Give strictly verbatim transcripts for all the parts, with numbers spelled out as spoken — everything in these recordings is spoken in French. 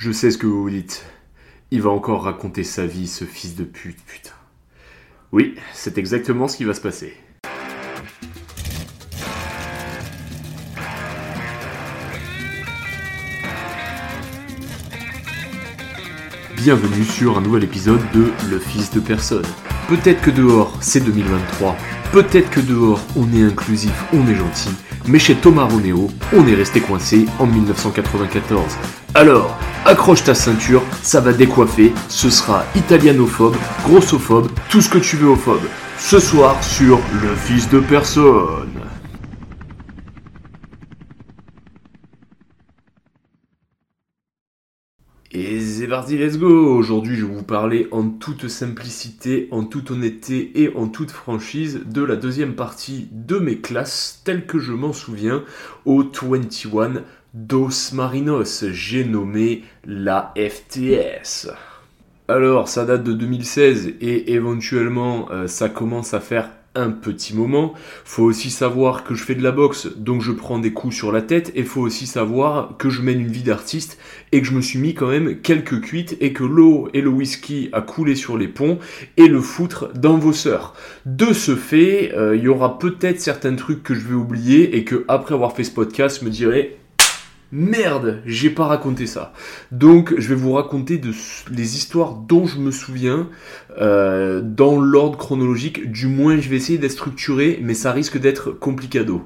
Je sais ce que vous vous dites. Il va encore raconter sa vie, ce fils de pute, putain. Oui, c'est exactement ce qui va se passer. Bienvenue sur un nouvel épisode de Le Fils de Personne. Peut-être que dehors, c'est deux mille vingt-trois, peut-être que dehors, on est inclusif, on est gentil, mais chez Thomas Ronéo, on est resté coincé en dix-neuf cent quatre-vingt-quatorze. Alors, accroche ta ceinture, ça va décoiffer, ce sera italianophobe, grossophobe, tout ce que tu veux ophobe. Ce soir sur Le Fils de Personne. Et c'est parti, let's go! Aujourd'hui, je vais vous parler en toute simplicité, en toute honnêteté et en toute franchise de la deuxième partie de mes classes, telles que je m'en souviens, au vingt et un Dos Marinos. J'ai nommé la F T S. Alors, ça date de deux mille seize et éventuellement, euh, ça commence à faire un petit moment. Faut aussi savoir que je fais de la boxe, donc je prends des coups sur la tête, et faut aussi savoir que je mène une vie d'artiste et que je me suis mis quand même quelques cuites et que l'eau et le whisky a coulé sur les ponts et le foutre dans vos sœurs. De ce fait, il euh, y aura peut-être certains trucs que je vais oublier et que après avoir fait ce podcast, je me dirai merde, j'ai pas raconté ça. Donc, je vais vous raconter de, les histoires dont je me souviens euh, dans l'ordre chronologique. Du moins, je vais essayer d'être structuré, mais ça risque d'être complicado.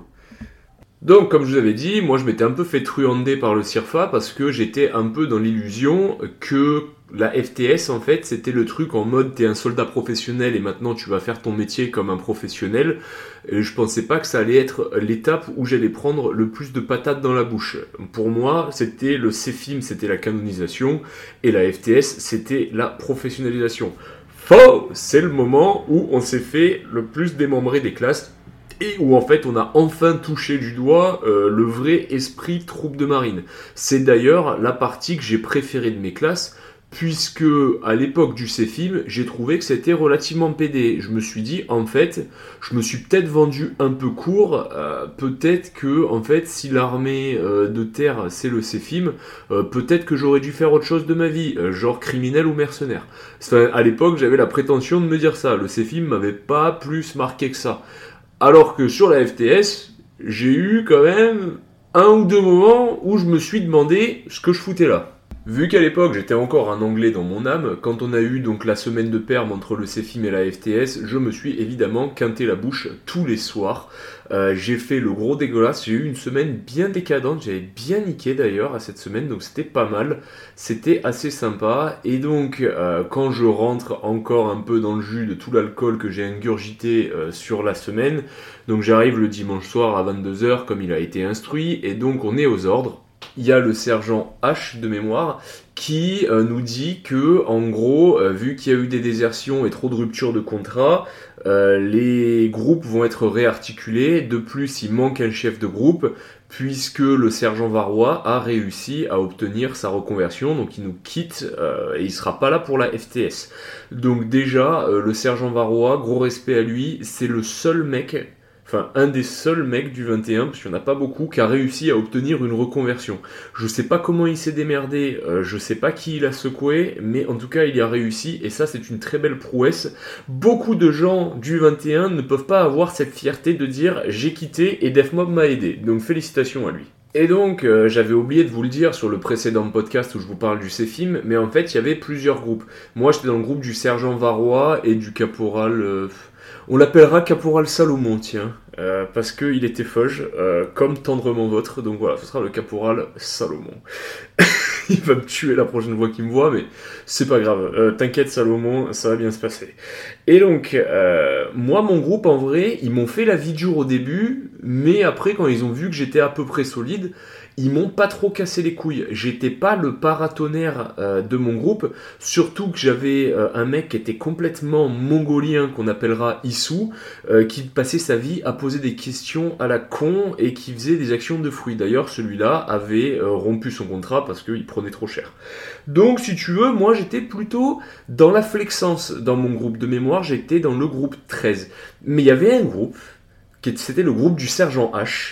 Donc, comme je vous avais dit, moi, je m'étais un peu fait truander par le C I R F A parce que j'étais un peu dans l'illusion que la F T S, en fait, c'était le truc en mode t'es un soldat professionnel et maintenant tu vas faire ton métier comme un professionnel. Et je pensais pas que ça allait être l'étape où j'allais prendre le plus de patates dans la bouche. Pour moi, c'était le C F I M, c'était la canonisation, et la F T S, c'était la professionnalisation. Faux! C'est le moment où on s'est fait le plus démembrer des classes et où en fait on a enfin touché du doigt euh, le vrai esprit troupe de marine. C'est d'ailleurs la partie que j'ai préférée de mes classes, puisque à l'époque du C F I M, j'ai trouvé que c'était relativement pédé. Je me suis dit, en fait, je me suis peut-être vendu un peu court, euh, peut-être que, en fait, si l'armée euh, de terre, c'est le C F I M, euh, peut-être que j'aurais dû faire autre chose de ma vie, euh, genre criminel ou mercenaire. Enfin, à l'époque, j'avais la prétention de me dire ça, le C F I M m'avait pas plus marqué que ça. Alors que sur la F T S, j'ai eu quand même un ou deux moments où je me suis demandé ce que je foutais là. Vu qu'à l'époque j'étais encore un anglais dans mon âme, quand on a eu donc la semaine de perm entre le C F I M et la F T S, je me suis évidemment quinté la bouche tous les soirs. Euh, j'ai fait le gros dégueulasse, j'ai eu une semaine bien décadente, j'avais bien niqué d'ailleurs à cette semaine, donc c'était pas mal, c'était assez sympa. Et donc euh, quand je rentre encore un peu dans le jus de tout l'alcool que j'ai ingurgité euh, sur la semaine, donc j'arrive le dimanche soir à vingt-deux heures comme il a été instruit, et donc on est aux ordres. Il y a le sergent H de mémoire qui euh, nous dit que, en gros, euh, vu qu'il y a eu des désertions et trop de ruptures de contrat, euh, les groupes vont être réarticulés. De plus, il manque un chef de groupe puisque le sergent Varrois a réussi à obtenir sa reconversion, donc il nous quitte euh, et il sera pas là pour la F T S. Donc déjà, euh, le sergent Varrois, gros respect à lui, c'est le seul mec... Enfin, un des seuls mecs du vingt et un, parce qu'il n'y en a pas beaucoup, qui a réussi à obtenir une reconversion. Je sais pas comment il s'est démerdé, euh, je sais pas qui il a secoué, mais en tout cas il y a réussi, et ça c'est une très belle prouesse. Beaucoup de gens du vingt et un ne peuvent pas avoir cette fierté de dire « j'ai quitté et DefMob m'a aidé », donc félicitations à lui. Et donc, euh, j'avais oublié de vous le dire sur le précédent podcast où je vous parle du C F I M, mais en fait il y avait plusieurs groupes. Moi j'étais dans le groupe du sergent Varrois et du caporal... Euh, on l'appellera caporal Salomon, tiens, euh, parce qu'il était fauge, euh, comme tendrement votre, donc voilà, ce sera le caporal Salomon. Il va me tuer la prochaine fois qu'il me voit, mais c'est pas grave, euh, t'inquiète Salomon, ça va bien se passer. Et donc, euh, moi, mon groupe, en vrai, ils m'ont fait la vie dure au début, mais après, quand ils ont vu que j'étais à peu près solide, ils m'ont pas trop cassé les couilles. J'étais pas le paratonnerre euh, de mon groupe, surtout que j'avais euh, un mec qui était complètement mongolien, qu'on appellera Issou, euh, qui passait sa vie à poser des questions à la con et qui faisait des actions de fruits. D'ailleurs, celui-là avait euh, rompu son contrat parce qu'il prenait trop cher. Donc, si tu veux, moi, j'étais plutôt dans la flexence. Dans mon groupe de mémoire, j'étais dans le groupe treize. Mais il y avait un groupe, qui c'était le groupe du sergent H.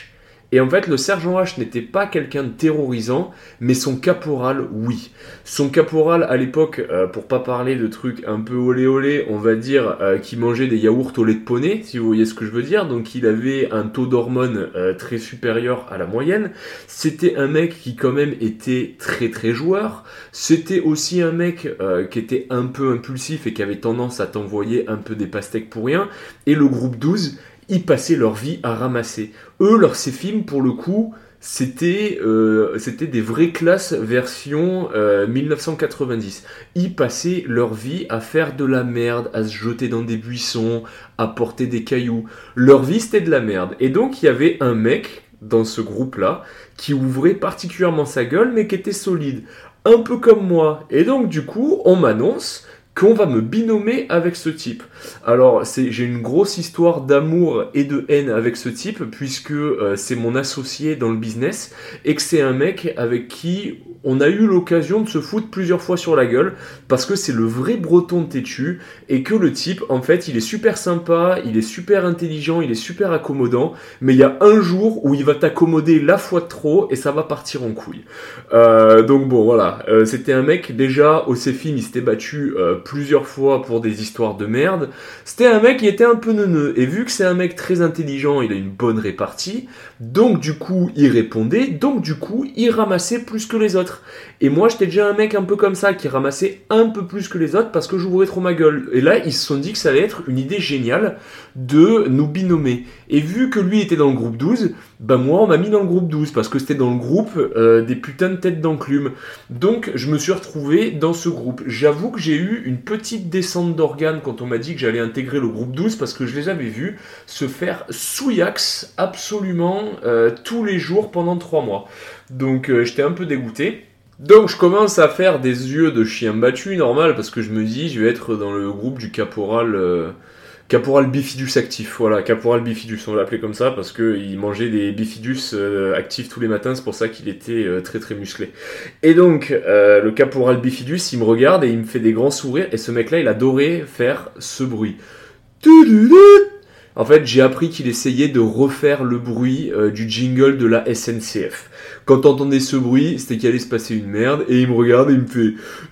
Et en fait, le sergent H n'était pas quelqu'un de terrorisant, mais son caporal, oui. Son caporal, à l'époque, euh, pour pas parler de trucs un peu olé olé, on va dire euh, qu'il mangeait des yaourts au lait de poney, si vous voyez ce que je veux dire. Donc il avait un taux d'hormones euh, très supérieur à la moyenne. C'était un mec qui quand même était très très joueur. C'était aussi un mec euh, qui était un peu impulsif et qui avait tendance à t'envoyer un peu des pastèques pour rien. Et le groupe douze, ils passaient leur vie à ramasser. Eux, leurs ces films, pour le coup, c'était euh, c'était des vraies classes version euh, dix-neuf cent quatre-vingt-dix. Ils passaient leur vie à faire de la merde, à se jeter dans des buissons, à porter des cailloux. Leur vie, c'était de la merde. Et donc, il y avait un mec dans ce groupe-là qui ouvrait particulièrement sa gueule, mais qui était solide. Un peu comme moi. Et donc, du coup, on m'annonce qu'on va me binômer avec ce type. Alors, c'est, j'ai une grosse histoire d'amour et de haine avec ce type, puisque euh, c'est mon associé dans le business, et que c'est un mec avec qui on a eu l'occasion de se foutre plusieurs fois sur la gueule, parce que c'est le vrai breton têtu, et que le type, en fait, il est super sympa, il est super intelligent, il est super accommodant, mais il y a un jour où il va t'accommoder la fois de trop, et ça va partir en couille. Euh, donc bon, voilà. Euh, c'était un mec, déjà, au C-Film, il s'était battu euh, plusieurs fois pour des histoires de merde. C'était un mec qui était un peu neuneux. Et vu que c'est un mec très intelligent, il a une bonne répartie. Donc du coup, il répondait. Donc du coup, il ramassait plus que les autres. Et moi, j'étais déjà un mec un peu comme ça, qui ramassait un peu plus que les autres parce que j'ouvrais trop ma gueule. Et là, ils se sont dit que ça allait être une idée géniale de nous binômer. Et vu que lui était dans le groupe douze, ben moi, on m'a mis dans le groupe douze parce que c'était dans le groupe euh, des putains de têtes d'enclume. Donc, je me suis retrouvé dans ce groupe. J'avoue que j'ai eu une petite descente d'organes quand on m'a dit que j'allais intégrer le groupe douze parce que je les avais vus se faire souillax absolument euh, tous les jours pendant trois mois. Donc, euh, j'étais un peu dégoûté. Donc je commence à faire des yeux de chien battu, normal, parce que je me dis, je vais être dans le groupe du caporal... Euh, Caporal bifidus actif, voilà, caporal bifidus, on l'appelait comme ça parce qu'il mangeait des bifidus euh, actifs tous les matins, c'est pour ça qu'il était euh, très très musclé. Et donc, euh, le caporal bifidus, il me regarde et il me fait des grands sourires, et ce mec-là, il adorait faire ce bruit. En fait, j'ai appris qu'il essayait de refaire le bruit euh, du jingle de la S N C F. Quand t'entendais ce bruit, c'était qu'il allait se passer une merde, et il me regarde et il me fait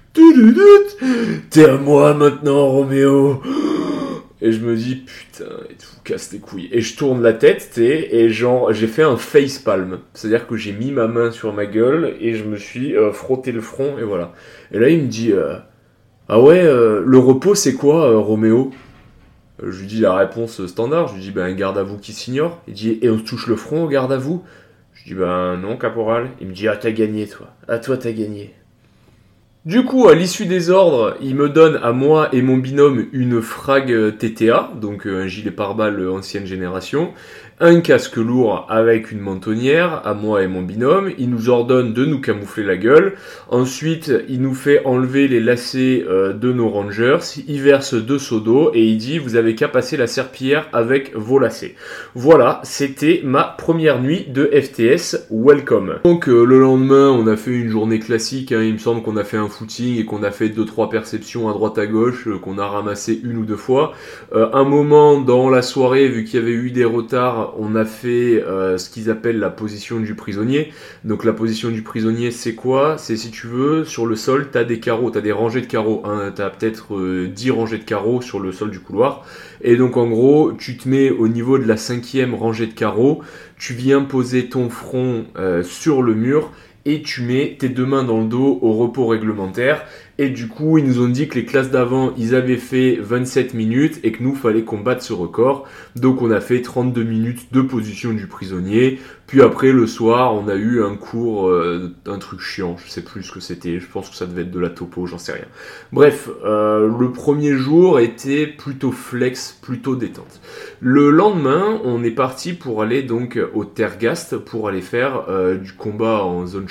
« T'es à moi maintenant, Roméo !» Et je me dis, putain, et tout, casse tes couilles. Et je tourne la tête, t'sais, et genre, j'ai fait un facepalm. C'est-à-dire que j'ai mis ma main sur ma gueule, et je me suis euh, frotté le front, et voilà. Et là, il me dit, euh, ah ouais, euh, le repos, c'est quoi, euh, Roméo ? Je lui dis la réponse standard, je lui dis, ben, un garde à vous qui s'ignore. Il dit, et on se touche le front au garde à vous ? Je dis, ben, non, caporal. Il me dit, ah, t'as gagné, toi. Ah, toi, t'as gagné. Du coup, à l'issue des ordres, il me donne à moi et mon binôme une frag T T A, donc un gilet pare-balles ancienne génération, un casque lourd avec une mentonnière, à moi et mon binôme. Il nous ordonne de nous camoufler la gueule. Ensuite, il nous fait enlever les lacets euh, de nos rangers. Il verse deux seaux d'eau et il dit « Vous avez qu'à passer la serpillière avec vos lacets ». Voilà, c'était ma première nuit de F T S. Welcome. Donc euh, le lendemain, on a fait une journée classique. Hein. Il me semble qu'on a fait un footing et qu'on a fait deux trois perceptions à droite à gauche, euh, qu'on a ramassé une ou deux fois. Euh, un moment dans la soirée, vu qu'il y avait eu des retards, on a fait euh, ce qu'ils appellent la position du prisonnier. Donc la position du prisonnier, c'est quoi ? C'est, si tu veux, sur le sol, t'as des carreaux, t'as des rangées de carreaux. Hein, t'as peut-être euh, dix rangées de carreaux sur le sol du couloir. Et donc en gros, tu te mets au niveau de la cinquième rangée de carreaux, tu viens poser ton front euh, sur le mur et tu mets tes deux mains dans le dos au repos réglementaire. Et du coup, ils nous ont dit que les classes d'avant, ils avaient fait vingt-sept minutes et que nous, fallait qu'on batte ce record. Donc on a fait trente-deux minutes de position du prisonnier. Puis après, le soir, on a eu un cours, euh, un truc chiant, je sais plus ce que c'était, je pense que ça devait être de la topo, j'en sais rien. Bref, euh, le premier jour était plutôt flex, plutôt détente. Le lendemain, on est parti pour aller donc au Tergast, pour aller faire euh, du combat en zone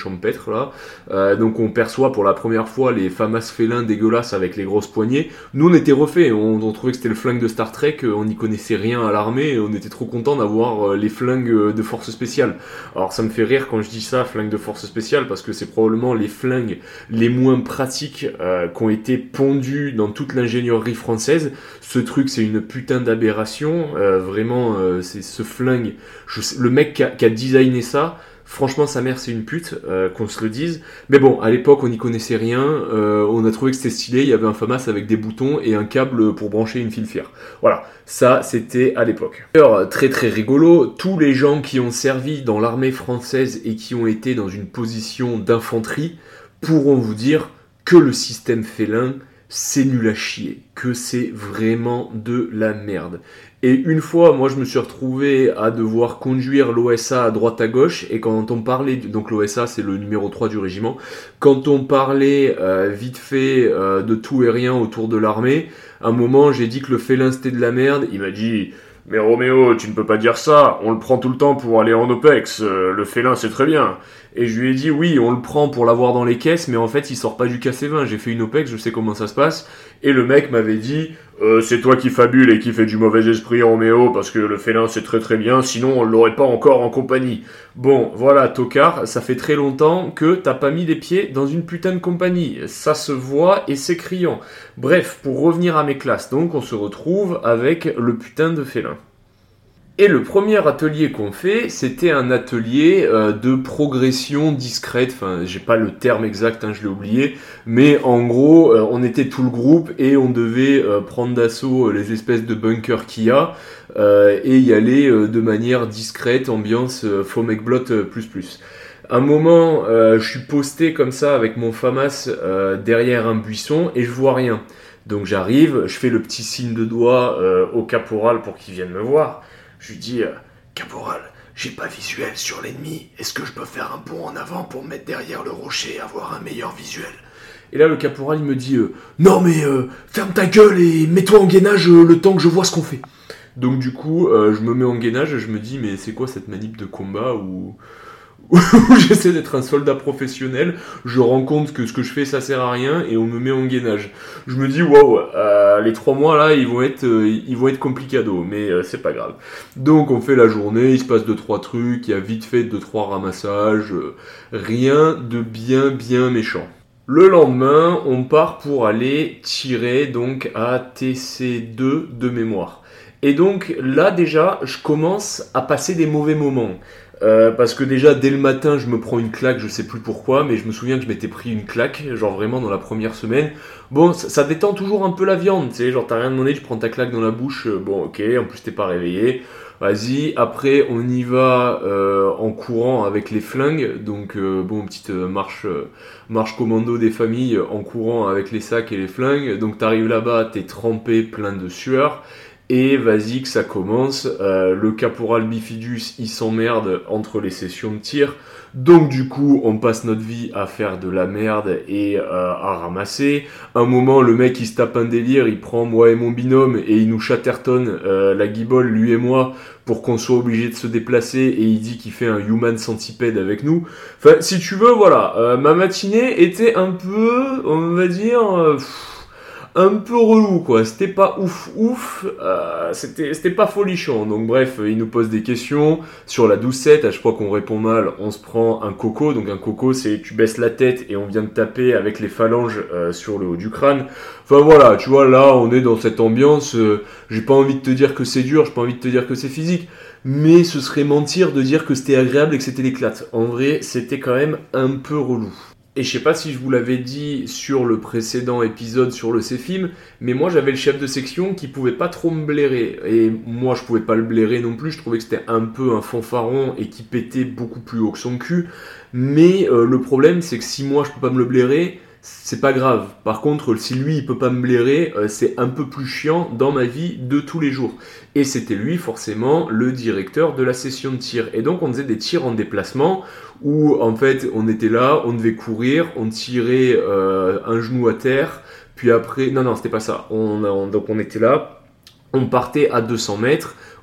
champêtre là. Euh, donc on perçoit pour la première fois les FAMAS félins dégueulasses avec les grosses poignées. Nous on était refaits, on, on trouvait que c'était le flingue de Star Trek, on n'y connaissait rien à l'armée, et on était trop contents d'avoir les flingues de force spéciale. Alors ça me fait rire quand je dis ça, flingue de force spéciale, parce que c'est probablement les flingues les moins pratiques euh, qui ont été pondus dans toute l'ingénierie française. Ce truc c'est une putain d'aberration, euh, vraiment euh, c'est ce flingue, je sais, le mec qui a, qui a designé ça, franchement sa mère c'est une pute, euh, qu'on se le dise, mais bon à l'époque on n'y connaissait rien, euh, on a trouvé que c'était stylé, il y avait un FAMAS avec des boutons et un câble pour brancher une file fière, voilà, ça c'était à l'époque. D'ailleurs très très rigolo, tous les gens qui ont servi dans l'armée française et qui ont été dans une position d'infanterie pourront vous dire que le système félin c'est nul à chier, que c'est vraiment de la merde. Et une fois, moi je me suis retrouvé à devoir conduire l'O S A à droite à gauche, et quand on parlait, donc l'O S A c'est le numéro trois du régiment, quand on parlait euh, vite fait euh, de tout et rien autour de l'armée, à un moment j'ai dit que le félin c'était de la merde, il m'a dit... Mais Roméo, tu ne peux pas dire ça, on le prend tout le temps pour aller en OPEX, euh, le félin c'est très bien. Et je lui ai dit, oui, on le prend pour l'avoir dans les caisses, mais en fait il sort pas du K C vingt, j'ai fait une OPEX, je sais comment ça se passe. Et le mec m'avait dit, euh, c'est toi qui fabule et qui fait du mauvais esprit Roméo, parce que le félin c'est très très bien, sinon on l'aurait pas encore en compagnie. Bon, voilà, tocard, ça fait très longtemps que t'as pas mis les pieds dans une putain de compagnie. Ça se voit et c'est criant. Bref, pour revenir à mes classes, donc on se retrouve avec le putain de félin. Et le premier atelier qu'on fait, c'était un atelier euh, de progression discrète, enfin j'ai pas le terme exact, hein, je l'ai oublié, mais en gros euh, on était tout le groupe et on devait euh, prendre d'assaut les espèces de bunkers qu'il y a euh, et y aller euh, de manière discrète, ambiance euh, Foamegblot euh, plus plus. Un moment, euh, je suis posté comme ça avec mon FAMAS euh, derrière un buisson et je vois rien. Donc j'arrive, je fais le petit signe de doigt euh, au caporal pour qu'il vienne me voir. Je lui dis, euh, caporal, j'ai pas visuel sur l'ennemi, est-ce que je peux faire un bond en avant pour me mettre derrière le rocher et avoir un meilleur visuel? Et là le caporal il me dit, euh, non mais euh, ferme ta gueule et mets-toi en gainage euh, le temps que je vois ce qu'on fait. Donc du coup, euh, je me mets en gainage et je me dis, mais c'est quoi cette manip de combat où... où j'essaie d'être un soldat professionnel, je rends compte que ce que je fais ça sert à rien et on me met en gainage. Je me dis waouh, euh, les trois mois là ils vont être euh, ils vont être complicados, mais euh, c'est pas grave. Donc on fait la journée, il se passe deux trois trucs, il y a vite fait deux trois ramassages, euh, rien de bien bien méchant. Le lendemain, on part pour aller tirer donc à T C deux de mémoire. Et donc là déjà, je commence à passer des mauvais moments. Euh, parce que déjà dès le matin je me prends une claque, je sais plus pourquoi, mais je me souviens que je m'étais pris une claque, genre vraiment dans la première semaine. Bon, ça, ça détend toujours un peu la viande, tu sais, genre t'as rien demandé, tu prends ta claque dans la bouche, euh, bon ok, en plus t'es pas réveillé, vas-y. Après on y va euh, en courant avec les flingues, donc euh, bon, petite euh, marche, euh, marche commando des familles en courant avec les sacs et les flingues, donc t'arrives là-bas, t'es trempé, plein de sueur. Et vas-y que ça commence, euh, le caporal Bifidus il s'emmerde entre les sessions de tir, donc du coup on passe notre vie à faire de la merde et euh, à ramasser. Un moment le mec il se tape un délire, il prend moi et mon binôme et il nous chattertonne euh, la guibole lui et moi pour qu'on soit obligé de se déplacer et il dit qu'il fait un human centipede avec nous. Enfin si tu veux voilà, euh, ma matinée était un peu, on va dire... Euh, pff, un peu relou quoi, c'était pas ouf ouf, euh, c'était, c'était pas folichon, donc bref, il nous pose des questions sur la doucette, à chaque fois qu'on répond mal, on se prend un coco, donc un coco c'est tu baisses la tête et on vient de taper avec les phalanges euh, sur le haut du crâne, enfin voilà, tu vois là on est dans cette ambiance, euh, j'ai pas envie de te dire que c'est dur, j'ai pas envie de te dire que c'est physique, mais ce serait mentir de dire que c'était agréable et que c'était l'éclate, en vrai c'était quand même un peu relou. Et je sais pas si je vous l'avais dit sur le précédent épisode sur le C-Film, mais moi j'avais le chef de section qui pouvait pas trop me blairer. Et moi je pouvais pas le blairer non plus, je trouvais que c'était un peu un fanfaron et qui pétait beaucoup plus haut que son cul. Mais euh, le problème c'est que si moi je peux pas me le blairer, c'est pas grave. Par contre, si lui il peut pas me blairer, euh, c'est un peu plus chiant dans ma vie de tous les jours. Et c'était lui forcément le directeur de la session de tir. Et donc on faisait des tirs en déplacement où en fait on était là, on devait courir, on tirait euh, un genou à terre, puis après, non non c'était pas ça, on, on, donc on était là, on partait à deux cents mètres,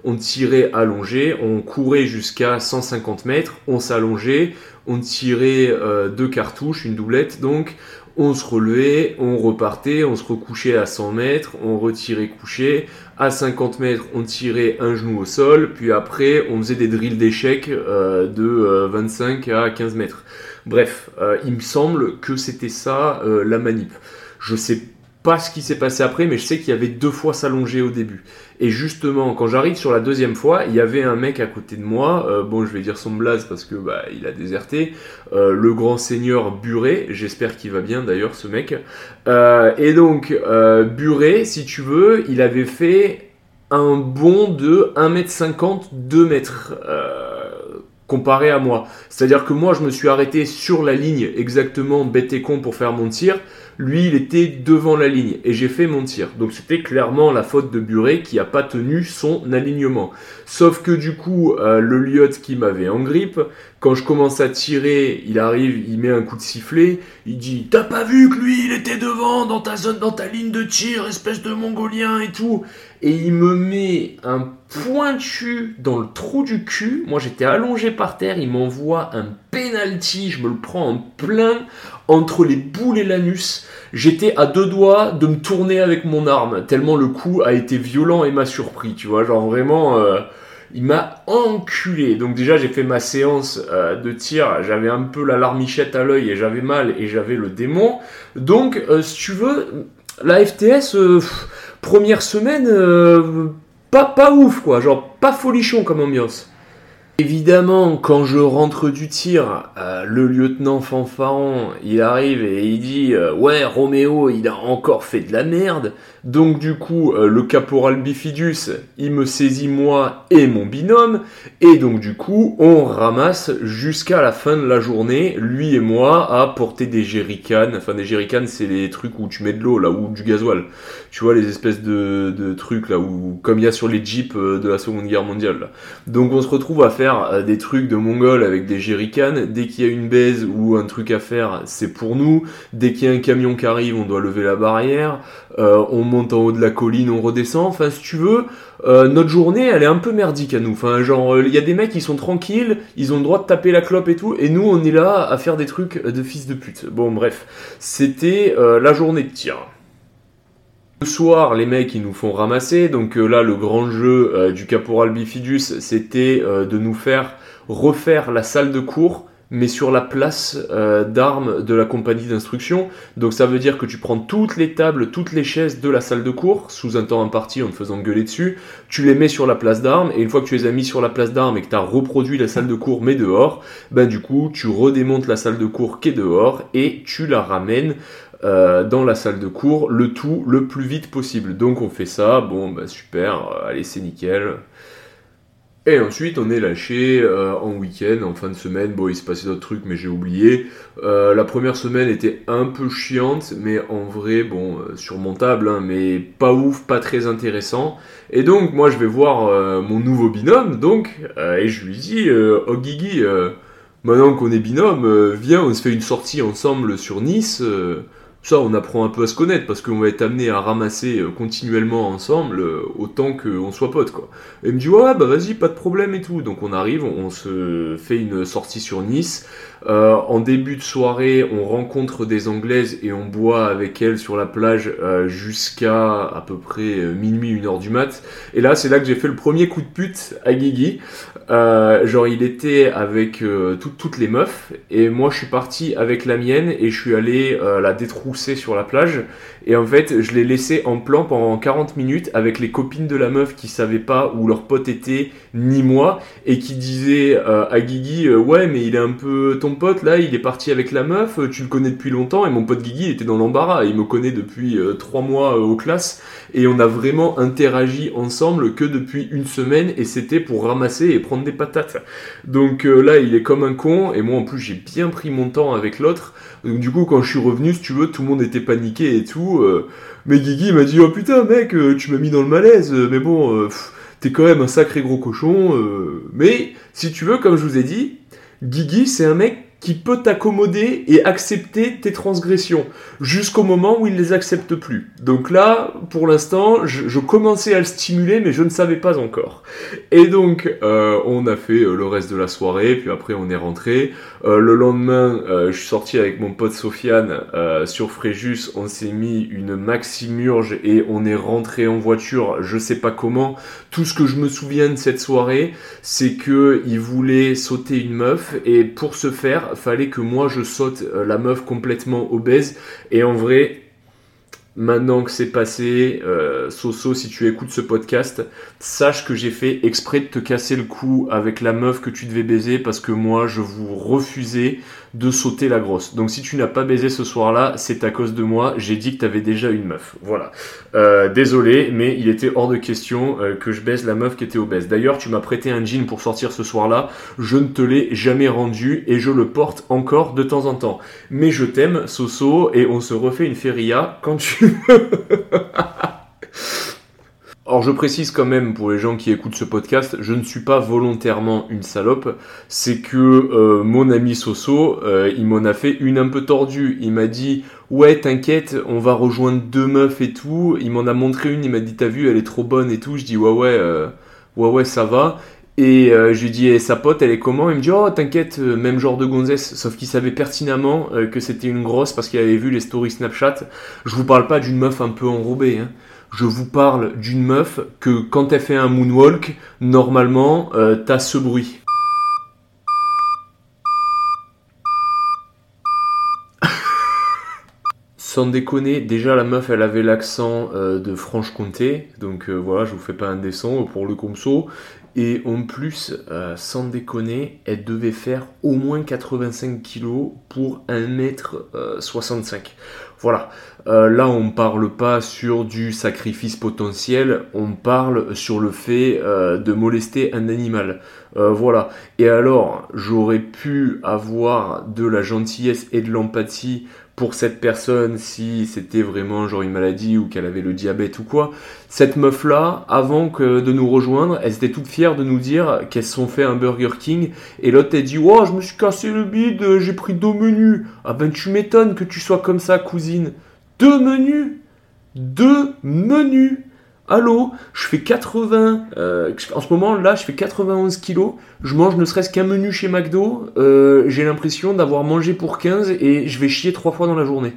on tirait allongé, on courait jusqu'à cent cinquante mètres, on s'allongeait, on tirait euh, deux cartouches, une doublette donc, on se relevait, on repartait, on se recouchait à cent mètres, on retirait couché, à cinquante mètres on tirait un genou au sol, puis après on faisait des drills d'échecs euh, de euh, vingt-cinq à quinze mètres. Bref, euh, il me semble que c'était ça euh, la manip. Je sais pas ce qui s'est passé après, mais je sais qu'il y avait deux fois s'allonger au début. Et justement, quand j'arrive sur la deuxième fois, il y avait un mec à côté de moi, euh, bon je vais dire son blaze parce que bah il a déserté, euh, le grand seigneur Buret, j'espère qu'il va bien d'ailleurs ce mec. Euh, et donc euh, Buret, si tu veux, il avait fait un bond de un mètre cinquante, deux mètres. Euh, comparé à moi. C'est-à-dire que moi, je me suis arrêté sur la ligne exactement bête et con pour faire mon tir. Lui, il était devant la ligne et j'ai fait mon tir. Donc c'était clairement la faute de Buret qui a pas tenu son alignement. Sauf que du coup, euh, le Lyot qui m'avait en grippe, quand je commence à tirer, il arrive, il met un coup de sifflet, il dit « T'as pas vu que lui, il était devant dans ta zone, dans ta ligne de tir, espèce de mongolien et tout ?» Et il me met un pointu dans le trou du cul. Moi, j'étais allongé par terre, il m'envoie un penalty, je me le prends en plein entre les boules et l'anus. J'étais à deux doigts de me tourner avec mon arme, tellement le coup a été violent et m'a surpris, tu vois, genre vraiment... Euh, il m'a enculé. Donc déjà, j'ai fait ma séance euh, de tir. J'avais un peu la larmichette à l'œil et j'avais mal et j'avais le démon. Donc, euh, si tu veux, la F T S, euh, pff, première semaine, euh, pas, pas ouf, quoi. Genre, pas folichon comme ambiance. Évidemment, quand je rentre du tir, euh, le lieutenant Fanfaron, il arrive et il dit euh, « Ouais, Roméo, il a encore fait de la merde ». Donc du coup, euh, le caporal Bifidus, il me saisit moi et mon binôme. Et donc du coup, on ramasse jusqu'à la fin de la journée, lui et moi, à porter des jerrycans. Enfin, des jerrycans, c'est les trucs où tu mets de l'eau, là, ou du gasoil. Tu vois, les espèces de, de trucs, là, où, comme il y a sur les jeeps euh, de la Seconde Guerre mondiale, là. Donc on se retrouve à faire des trucs de mongol avec des jerrycans. Dès qu'il y a une baise ou un truc à faire, c'est pour nous. Dès qu'il y a un camion qui arrive, on doit lever la barrière. Euh, on monte en haut de la colline, on redescend. Enfin, si tu veux, euh, notre journée, elle est un peu merdique à nous. Enfin, genre, il euh, y a des mecs qui sont tranquilles, ils ont le droit de taper la clope et tout, et nous, on est là à faire des trucs de fils de pute. Bon, bref, c'était euh, la journée de tir. Le soir, les mecs, ils nous font ramasser. Donc euh, là, le grand jeu euh, du caporal Bifidus, c'était euh, de nous faire refaire la salle de cours, mais sur la place euh, d'armes de la compagnie d'instruction. Donc ça veut dire que tu prends toutes les tables, toutes les chaises de la salle de cours, sous un temps imparti en te faisant gueuler dessus, tu les mets sur la place d'armes, et une fois que tu les as mis sur la place d'armes et que tu as reproduit la salle de cours mais dehors, ben du coup, tu redémontes la salle de cours qui est dehors, et tu la ramènes Euh, dans la salle de cours, le tout le plus vite possible. Donc on fait ça, bon bah super, euh, allez c'est nickel. Et ensuite on est lâché euh, en week-end, en fin de semaine, bon il se passait d'autres trucs mais j'ai oublié. Euh, la première semaine était un peu chiante, mais en vrai, bon, euh, surmontable, hein, mais pas ouf, pas très intéressant. Et donc moi je vais voir euh, mon nouveau binôme, donc, euh, et je lui dis, euh, oh Guigui, euh, maintenant qu'on est binôme, euh, viens on se fait une sortie ensemble sur Nice, euh, ça, on apprend un peu à se connaître parce qu'on va être amené à ramasser euh, continuellement ensemble euh, autant qu'on soit potes, quoi. Et il me dit, ouais, bah vas-y, pas de problème et tout. Donc on arrive, on, on se fait une sortie sur Nice. Euh, en début de soirée, on rencontre des Anglaises et on boit avec elles sur la plage euh, jusqu'à à peu près euh, minuit, une heure du mat. Et là, c'est là que j'ai fait le premier coup de pute à Guigui. Euh, genre, il était avec euh, tout, toutes les meufs et moi, je suis parti avec la mienne et je suis allé euh, la détrousser sur la plage. Et en fait, je l'ai laissé en plan pendant quarante minutes avec les copines de la meuf qui savaient pas où leur pote était, ni moi, et qui disaient euh, à Guigui, euh, ouais, mais il est un peu ton pote là, il est parti avec la meuf, tu le connais depuis longtemps, et mon pote Guigui était dans l'embarras, il me connaît depuis euh, trois mois euh, aux classes, et on a vraiment interagi ensemble que depuis une semaine, et c'était pour ramasser et prendre des patates. Donc euh, là, il est comme un con, et moi en plus j'ai bien pris mon temps avec l'autre. Donc du coup, quand je suis revenu, si tu veux, tout le monde était paniqué et tout. Euh, mais Guigui m'a dit, oh putain mec, euh, tu m'as mis dans le malaise, mais bon, euh, pff, t'es quand même un sacré gros cochon. Euh, mais si tu veux, comme je vous ai dit, Guigui c'est un mec qui peut t'accommoder et accepter tes transgressions, jusqu'au moment où il les accepte plus. Donc là, pour l'instant, je, je commençais à le stimuler, mais je ne savais pas encore. Et donc, euh, on a fait euh, le reste de la soirée, puis après on est rentré. Euh, le lendemain, euh, je suis sorti avec mon pote Sofiane euh, sur Fréjus, on s'est mis une maximurge et on est rentré en voiture, je sais pas comment. Tout ce que je me souviens de cette soirée, c'est que il voulait sauter une meuf, et pour ce faire, fallait que moi je saute euh, la meuf complètement obèse. Et en vrai, maintenant que c'est passé, euh, Soso, si tu écoutes ce podcast, sache que j'ai fait exprès de te casser le cou avec la meuf que tu devais baiser, parce que moi je vous refusais de sauter la grosse. Donc si tu n'as pas baisé ce soir-là, c'est à cause de moi, j'ai dit que tu avais déjà une meuf. Voilà. Euh, désolé, mais il était hors de question euh, que je baise la meuf qui était obèse. D'ailleurs, tu m'as prêté un jean pour sortir ce soir-là, je ne te l'ai jamais rendu et je le porte encore de temps en temps. Mais je t'aime, Soso, et on se refait une feria quand tu veux. Alors je précise quand même pour les gens qui écoutent ce podcast, je ne suis pas volontairement une salope, c'est que euh, mon ami Soso, euh, il m'en a fait une un peu tordue. Il m'a dit « Ouais, t'inquiète, on va rejoindre deux meufs et tout ». Il m'en a montré une, il m'a dit « T'as vu, elle est trop bonne et tout ». Je dis « Ouais, ouais, euh, ouais, ouais, ça va ». Et euh, je lui dis, et sa pote, elle est comment? Il me dit, oh, t'inquiète, euh, même genre de gonzesse. Sauf qu'il savait pertinemment euh, que c'était une grosse parce qu'il avait vu les stories Snapchat. Je vous parle pas d'une meuf un peu enrobée, hein. Je vous parle d'une meuf que quand elle fait un moonwalk, normalement, euh, t'as ce bruit. Sans déconner, déjà la meuf elle avait l'accent euh, de Franche-Comté, donc euh, voilà, je vous fais pas un dessin pour le comso. Et en plus, euh, sans déconner, elle devait faire au moins quatre-vingt-cinq kilos pour un mètre soixante-cinq. Voilà, euh, là on parle pas sur du sacrifice potentiel, on parle sur le fait euh, de molester un animal. Euh, voilà, et alors j'aurais pu avoir de la gentillesse et de l'empathie pour cette personne si c'était vraiment genre une maladie ou qu'elle avait le diabète ou quoi. Cette meuf là, avant que de nous rejoindre, elle était toute fière de nous dire qu'elles se sont fait un Burger King, et l'autre elle dit oh je me suis cassé le bide, j'ai pris deux menus. Ah ben tu m'étonnes que tu sois comme ça cousine. Deux menus, deux menus. Allô, je fais quatre-vingts, euh, en ce moment là je fais quatre-vingt-onze kilos, je mange ne serait-ce qu'un menu chez McDo, euh, j'ai l'impression d'avoir mangé pour quinze et je vais chier trois fois dans la journée.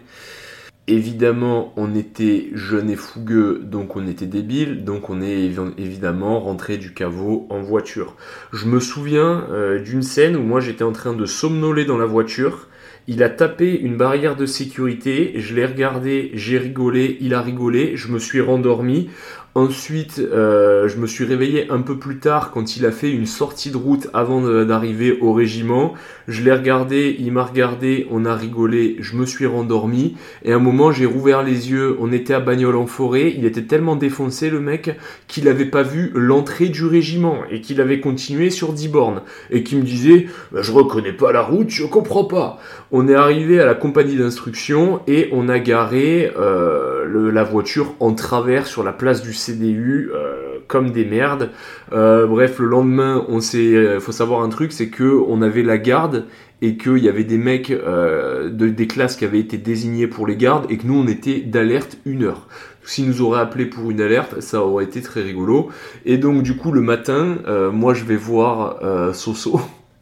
Évidemment, on était jeunes et fougueux, donc on était débiles, donc on est évidemment rentré du caveau en voiture. Je me souviens euh, d'une scène où moi j'étais en train de somnoler dans la voiture. Il a tapé une barrière de sécurité, je l'ai regardé, j'ai rigolé, il a rigolé, je me suis rendormi. Ensuite, euh, je me suis réveillé un peu plus tard quand il a fait une sortie de route avant de, d'arriver au régiment. Je l'ai regardé, il m'a regardé, on a rigolé, je me suis rendormi. Et à un moment, j'ai rouvert les yeux, on était à Bagnoles en forêt. Il était tellement défoncé, le mec, qu'il n'avait pas vu l'entrée du régiment et qu'il avait continué sur dix bornes. Et qu'il me disait bah, « Je reconnais pas la route, je comprends pas ». On est arrivé à la compagnie d'instruction et on a garé euh, le, la voiture en travers sur la place du C D U euh, comme des merdes. Euh, bref, le lendemain, on s'est, faut savoir un truc, c'est que on avait la garde et qu'il y avait des mecs euh, de, des classes qui avaient été désignés pour les gardes et que nous on était d'alerte une heure. S'ils nous auraient appelé pour une alerte, ça aurait été très rigolo. Et donc du coup le matin, euh, moi je vais voir euh, Soso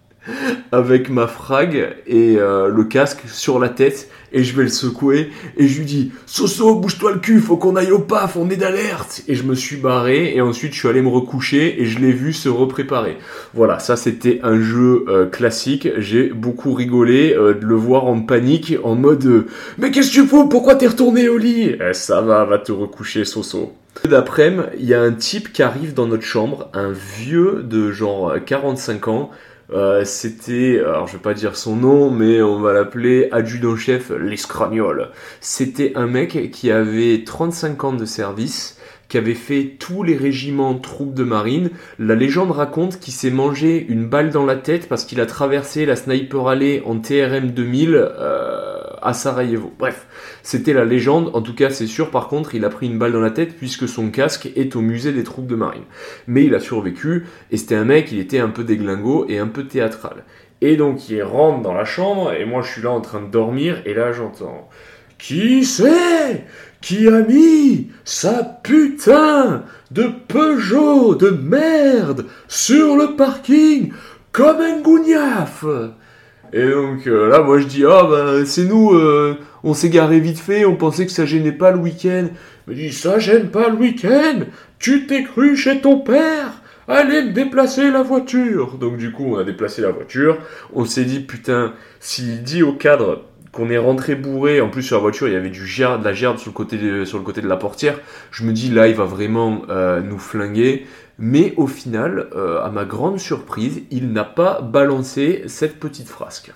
avec ma frag et euh, le casque sur la tête et je vais le secouer et je lui dis Soso bouge-toi le cul, faut qu'on aille au P A F, on est d'alerte. Et je me suis barré et ensuite je suis allé me recoucher et je l'ai vu se repréparer. Voilà, ça c'était un jeu euh, classique, j'ai beaucoup rigolé euh, de le voir en panique en mode euh, mais qu'est-ce que tu fous, pourquoi t'es retourné au lit? Eh, ça va, va te recoucher Soso. D'après-midi, il y a un type qui arrive dans notre chambre, un vieux de genre quarante-cinq ans. Euh, c'était, alors je vais pas dire son nom, mais on va l'appeler adjudant-chef l'Escragnol. C'était un mec qui avait trente-cinq ans de service, qui avait fait tous les régiments de troupes de marine. La légende raconte qu'il s'est mangé une balle dans la tête parce qu'il a traversé la Sniper Alley en T R M deux mille euh, à Sarajevo. Bref, c'était la légende. En tout cas, c'est sûr, par contre, il a pris une balle dans la tête puisque son casque est au musée des troupes de marine. Mais il a survécu et c'était un mec, il était un peu déglingo et un peu théâtral. Et donc il rentre dans la chambre, et moi je suis là en train de dormir, et là j'entends « Qui c'est qui a mis sa putain de Peugeot de merde sur le parking comme un gougnaf ?» Et donc euh, là, moi je dis, ah bah c'est nous, euh, on s'est garé vite fait, on pensait que ça gênait pas le week-end. Il me dit, ça gêne pas le week-end, tu t'es cru chez ton père, allez me déplacer la voiture. Donc du coup, on a déplacé la voiture, on s'est dit, putain, s'il dit au cadre qu'on est rentré bourré, en plus sur la voiture il y avait du gerbe, de la gerbe sur le côté de, sur le côté de la portière, je me dis là il va vraiment euh, nous flinguer, mais au final, euh, à ma grande surprise, il n'a pas balancé cette petite frasque.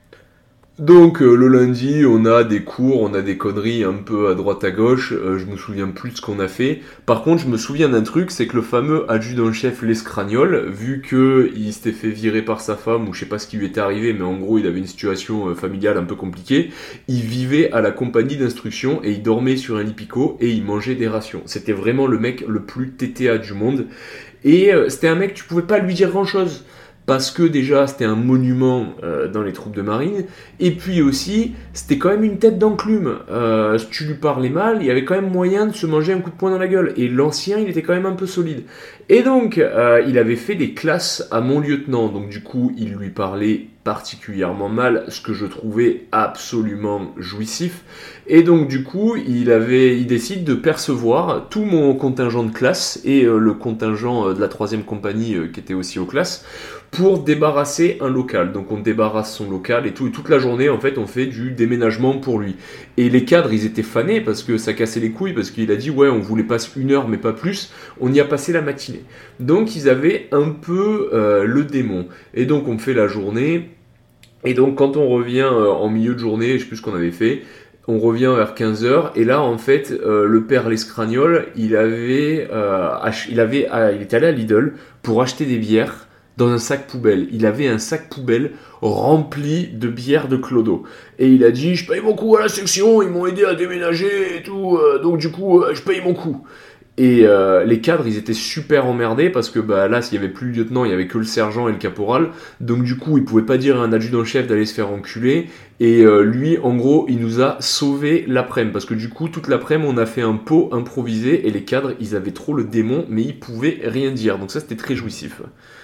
Donc euh, le lundi, on a des cours, on a des conneries un peu à droite à gauche, euh, je me souviens plus de ce qu'on a fait. Par contre, je me souviens d'un truc, c'est que le fameux adjudant-chef Lescragnol, vu que il s'était fait virer par sa femme, ou je sais pas ce qui lui était arrivé, mais en gros il avait une situation euh, familiale un peu compliquée, il vivait à la compagnie d'instruction et il dormait sur un lipico et il mangeait des rations. C'était vraiment le mec le plus T T A du monde. Et euh, c'était un mec, tu pouvais pas lui dire grand chose. Parce que déjà c'était un monument euh, dans les troupes de marine, et puis aussi c'était quand même une tête d'enclume. Euh, si tu lui parlais mal, il y avait quand même moyen de se manger un coup de poing dans la gueule, et l'ancien il était quand même un peu solide. Et donc euh, il avait fait des classes à mon lieutenant, donc du coup il lui parlait particulièrement mal, ce que je trouvais absolument jouissif. Et donc du coup il avait, il décide de percevoir tout mon contingent de classe et euh, le contingent euh, de la troisième compagnie euh, qui était aussi aux classes, pour débarrasser un local. Donc on débarrasse son local et tout, et toute la journée en fait on fait du déménagement pour lui. Et les cadres ils étaient fanés parce que ça cassait les couilles, parce qu'il a dit ouais on voulait passer une heure mais pas plus, on y a passé la matinée. Donc ils avaient un peu euh, le démon. Et donc on fait la journée, et donc quand on revient euh, en milieu de journée, je sais plus ce qu'on avait fait, on revient vers quinze heures, et là en fait euh, le père Lescragnol il avait, euh, ach- il avait euh, il était allé à Lidl pour acheter des bières dans un sac poubelle. Il avait un sac poubelle rempli de bières de Clodo. Et il a dit, je paye mon coup à la section, ils m'ont aidé à déménager et tout, euh, donc du coup, euh, je paye mon coup. Et euh, les cadres, ils étaient super emmerdés parce que bah, là, s'il y avait plus le lieutenant, il y avait que le sergent et le caporal. Donc du coup, ils pouvaient pas dire à un adjudant-chef d'aller se faire enculer. Et euh, lui, en gros, il nous a sauvé l'après-midi. Parce que du coup, toute l'après-midi, on a fait un pot improvisé. Et les cadres, ils avaient trop le démon, mais ils pouvaient rien dire. Donc ça, c'était très jouissif.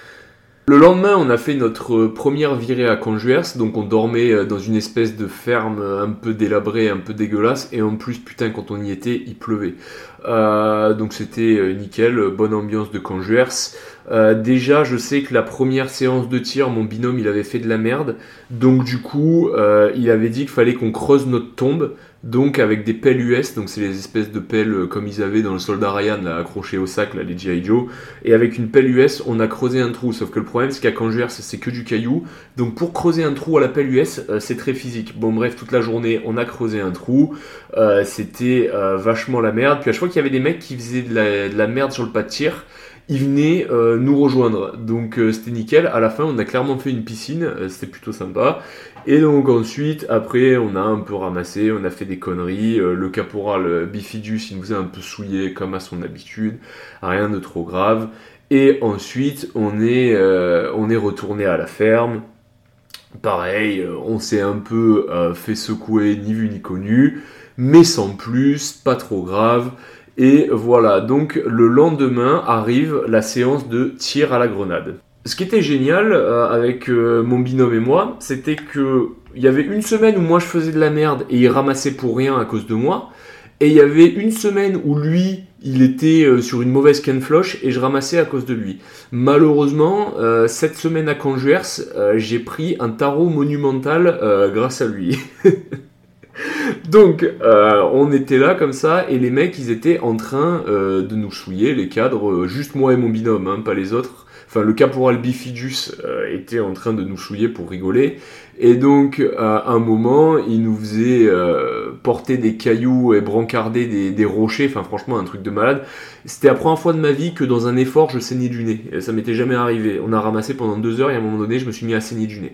Le lendemain, on a fait notre première virée à Conjuers, donc on dormait dans une espèce de ferme un peu délabrée, un peu dégueulasse, et en plus, putain, quand on y était, il pleuvait. Euh, donc c'était nickel, bonne ambiance de Conjuers. Euh, déjà, je sais que la première séance de tir, mon binôme, il avait fait de la merde, donc du coup, euh, il avait dit qu'il fallait qu'on creuse notre tombe, donc avec des pelles U S, donc c'est les espèces de pelles comme ils avaient dans le soldat Ryan, là, accrochées au sac, là, les G I. Joe, et avec une pelle U S, on a creusé un trou, sauf que le problème, c'est qu'à Conjuers, c'est que du caillou, donc pour creuser un trou à la pelle U S, euh, c'est très physique. Bon bref, toute la journée, on a creusé un trou, euh, c'était euh, vachement la merde, puis à chaque fois qu'il y avait des mecs qui faisaient de la, de la merde sur le pas de tir, ils venaient euh, nous rejoindre, donc euh, c'était nickel. À la fin on a clairement fait une piscine, euh, c'était plutôt sympa, et donc ensuite après on a un peu ramassé, on a fait des conneries, euh, le caporal euh, Bifidus il nous a un peu souillé comme à son habitude, rien de trop grave, et ensuite on est, euh, on est retourné à la ferme. Pareil, euh, on s'est un peu euh, fait secouer, ni vu ni connu, mais sans plus, pas trop grave. Et voilà, donc le lendemain arrive la séance de tir à la grenade. Ce qui était génial euh, avec euh, mon binôme et moi, c'était que il y avait une semaine où moi je faisais de la merde et il ramassait pour rien à cause de moi, et il y avait une semaine où lui, il était euh, sur une mauvaise canfloche et je ramassais à cause de lui. Malheureusement, euh, cette semaine à Conjuers, euh, j'ai pris un tarot monumental euh, grâce à lui. Donc, euh, on était là comme ça, et les mecs, ils étaient en train euh, de nous souiller, les cadres, euh, juste moi et mon binôme, hein, pas les autres. Enfin, le caporal Bifidus euh, était en train de nous souiller pour rigoler. Et donc, euh, à un moment, il nous faisait euh, porter des cailloux et brancarder des, des rochers. Enfin, franchement, un truc de malade. C'était la première fois de ma vie que dans un effort, je saignais du nez. Ça m'était jamais arrivé. On a ramassé pendant deux heures et à un moment donné, je me suis mis à saigner du nez.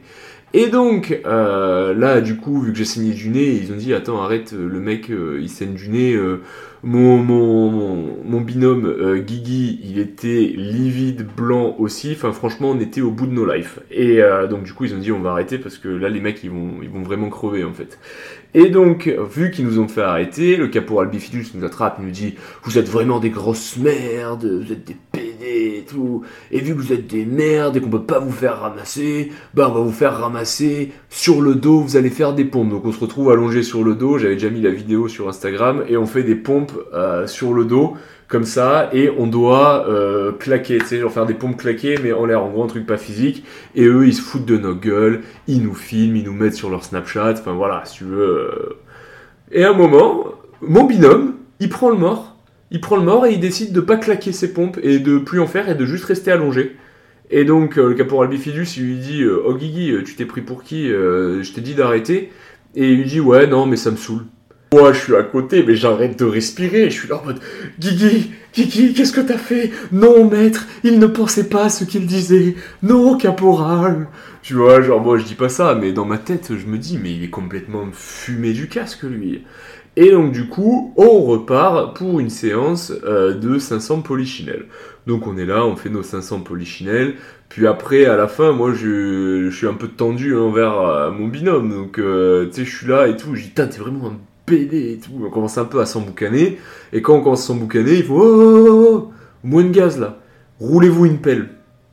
Et donc, euh, là, du coup, vu que j'ai saigné du nez, ils ont dit, attends, arrête, le mec, euh, il saigne du nez. Euh, mon, mon, mon, mon binôme, euh, Guigui, il était livide, blanc aussi. Enfin, franchement, on était au bout de nos lives. Et euh, donc, du coup, ils ont dit, on va arrêter parce que là, les mecs, ils vont, ils vont vraiment crever, en fait. Et donc, vu qu'ils nous ont fait arrêter, le caporal Bifidus nous attrape, il nous dit, vous êtes vraiment des grosses merdes, vous êtes des pédés et tout, et vu que vous êtes des merdes et qu'on peut pas vous faire ramasser, bah on va vous faire ramasser sur le dos, vous allez faire des pompes. Donc on se retrouve allongé sur le dos, j'avais déjà mis la vidéo sur Instagram, et on fait des pompes euh, sur le dos, comme ça, et on doit euh, claquer, tu sais, genre faire des pompes claquées, mais en l'air, en gros, un truc pas physique, et eux, ils se foutent de nos gueules, ils nous filment, ils nous mettent sur leur Snapchat, enfin voilà, si tu veux... Euh... Et à un moment, mon binôme, il prend le mort, il prend le mort, et il décide de pas claquer ses pompes, et de plus en faire, et de juste rester allongé. Et donc, euh, le caporal Bifidus, il lui dit, euh, oh Guigui, tu t'es pris pour qui euh, Je t'ai dit d'arrêter. Et il lui dit, ouais, non, mais ça me saoule. Moi, je suis à côté, mais j'arrête de respirer. Je suis là en mode, Guigui, Guigui, qu'est-ce que t'as fait? Non, maître, il ne pensait pas ce qu'il disait. Non, caporal. Tu vois, genre, moi, je dis pas ça, mais dans ma tête, je me dis, mais il est complètement fumé du casque, lui. Et donc, du coup, on repart pour une séance euh, de cinq cents polychinelles. Donc, on est là, on fait nos cinq cents polychinelles. Puis après, à la fin, moi, je, je suis un peu tendu envers euh, mon binôme. Donc, euh, tu sais, je suis là et tout. Je dis, putain, t'es vraiment un pédé et tout. On commence un peu à s'emboucaner. Et quand on commence à s'emboucaner, il faut, oh, oh, oh, oh, moins de gaz, là. Roulez-vous une pelle.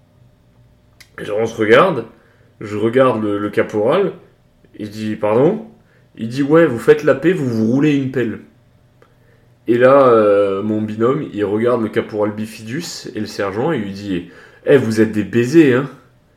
Et genre, on se regarde. Je regarde le, le caporal. Et je dis, pardon? Il dit, ouais, vous faites la paix, vous vous roulez une pelle. Et là, euh, mon binôme, il regarde le caporal Bifidus et le sergent et lui dit, eh, vous êtes des baisers, hein.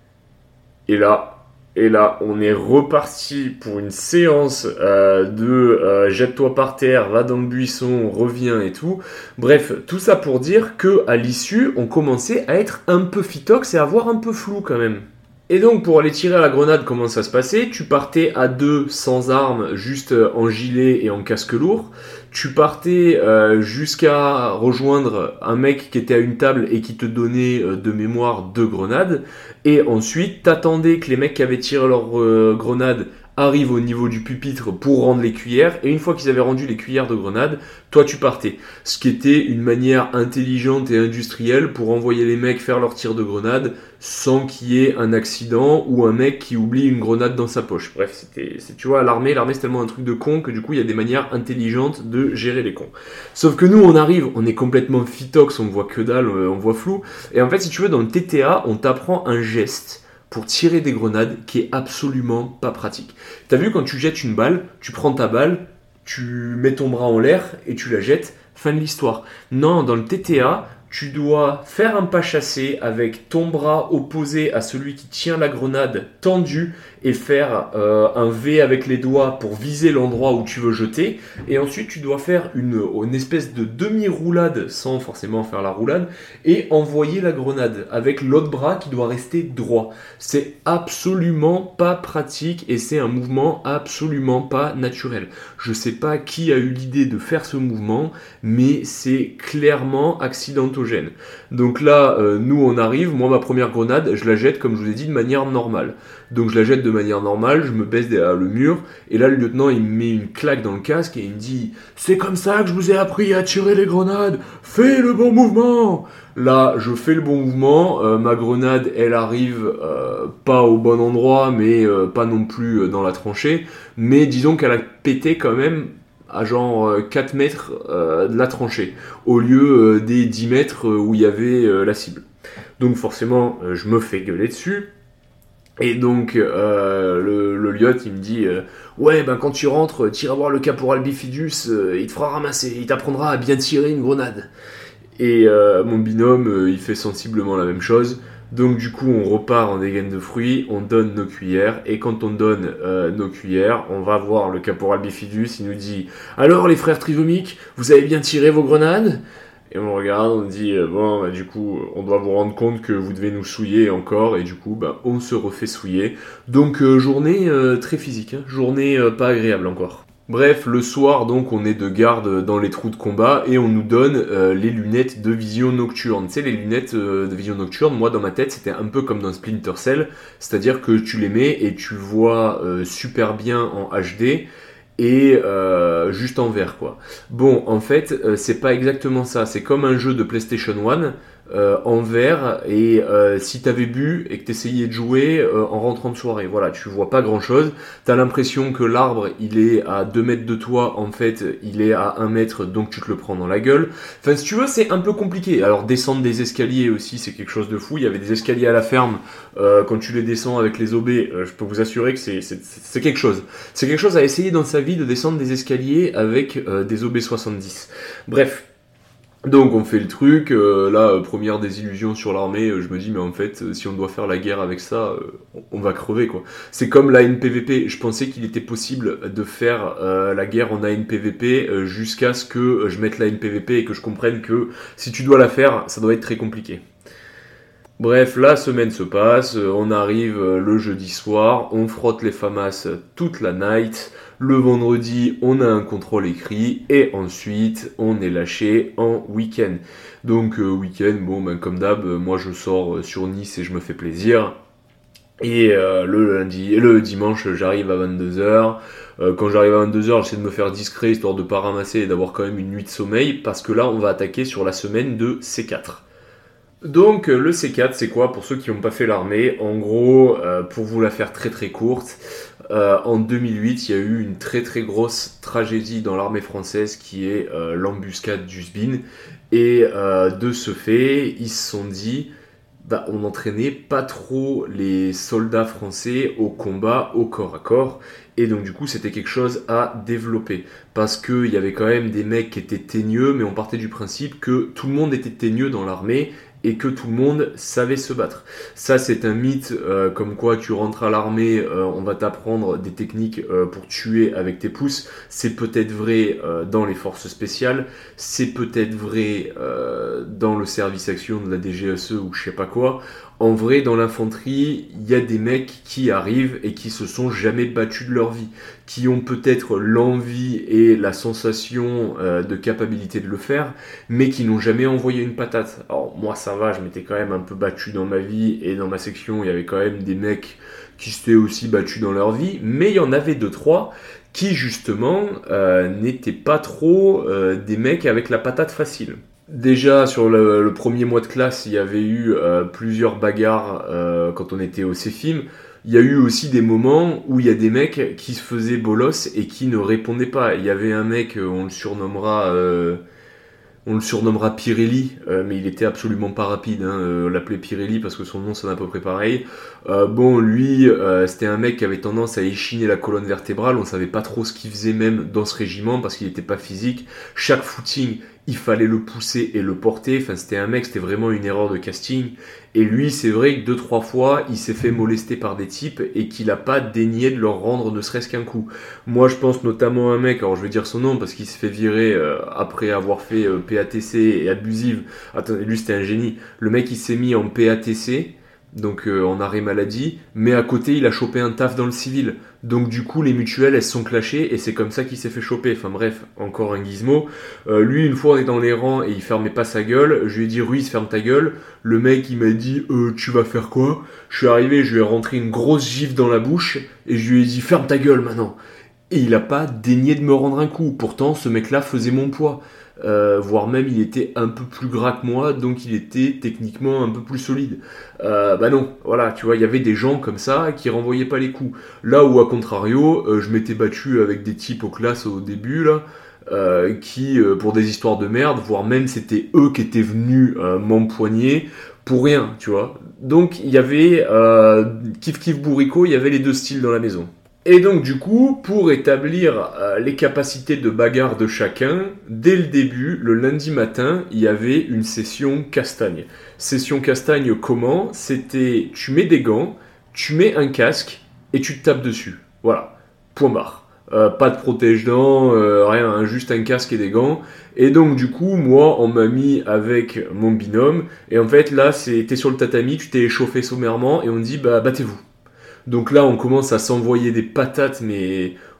Et là, et là, on est reparti pour une séance euh, de euh, jette-toi par terre, va dans le buisson, reviens et tout. Bref, tout ça pour dire que à l'issue, on commençait à être un peu phytox et à voir un peu flou quand même. Et donc, pour aller tirer à la grenade, comment ça se passait? Tu partais à deux, sans armes, juste en gilet et en casque lourd. Tu partais euh, jusqu'à rejoindre un mec qui était à une table et qui te donnait euh, de mémoire deux grenades. Et ensuite, t'attendais que les mecs qui avaient tiré leurs euh, grenades arrivent au niveau du pupitre pour rendre les cuillères. Et une fois qu'ils avaient rendu les cuillères de grenades, toi tu partais. Ce qui était une manière intelligente et industrielle pour envoyer les mecs faire leur tir de grenade sans qu'il y ait un accident ou un mec qui oublie une grenade dans sa poche. Bref, c'était, c'est, tu vois, l'armée, l'armée c'est tellement un truc de con que du coup il y a des manières intelligentes de gérer les cons. Sauf que nous on arrive, on est complètement phytox, on voit que dalle, on voit flou. Et en fait si tu veux dans le T T A, on t'apprend un geste pour tirer des grenades qui est absolument pas pratique. T'as vu quand tu jettes une balle, tu prends ta balle, tu mets ton bras en l'air et tu la jettes, fin de l'histoire. Non, dans le T T A, tu dois faire un pas chassé avec ton bras opposé à celui qui tient la grenade tendu et faire euh, un V avec les doigts pour viser l'endroit où tu veux jeter. Et ensuite, tu dois faire une, une espèce de demi-roulade sans forcément faire la roulade et envoyer la grenade avec l'autre bras qui doit rester droit. C'est absolument pas pratique et c'est un mouvement absolument pas naturel. Je sais pas qui a eu l'idée de faire ce mouvement, mais c'est clairement accidentogène. Donc là, euh, nous on arrive, moi ma première grenade, je la jette comme je vous ai dit de manière normale. Donc je la jette de manière normale, je me baisse derrière le mur, et là le lieutenant il me met une claque dans le casque et il me dit « C'est comme ça que je vous ai appris à tirer les grenades, fais le bon mouvement !» Là je fais le bon mouvement, euh, ma grenade elle arrive euh, pas au bon endroit, mais euh, pas non plus euh, dans la tranchée, mais disons qu'elle a pété quand même à genre euh, quatre mètres euh, de la tranchée, au lieu euh, des dix mètres où il y avait euh, la cible. Donc forcément euh, je me fais gueuler dessus. Et donc euh, le, le lieutenant il me dit euh, ouais ben quand tu rentres tire voir le caporal Bifidus, euh, il te fera ramasser, il t'apprendra à bien tirer une grenade. Et euh, mon binôme euh, il fait sensiblement la même chose. Donc du coup on repart en dégaine de fruits, on donne nos cuillères, et quand on donne euh, nos cuillères, on va voir le caporal Bifidus, il nous dit alors les frères trisomiques, vous avez bien tiré vos grenades? Et on regarde, on dit, euh, bon, bah, du coup, on doit vous rendre compte que vous devez nous souiller encore, et du coup, bah, on se refait souiller. Donc, euh, journée euh, très physique, hein, journée euh, pas agréable encore. Bref, le soir, donc, on est de garde dans les trous de combat et on nous donne euh, les lunettes de vision nocturne. Tu sais, les lunettes euh, de vision nocturne, moi, dans ma tête, c'était un peu comme dans Splinter Cell, c'est-à-dire que tu les mets et tu vois euh, super bien en H D et euh, juste en vert, quoi. Bon, en fait, euh, c'est pas exactement ça. C'est comme un jeu de PlayStation un euh, en vert, et euh, si t'avais bu et que t'essayais de jouer euh, en rentrant de soirée, voilà, tu vois pas grand chose. T'as l'impression que l'arbre il est à deux mètres de toi, en fait il est à un mètre, donc tu te le prends dans la gueule. Enfin, si tu veux, c'est un peu compliqué. Alors descendre des escaliers aussi, c'est quelque chose de fou. Il y avait des escaliers à la ferme, euh, quand tu les descends avec les obés, euh, je peux vous assurer que c'est, c'est, c'est quelque chose. C'est quelque chose à essayer dans sa vie, de descendre des escaliers avec euh, des obés soixante-dix. Bref. Donc on fait le truc, euh, là, euh, première désillusion sur l'armée, euh, je me dis mais en fait, euh, si on doit faire la guerre avec ça, euh, on, on va crever, quoi. C'est comme l'A N P V P, je pensais qu'il était possible de faire euh, la guerre en A N P V P euh, jusqu'à ce que euh, je mette l'A N P V P et que je comprenne que si tu dois la faire, ça doit être très compliqué. Bref, la semaine se passe, euh, on arrive euh, le jeudi soir, on frotte les FAMAS toute la night, le vendredi on a un contrôle écrit, et ensuite on est lâché en week-end. Donc euh, week-end, bon ben comme d'hab, euh, moi je sors euh, sur Nice et je me fais plaisir. Et euh, le lundi et le dimanche j'arrive à vingt-deux heures. Euh, quand j'arrive à vingt-deux heures, j'essaie de me faire discret histoire de pas ramasser et d'avoir quand même une nuit de sommeil, parce que là on va attaquer sur la semaine de C quatre. Donc le C quatre, c'est quoi pour ceux qui n'ont pas fait l'armée? En gros, euh, pour vous la faire très très courte, euh, en deux mille huit, il y a eu une très très grosse tragédie dans l'armée française qui est euh, l'embuscade du S B I N. Et euh, de ce fait, ils se sont dit, bah, on n'entraînait pas trop les soldats français au combat, au corps à corps. Et donc du coup, c'était quelque chose à développer. Parce qu'il y avait quand même des mecs qui étaient teigneux, mais on partait du principe que tout le monde était teigneux dans l'armée et que tout le monde savait se battre. Ça, c'est un mythe, euh, comme quoi tu rentres à l'armée, euh, on va t'apprendre des techniques euh, pour tuer avec tes pouces. C'est peut-être vrai euh, dans les forces spéciales, c'est peut-être vrai euh, dans le service action de la D G S E ou je sais pas quoi. En vrai, dans l'infanterie, il y a des mecs qui arrivent et qui se sont jamais battus de leur vie, qui ont peut-être l'envie et la sensation euh, de capacité de le faire, mais qui n'ont jamais envoyé une patate. Alors moi ça va, je m'étais quand même un peu battu dans ma vie, et dans ma section il y avait quand même des mecs qui s'étaient aussi battus dans leur vie, mais il y en avait deux trois qui justement euh, n'étaient pas trop euh, des mecs avec la patate facile. Déjà sur le, le premier mois de classe, il y avait eu euh, plusieurs bagarres euh, quand on était au CEFIM. Il y a eu aussi des moments où il y a des mecs qui se faisaient bolos et qui ne répondaient pas. Il y avait un mec, on le surnommera, euh, on le surnommera Pirelli, euh, mais il était absolument pas rapide. Hein, euh, on l'appelait Pirelli parce que son nom sonne à peu près pareil. Euh, bon, lui, euh, c'était un mec qui avait tendance à échiner la colonne vertébrale. On savait pas trop ce qu'il faisait même dans ce régiment parce qu'il était pas physique. Chaque footing, il fallait le pousser et le porter. Enfin, c'était un mec, c'était vraiment une erreur de casting. Et lui, c'est vrai que deux, trois fois, il s'est fait molester par des types et qu'il a pas daigné de leur rendre ne serait-ce qu'un coup. Moi, je pense notamment à un mec, alors je vais dire son nom parce qu'il s'est fait virer euh, après avoir fait euh, P A T C et abusive. Attendez, lui, c'était un génie. Le mec, il s'est mis en P A T C, donc euh, en arrêt maladie, mais à côté, il a chopé un taf dans le civil. Donc du coup, les mutuelles, elles se sont clashées et c'est comme ça qu'il s'est fait choper. Enfin bref, encore un gizmo. Euh, lui, une fois, on est dans les rangs et il fermait pas sa gueule. Je lui ai dit, Ruiz, ferme ta gueule. Le mec, il m'a dit, euh, tu vas faire quoi? Je suis arrivé, je lui ai rentré une grosse gifle dans la bouche et je lui ai dit, ferme ta gueule maintenant. Et il a pas daigné de me rendre un coup. Pourtant, ce mec-là faisait mon poids. Euh, voire même il était un peu plus gras que moi, donc il était techniquement un peu plus solide. Euh, bah non, voilà, tu vois, il y avait des gens comme ça qui renvoyaient pas les coups. Là où, à contrario, euh, je m'étais battu avec des types aux classes au début, là, euh, qui, euh, pour des histoires de merde, voire même c'était eux qui étaient venus euh, m'empoigner pour rien, tu vois. Donc il y avait, euh, kiff kiff bourricot, il y avait les deux styles dans la maison. Et donc du coup, pour établir euh, les capacités de bagarre de chacun, dès le début, le lundi matin, il y avait une session castagne. Session castagne comment? C'était, tu mets des gants, tu mets un casque et tu te tapes dessus. Voilà, point barre. Euh, pas de protège-dents, euh, rien, hein, juste un casque et des gants. Et donc du coup, moi, on m'a mis avec mon binôme. Et en fait, là, c'est, t'es sur le tatami, tu t'es échauffé sommairement et on dit, bah battez-vous. Donc là, on commence à s'envoyer des patates, mais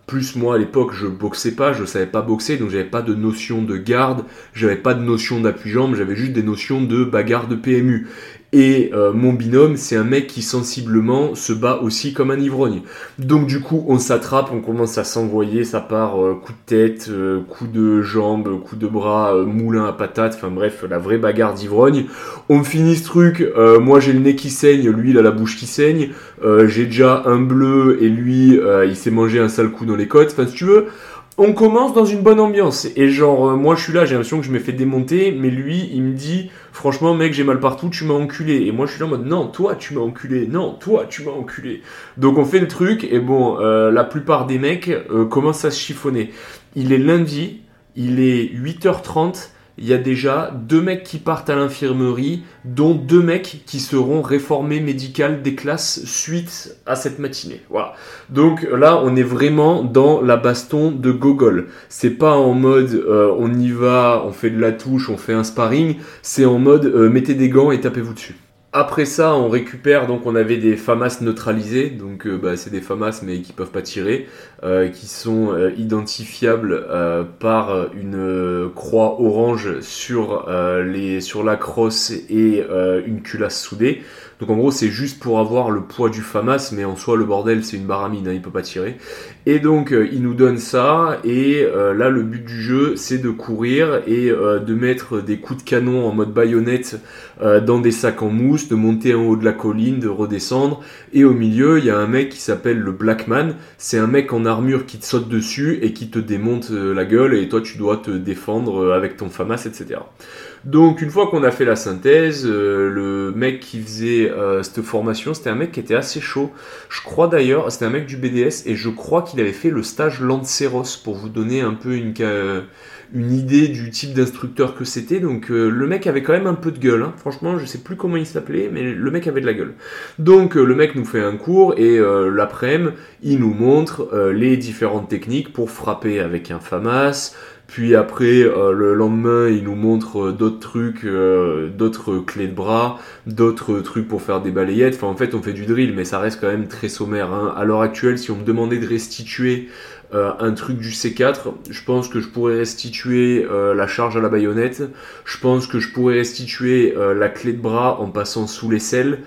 Plus moi à l'époque je boxais pas, je savais pas boxer, donc j'avais pas de notion de garde, j'avais pas de notion d'appui-jambe, j'avais juste des notions de bagarre de P M U. Et euh, mon binôme, c'est un mec qui sensiblement se bat aussi comme un ivrogne. Donc du coup, on s'attrape, on commence à s'envoyer, ça part euh, coup de tête, euh, coup de jambe, coup de bras, euh, moulin à patate, enfin bref, la vraie bagarre d'ivrogne. On finit ce truc, euh, moi j'ai le nez qui saigne, lui il a la bouche qui saigne, euh, j'ai déjà un bleu et lui euh, il s'est mangé un sale coup dans les côtes, enfin si tu veux... On commence dans une bonne ambiance. Et genre, euh, moi je suis là, j'ai l'impression que je me fais démonter, mais lui, il me dit, franchement mec, j'ai mal partout, tu m'as enculé. Et moi je suis là en mode, non, toi tu m'as enculé, non, toi tu m'as enculé. Donc on fait le truc, et bon, euh, la plupart des mecs euh, commencent à se chiffonner. Il est lundi, il est huit heures trente, il y a déjà deux mecs qui partent à l'infirmerie, dont deux mecs qui seront réformés médical des classes suite à cette matinée. Voilà. Donc là, on est vraiment dans la baston de gogol. C'est pas en mode euh, on y va, on fait de la touche, on fait un sparring. C'est en mode euh, mettez des gants et tapez-vous dessus. Après ça, on récupère, donc on avait des FAMAS neutralisés, donc euh, bah, c'est des FAMAS mais qui peuvent pas tirer, euh, qui sont euh, identifiables euh, par une euh, croix orange sur, euh, les, sur la crosse et euh, une culasse soudée. Donc en gros c'est juste pour avoir le poids du FAMAS, mais en soi le bordel c'est une baramine, hein, il peut pas tirer. Et donc euh, il nous donne ça, et euh, là le but du jeu c'est de courir et euh, de mettre des coups de canon en mode baïonnette euh, dans des sacs en mousse, de monter en haut de la colline, de redescendre, et au milieu il y a un mec qui s'appelle le Blackman, c'est un mec en armure qui te saute dessus et qui te démonte euh, la gueule, et toi tu dois te défendre euh, avec ton FAMAS, et cetera. Donc une fois qu'on a fait la synthèse, euh, le mec qui faisait euh, cette formation, c'était un mec qui était assez chaud. Je crois d'ailleurs, c'était un mec du B D S, et je crois qu'il avait fait le stage Lanceros, pour vous donner un peu une, euh, une idée du type d'instructeur que c'était. Donc euh, le mec avait quand même un peu de gueule, hein. Franchement je sais plus comment il s'appelait, mais le mec avait de la gueule. Donc euh, le mec nous fait un cours, et euh, l'après-midi il nous montre euh, les différentes techniques pour frapper avec un FAMAS. Puis après, euh, le lendemain, il nous montre euh, d'autres trucs, euh, d'autres clés de bras, d'autres trucs pour faire des balayettes. Enfin, en fait, on fait du drill, mais ça reste quand même très sommaire, hein. À l'heure actuelle, si on me demandait de restituer euh, un truc du C quatre, je pense que je pourrais restituer euh, la charge à la baïonnette. Je pense que je pourrais restituer euh, la clé de bras en passant sous l'aisselle.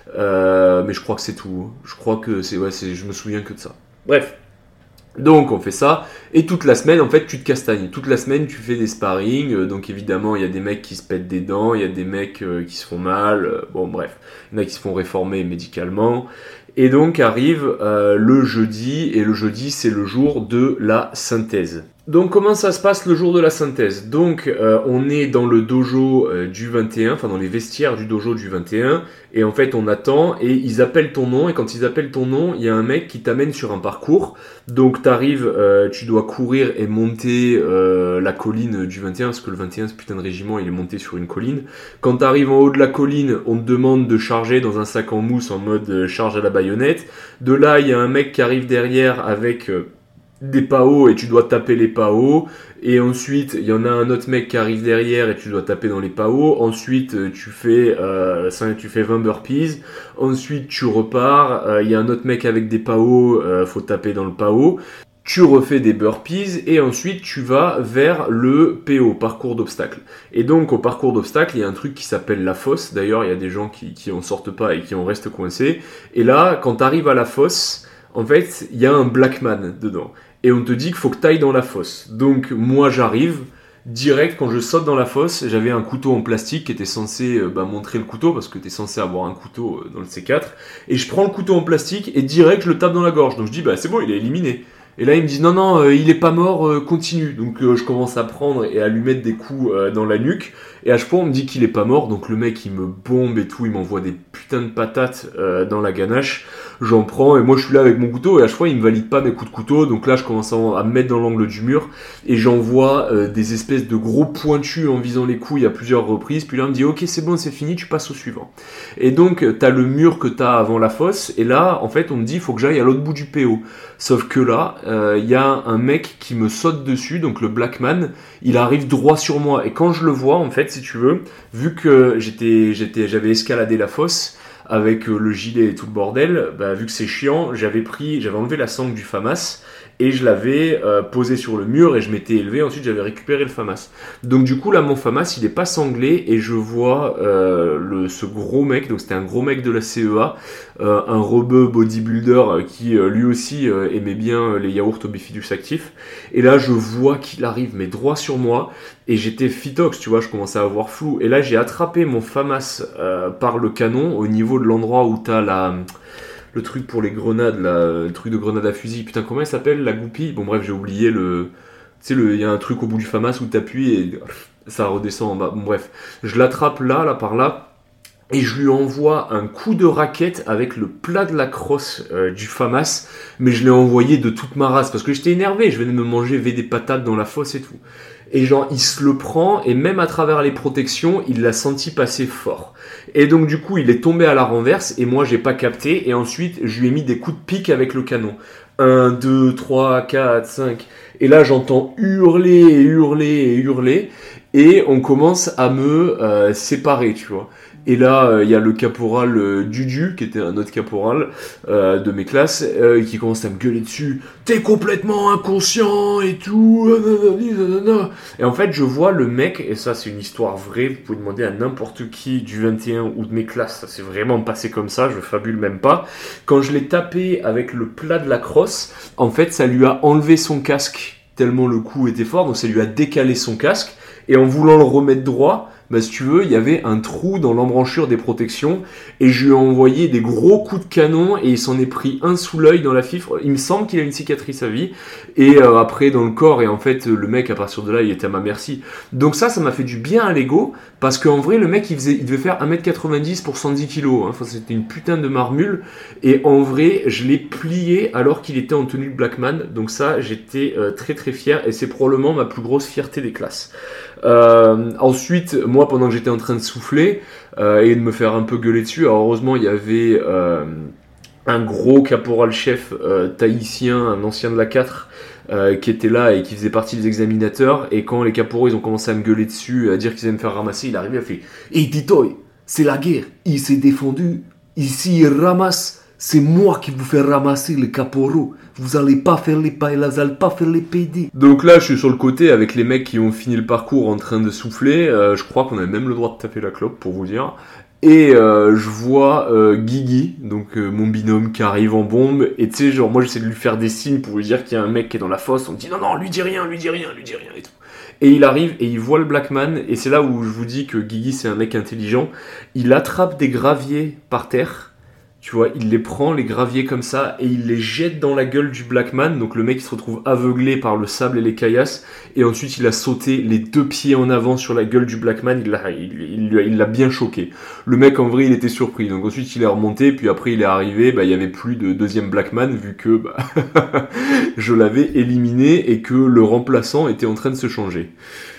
Euh, mais je crois que c'est tout. Je crois que c'est... Ouais, c'est, je me souviens que de ça. Bref. Donc on fait ça, et toute la semaine en fait tu te castagnes, toute la semaine tu fais des sparring, euh, donc évidemment il y a des mecs qui se pètent des dents, il y a des mecs euh, qui se font mal, euh, bon bref, il y en a qui se font réformer médicalement, et donc arrive euh, le jeudi, et le jeudi c'est le jour de la synthèse. Donc comment ça se passe le jour de la synthèse? Donc euh, on est dans le dojo euh, du vingt et un, enfin dans les vestiaires du dojo du vingt et un, et en fait on attend, et ils appellent ton nom, et quand ils appellent ton nom, il y a un mec qui t'amène sur un parcours. Donc t'arrives, euh, tu dois courir et monter euh, la colline du vingt et un, parce que le vingt et un, ce putain de régiment, il est monté sur une colline. Quand t'arrives en haut de la colline, on te demande de charger dans un sac en mousse en mode euh, charge à la baïonnette. De là, il y a un mec qui arrive derrière avec... Euh, des P A O, et tu dois taper les P A O, et ensuite il y en a un autre mec qui arrive derrière et tu dois taper dans les P A O, ensuite tu fais euh, tu fais vingt burpees, ensuite tu repars, il euh, y a un autre mec avec des P A O, euh, faut taper dans le P A O, tu refais des burpees, et ensuite tu vas vers le P O, parcours d'obstacles. Et donc au parcours d'obstacles, il y a un truc qui s'appelle la fosse. D'ailleurs il y a des gens qui, qui en sortent pas et qui en restent coincés, et là quand tu arrives à la fosse, en fait il y a un Blackman dedans. Et on te dit qu'il faut que tu ailles dans la fosse. Donc moi j'arrive, direct quand je saute dans la fosse, j'avais un couteau en plastique qui était censé euh, bah, montrer le couteau, parce que tu es censé avoir un couteau euh, dans le C quatre, et je prends le couteau en plastique et direct je le tape dans la gorge. Donc je dis bah c'est bon, il est éliminé. Et là il me dit non non, euh, il est pas mort, euh, continue. Donc euh, je commence à prendre et à lui mettre des coups euh, dans la nuque, et à chaque fois on me dit qu'il est pas mort. Donc le mec il me bombe et tout, il m'envoie des putains de patates euh, dans la ganache. J'en prends, et moi je suis là avec mon couteau, et à chaque fois il me valide pas mes coups de couteau. Donc là je commence à, à me mettre dans l'angle du mur, et j'envoie euh, des espèces de gros pointus en visant les couilles à plusieurs reprises. Puis là on me dit ok c'est bon, c'est fini, tu passes au suivant. Et donc t'as le mur que t'as avant la fosse, et là en fait on me dit il faut que j'aille à l'autre bout du P O. Sauf que là il euh, y a un mec qui me saute dessus, donc le Blackman, il arrive droit sur moi, et quand je le vois en fait, si tu veux, vu que j'étais, j'étais, j'avais escaladé la fosse avec euh, le gilet et tout le bordel, bah, vu que c'est chiant, j'avais pris, j'avais enlevé la sangle du FAMAS, et je l'avais euh, posé sur le mur et je m'étais élevé. Ensuite, j'avais récupéré le FAMAS. Donc du coup, là, mon FAMAS, il est pas sanglé et je vois euh, le, ce gros mec, donc c'était un gros mec de la C E A, euh, un rebeu bodybuilder euh, qui euh, lui aussi euh, aimait bien les yaourts au bifidus actif. Et là, je vois qu'il arrive, mais droit sur moi. Et j'étais phytox, tu vois, je commençais à avoir flou. Et là, j'ai attrapé mon FAMAS euh, par le canon au niveau de l'endroit où t'as la... le truc pour les grenades, là, le truc de grenade à fusil. Putain, comment elle s'appelle, la goupille? Bon, bref, j'ai oublié le... Tu sais, il y a un truc au bout du FAMAS où t'appuies et ça redescend en bas. Bon, bref, je l'attrape là, là, par là. Et je lui envoie un coup de raquette avec le plat de la crosse euh, du FAMAS. Mais je l'ai envoyé de toute ma race parce que j'étais énervé. Je venais de me manger V des patates dans la fosse et tout. Et genre, il se le prend, et même à travers les protections, il l'a senti passer fort. Et donc, du coup, il est tombé à la renverse, et moi, j'ai pas capté, et ensuite, je lui ai mis des coups de pique avec le canon. un, deux, trois, quatre, cinq. Et là, j'entends hurler, et hurler, et hurler, et on commence à me euh, séparer, tu vois. Et là, il euh, y a le caporal euh, Dudu, qui était un autre caporal euh, de mes classes, euh, qui commence à me gueuler dessus. T'es complètement inconscient et tout. Et en fait, je vois le mec, et ça c'est une histoire vraie, vous pouvez demander à n'importe qui du vingt et un ou de mes classes, ça s'est vraiment passé comme ça, je fabule même pas. Quand je l'ai tapé avec le plat de la crosse, en fait, ça lui a enlevé son casque, tellement le coup était fort, donc ça lui a décalé son casque, et en voulant le remettre droit, bah, si tu veux, il y avait un trou dans l'embranchure des protections et je lui ai envoyé des gros coups de canon et il s'en est pris un sous l'œil dans la fifre. Il me semble qu'il a une cicatrice à vie et euh, après dans le corps et en fait le mec à partir de là il était à ma merci. Donc ça, ça m'a fait du bien à l'ego parce qu'en vrai le mec il, faisait, il devait faire un mètre quatre-vingt-dix pour cent dix kilos. Hein. Enfin, c'était une putain de marmule et en vrai je l'ai plié alors qu'il était en tenue de Blackman. Donc ça, j'étais euh, très très fier et c'est probablement ma plus grosse fierté des classes. Euh, ensuite, moi, pendant que j'étais en train de souffler euh, et de me faire un peu gueuler dessus, alors heureusement, il y avait euh, un gros caporal-chef euh, tahitien, un ancien de la quatre, euh, qui était là et qui faisait partie des examinateurs. Et quand les caporaux, ils ont commencé à me gueuler dessus, à dire qu'ils allaient me faire ramasser, il arrivait, il a fait « Hey Titoy, c'est la guerre, il s'est défendu, ici il ramasse. C'est moi qui vous fais ramasser les caporaux. Vous allez pas faire les pailles, vous allez pas faire les P D. » Donc là, je suis sur le côté avec les mecs qui ont fini le parcours en train de souffler. Euh, je crois qu'on a même le droit de taper la clope, pour vous dire. Et euh, je vois euh, Guigui, donc euh, mon binôme, qui arrive en bombe. Et tu sais, genre, moi, j'essaie de lui faire des signes pour lui dire qu'il y a un mec qui est dans la fosse. On me dit, non, non, lui dis rien, lui dis rien, lui dis rien et tout. Et il arrive et il voit le Blackman. Et c'est là où je vous dis que Guigui, c'est un mec intelligent. Il attrape des graviers par terre. Tu vois, il les prend, les graviers comme ça, et il les jette dans la gueule du Blackman. Donc le mec, il se retrouve aveuglé par le sable et les caillasses. Et ensuite, il a sauté les deux pieds en avant sur la gueule du Blackman. Il l'a, il, il, il l'a bien choqué. Le mec, en vrai, il était surpris. Donc ensuite, il est remonté. Puis après, il est arrivé. Bah, il y avait plus de deuxième Blackman, vu que bah, je l'avais éliminé et que le remplaçant était en train de se changer.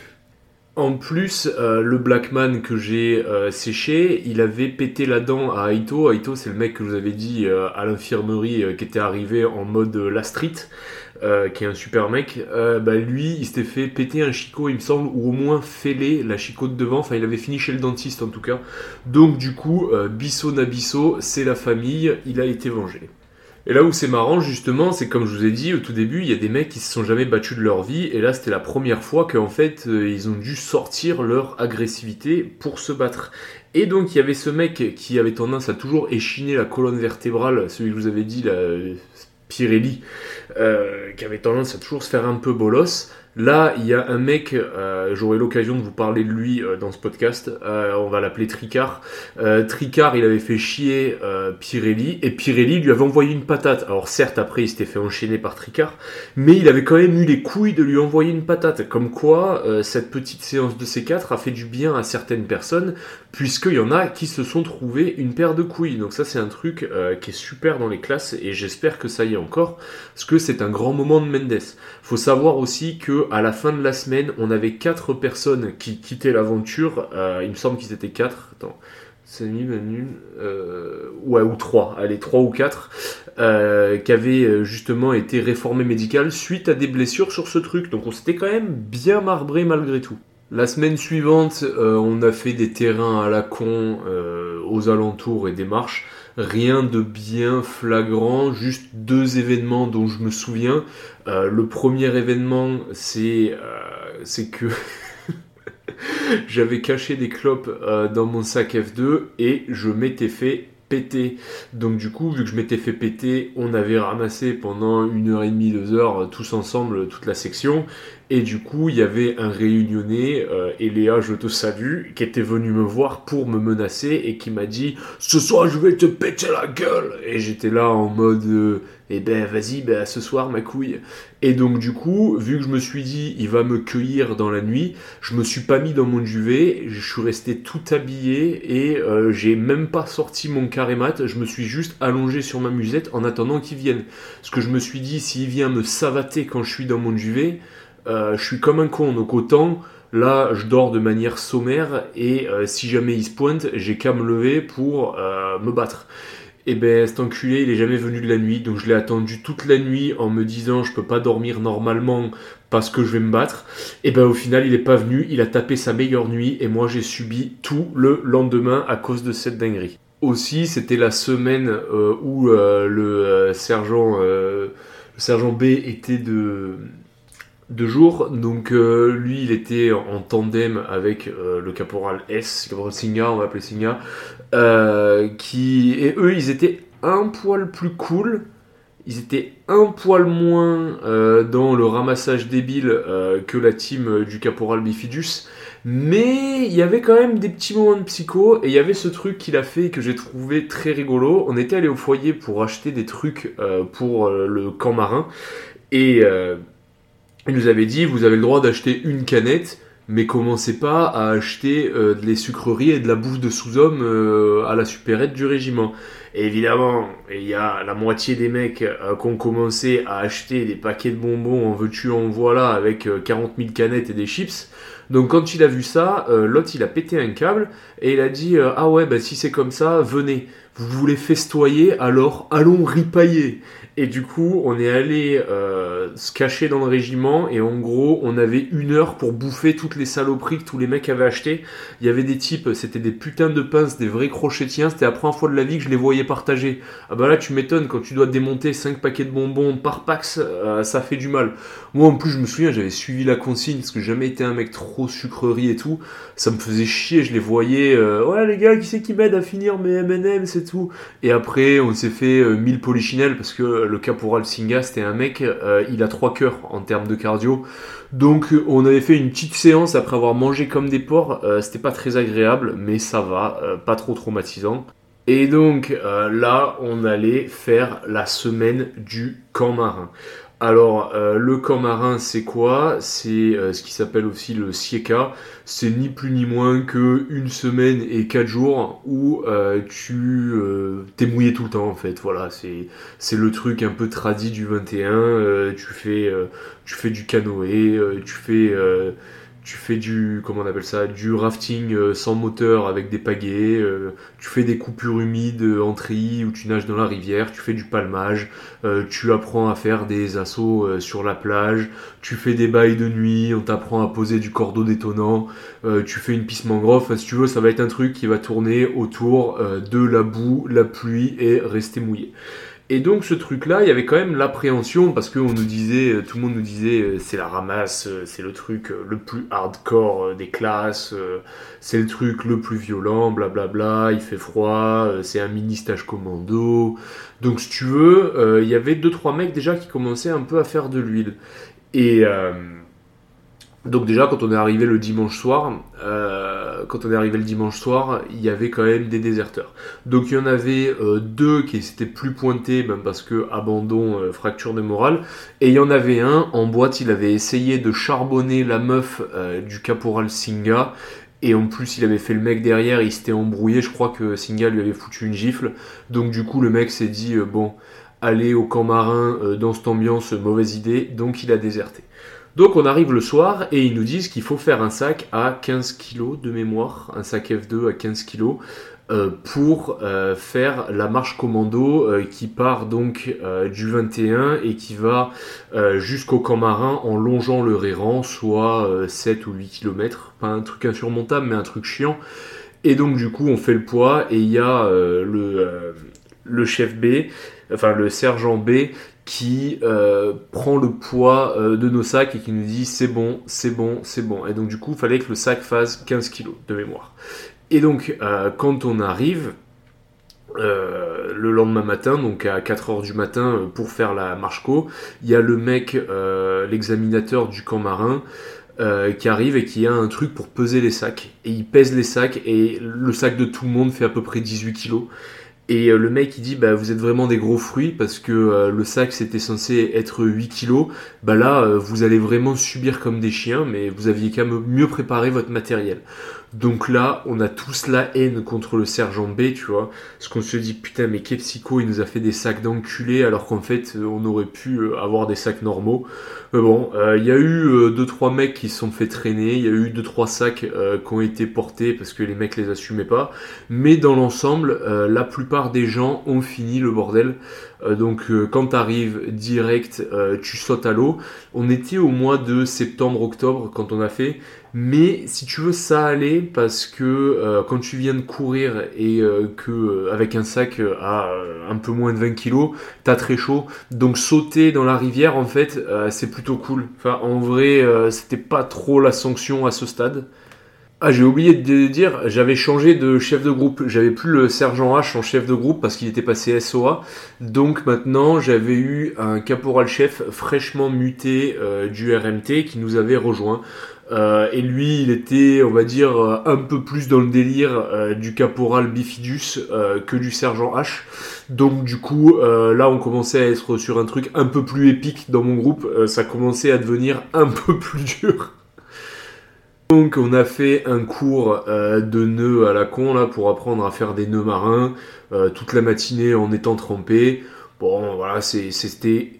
En plus, euh, le Blackman que j'ai euh, séché, il avait pété la dent à Aito. Aito, c'est le mec que je vous avais dit euh, à l'infirmerie euh, qui était arrivé en mode euh, la street, euh, qui est un super mec. Euh, bah, lui, il s'était fait péter un chicot, il me semble, ou au moins fêler la chicot de devant. Enfin, il avait fini chez le dentiste en tout cas. Donc du coup, euh, Bisso Nabisso, c'est la famille, il a été vengé. Et là où c'est marrant justement, c'est comme je vous ai dit au tout début, il y a des mecs qui se sont jamais battus de leur vie, et là c'était la première fois qu'en fait euh, ils ont dû sortir leur agressivité pour se battre. Et donc il y avait ce mec qui avait tendance à toujours échiner la colonne vertébrale, celui que je vous avais dit, la Pirelli, euh, qui avait tendance à toujours se faire un peu bolos. Là, il y a un mec, euh, j'aurai l'occasion de vous parler de lui euh, dans ce podcast, euh, on va l'appeler Tricard. Euh, Tricard, il avait fait chier euh, Pirelli, et Pirelli lui avait envoyé une patate. Alors certes, après, il s'était fait enchaîner par Tricard, mais il avait quand même eu les couilles de lui envoyer une patate. Comme quoi, euh, cette petite séance de C quatre a fait du bien à certaines personnes, puisqu'il y en a qui se sont trouvés une paire de couilles. Donc ça, c'est un truc euh, qui est super dans les classes, et j'espère que ça y est encore, parce que c'est un grand moment de Mendes. Faut savoir aussi que à la fin de la semaine, on avait quatre personnes qui quittaient l'aventure. Euh, il me semble qu'ils étaient quatre. Attends, Samy, Manu, euh, ouais, ou trois. Allez, trois ou quatre, euh, qui avaient justement été réformés médical suite à des blessures sur ce truc. Donc on s'était quand même bien marbré malgré tout. La semaine suivante, euh, on a fait des terrains à la con euh, aux alentours et des marches. rien de bien flagrant, juste deux événements dont je me souviens. Euh, le premier événement, c'est, euh, c'est que j'avais caché des clopes euh, dans mon sac F deux et je m'étais fait péter. Donc du coup, vu que je m'étais fait péter, on avait ramassé pendant une heure et demie, deux heures, tous ensemble, toute la section. Et du coup, il y avait un réunionnais, euh, et Léa, je te salue, qui était venu me voir pour me menacer et qui m'a dit « Ce soir, je vais te péter la gueule !» Et j'étais là en mode euh, « Eh ben, vas-y, ben, ce soir, ma couille !» Et donc du coup, vu que je me suis dit « Il va me cueillir dans la nuit », je me suis pas mis dans mon duvet, je suis resté tout habillé et euh, j'ai même pas sorti mon carré-mat, je me suis juste allongé sur ma musette en attendant qu'il vienne. Parce que je me suis dit, s'il vient me savater quand je suis dans mon duvet, euh, je suis comme un con, donc autant, là, je dors de manière sommaire, et euh, si jamais il se pointe, j'ai qu'à me lever pour euh, me battre. Et ben cet enculé, il est jamais venu de la nuit, donc je l'ai attendu toute la nuit en me disant je peux pas dormir normalement parce que je vais me battre. Et ben au final, il est pas venu, il a tapé sa meilleure nuit et moi j'ai subi tout le lendemain à cause de cette dinguerie. Aussi, c'était la semaine euh, où euh, le euh, sergent euh, le sergent B était de de jour, donc euh, lui il était en tandem avec euh, le caporal S, le caporal Singa, on va appeler Singa, euh, qui, et eux ils étaient un poil plus cool, ils étaient un poil moins euh, dans le ramassage débile euh, que la team du caporal Bifidus, mais il y avait quand même des petits moments de psycho, et il y avait ce truc qu'il a fait que j'ai trouvé très rigolo. On était allé au foyer pour acheter des trucs euh, pour euh, le camp marin, et euh, il nous avait dit, vous avez le droit d'acheter une canette, mais commencez pas à acheter euh, des sucreries et de la bouffe de sous-hommes euh, à la supérette du régiment. Et évidemment, il y a la moitié des mecs euh, qui ont commencé à acheter des paquets de bonbons en veux-tu en voilà avec euh, quarante mille canettes et des chips. Donc quand il a vu ça, euh, l'autre il a pété un câble et il a dit euh, ah ouais bah si c'est comme ça, venez. Vous voulez festoyer, alors allons ripailler. Et du coup, on est allé euh, se cacher dans le régiment et en gros, on avait une heure pour bouffer toutes les saloperies que tous les mecs avaient achetées. Il y avait des types, c'était des putains de pinces, des vrais crochettiens. C'était la première fois de la vie que je les voyais partager. Ah bah là, tu m'étonnes, quand tu dois démonter cinq paquets de bonbons par pax, euh, ça fait du mal. Moi, en plus, je me souviens, j'avais suivi la consigne parce que j'ai jamais été un mec trop sucrerie et tout. Ça me faisait chier, je les voyais. Euh, ouais, les gars, qui c'est qui m'aide à finir mes M and M, c'est tout. Et après, on s'est fait euh, mille polichinelles parce que le caporal Singa, c'était un mec, euh, il a trois cœurs en termes de cardio. Donc, on avait fait une petite séance après avoir mangé comme des porcs. Euh, c'était pas très agréable, mais ça va, euh, pas trop traumatisant. Et donc, euh, là, on allait faire la semaine du camp marin. Alors, euh, le camp marin, c'est quoi ? C'est euh, ce qui s'appelle aussi le Sieka. C'est ni plus ni moins que une semaine et quatre jours où euh, tu euh, t'es mouillé tout le temps en fait. Voilà, c'est c'est le truc un peu tradi du vingt et un. Euh, tu fais euh, tu fais du canoë, euh, tu fais euh, tu fais du, comment on appelle ça, du rafting euh, sans moteur avec des pagaies, euh, tu fais des coupures humides euh, en treillis où tu nages dans la rivière, tu fais du palmage, euh, tu apprends à faire des assauts euh, sur la plage, tu fais des bails de nuit, on t'apprend à poser du cordeau détonnant, euh, tu fais une piste mangrove, enfin, si tu veux, ça va être un truc qui va tourner autour euh, de la boue, la pluie et rester mouillé. Et donc ce truc-là, il y avait quand même l'appréhension parce que on nous disait, tout le monde nous disait, c'est la ramasse, c'est le truc le plus hardcore des classes, c'est le truc le plus violent, blablabla, il fait froid, c'est un mini stage commando. Donc si tu veux, euh, il y avait deux trois mecs déjà qui commençaient un peu à faire de l'huile. Et euh, donc déjà quand on est arrivé le dimanche soir, euh, quand on est arrivé le dimanche soir, il y avait quand même des déserteurs. Donc il y en avait euh, deux qui s'étaient plus pointés, même parce que abandon, euh, fracture de morale, et il y en avait un en boîte, il avait essayé de charbonner la meuf euh, du caporal Singa. Et en plus, il avait fait le mec derrière, il s'était embrouillé, je crois que Singa lui avait foutu une gifle. Donc du coup, le mec s'est dit, euh, bon, aller au camp marin euh, dans cette ambiance, mauvaise idée, donc il a déserté. Donc on arrive le soir et ils nous disent qu'il faut faire un sac à quinze kilos de mémoire, un sac F deux à quinze kilos, euh, pour euh, faire la marche commando euh, qui part donc euh, du vingt et un et qui va euh, jusqu'au camp marin en longeant le Réran, soit euh, sept ou huit kilomètres, pas un truc insurmontable mais un truc chiant. Et donc du coup on fait le poids et il y a euh, le... Euh, le chef B, enfin le sergent B, qui euh, prend le poids euh, de nos sacs et qui nous dit c'est bon, c'est bon, c'est bon. Et donc du coup, il fallait que le sac fasse quinze kilos de mémoire. Et donc, euh, quand on arrive euh, le lendemain matin, donc à quatre heures du matin pour faire la marche co, il y a le mec, euh, l'examinateur du camp marin, Euh, qui arrive et qui a un truc pour peser les sacs. Et il pèse les sacs et le sac de tout le monde fait à peu près dix-huit kilos. Et euh, le mec il dit bah vous êtes vraiment des gros fruits parce que euh, le sac c'était censé être huit kilos. Bah là euh, vous allez vraiment subir comme des chiens, mais vous aviez qu'à mieux préparer votre matériel. Donc là, on a tous la haine contre le sergent B, tu vois. Parce qu'on se dit, putain, mais quel psycho, il nous a fait des sacs d'enculés, alors qu'en fait, on aurait pu avoir des sacs normaux. Mais bon, il euh, y a eu euh, deux trois mecs qui se sont fait traîner, il y a eu deux trois sacs euh, qui ont été portés parce que les mecs les assumaient pas. Mais dans l'ensemble, euh, la plupart des gens ont fini le bordel. Euh, donc euh, quand t'arrives direct, euh, tu sautes à l'eau. On était au mois de septembre-octobre quand on a fait. Mais si tu veux, ça allait parce que euh, quand tu viens de courir et euh, que euh, avec un sac à euh, un peu moins de vingt kilos, t'as très chaud. Donc sauter dans la rivière, en fait, euh, c'est plutôt cool. Enfin, en vrai, euh, c'était pas trop la sanction à ce stade. Ah, j'ai oublié de dire, j'avais changé de chef de groupe. J'avais plus le sergent H en chef de groupe parce qu'il était passé S O A. Donc maintenant, j'avais eu un caporal-chef fraîchement muté euh, du R M T qui nous avait rejoint. Euh, et lui, il était, on va dire, un peu plus dans le délire euh, du caporal Bifidus euh, que du sergent H. Donc du coup, euh, là, on commençait à être sur un truc un peu plus épique dans mon groupe. Euh, ça commençait à devenir un peu plus dur. Donc on a fait un cours euh, de nœuds à la con là pour apprendre à faire des nœuds marins euh, toute la matinée en étant trempé. Bon voilà, c'est, c'était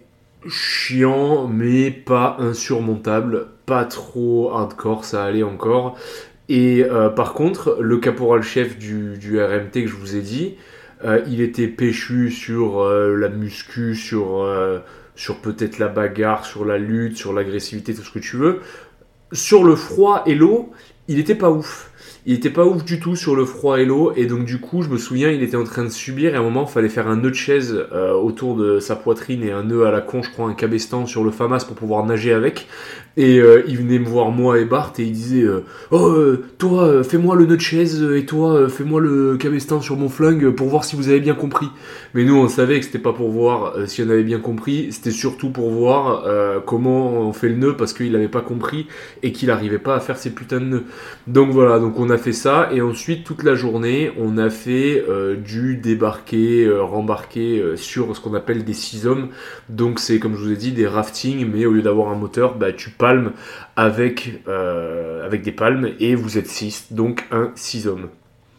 chiant mais pas insurmontable, pas trop hardcore, ça allait encore. Et euh, par contre, le caporal-chef du, du R M T que je vous ai dit, euh, il était péchu sur euh, la muscu, sur, euh, sur peut-être la bagarre, sur la lutte, sur l'agressivité, tout ce que tu veux. Sur le froid et l'eau, il était pas ouf. Il était pas ouf du tout sur le froid et l'eau, et donc du coup, je me souviens, il était en train de subir, et à un moment, il fallait faire un nœud de chaise euh, autour de sa poitrine et un nœud à la con, je crois, un cabestan sur le FAMAS pour pouvoir nager avec. Et euh, il venait me voir, moi et Bart, et il disait euh, oh, euh, toi, euh, fais-moi le nœud de chaise, et toi, euh, fais-moi le cabestan sur mon flingue pour voir si vous avez bien compris. Mais nous, on savait que c'était pas pour voir euh, si on avait bien compris, c'était surtout pour voir euh, comment on fait le nœud, parce qu'il avait pas compris et qu'il arrivait pas à faire ses putains de nœuds. Donc voilà, donc on a fait ça, et ensuite, toute la journée, on a fait euh, du débarquer, euh, rembarquer euh, sur ce qu'on appelle des six hommes. Donc c'est, comme je vous ai dit, des raftings, mais au lieu d'avoir un moteur, bah tu palmes avec, euh, avec des palmes, et vous êtes six, donc un six hommes.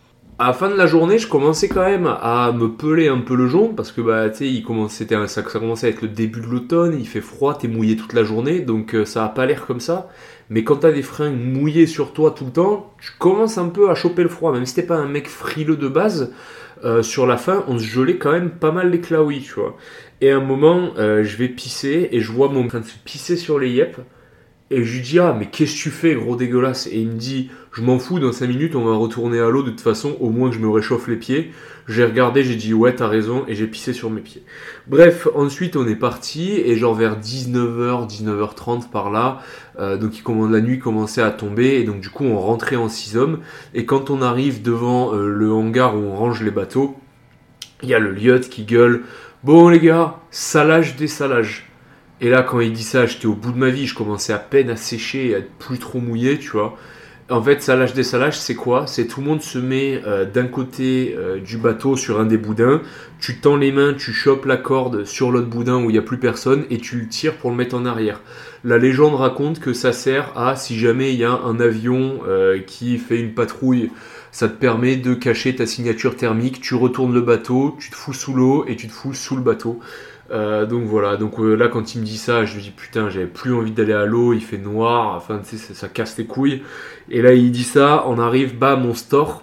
À la fin de la journée, je commençais quand même à me peler un peu le jonc, parce que bah, tu sais, il commence, c'était un, ça, ça commençait à être le début de l'automne, il fait froid, t'es mouillé toute la journée, donc euh, ça a pas l'air comme ça. Mais quand t'as des fringues mouillées sur toi tout le temps, tu commences un peu à choper le froid, même si t'es pas un mec frileux de base. Euh, sur la fin, on se gelait quand même pas mal les claouis, tu vois. Et à un moment, euh, je vais pisser, et je vois mon train de se pisser sur les yep. Et je lui dis ah mais qu'est-ce que tu fais gros dégueulasse, et il me dit je m'en fous, dans cinq minutes on va retourner à l'eau de toute façon, au moins que je me réchauffe les pieds. J'ai regardé, j'ai dit ouais t'as raison, et j'ai pissé sur mes pieds. Bref, ensuite on est parti, et genre vers dix-neuf heures, dix-neuf heures trente par là, euh, donc il commence, la nuit commençait à tomber, et donc du coup on rentrait en six hommes, et quand on arrive devant euh, le hangar où on range les bateaux, il y a le lieutenant qui gueule bon les gars, salage des salages. Et là, quand il dit ça, j'étais au bout de ma vie, je commençais à peine à sécher et à être plus trop mouillé, tu vois. En fait, salage des salages, c'est quoi ? C'est tout le monde se met euh, d'un côté euh, du bateau sur un des boudins, tu tends les mains, tu chopes la corde sur l'autre boudin où il n'y a plus personne et tu le tires pour le mettre en arrière. La légende raconte que ça sert à, si jamais il y a un avion euh, qui fait une patrouille, ça te permet de cacher ta signature thermique, tu retournes le bateau, tu te fous sous l'eau et tu te fous sous le bateau. Euh, donc voilà, donc euh, là quand il me dit ça, je lui dis putain, j'avais plus envie d'aller à l'eau, il fait noir, enfin tu sais, ça, ça casse les couilles. Et là il dit ça, on arrive, bam, on store,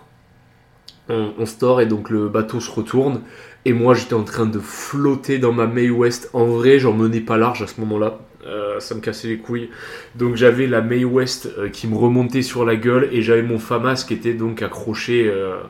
on, on store, et donc le bateau se retourne. Et moi j'étais en train de flotter dans ma Mae West. En vrai, j'en menais pas large à ce moment-là. Euh, ça me cassait les couilles. Donc j'avais la Mae West euh, qui me remontait sur la gueule, et j'avais mon FAMAS qui était donc accroché euh,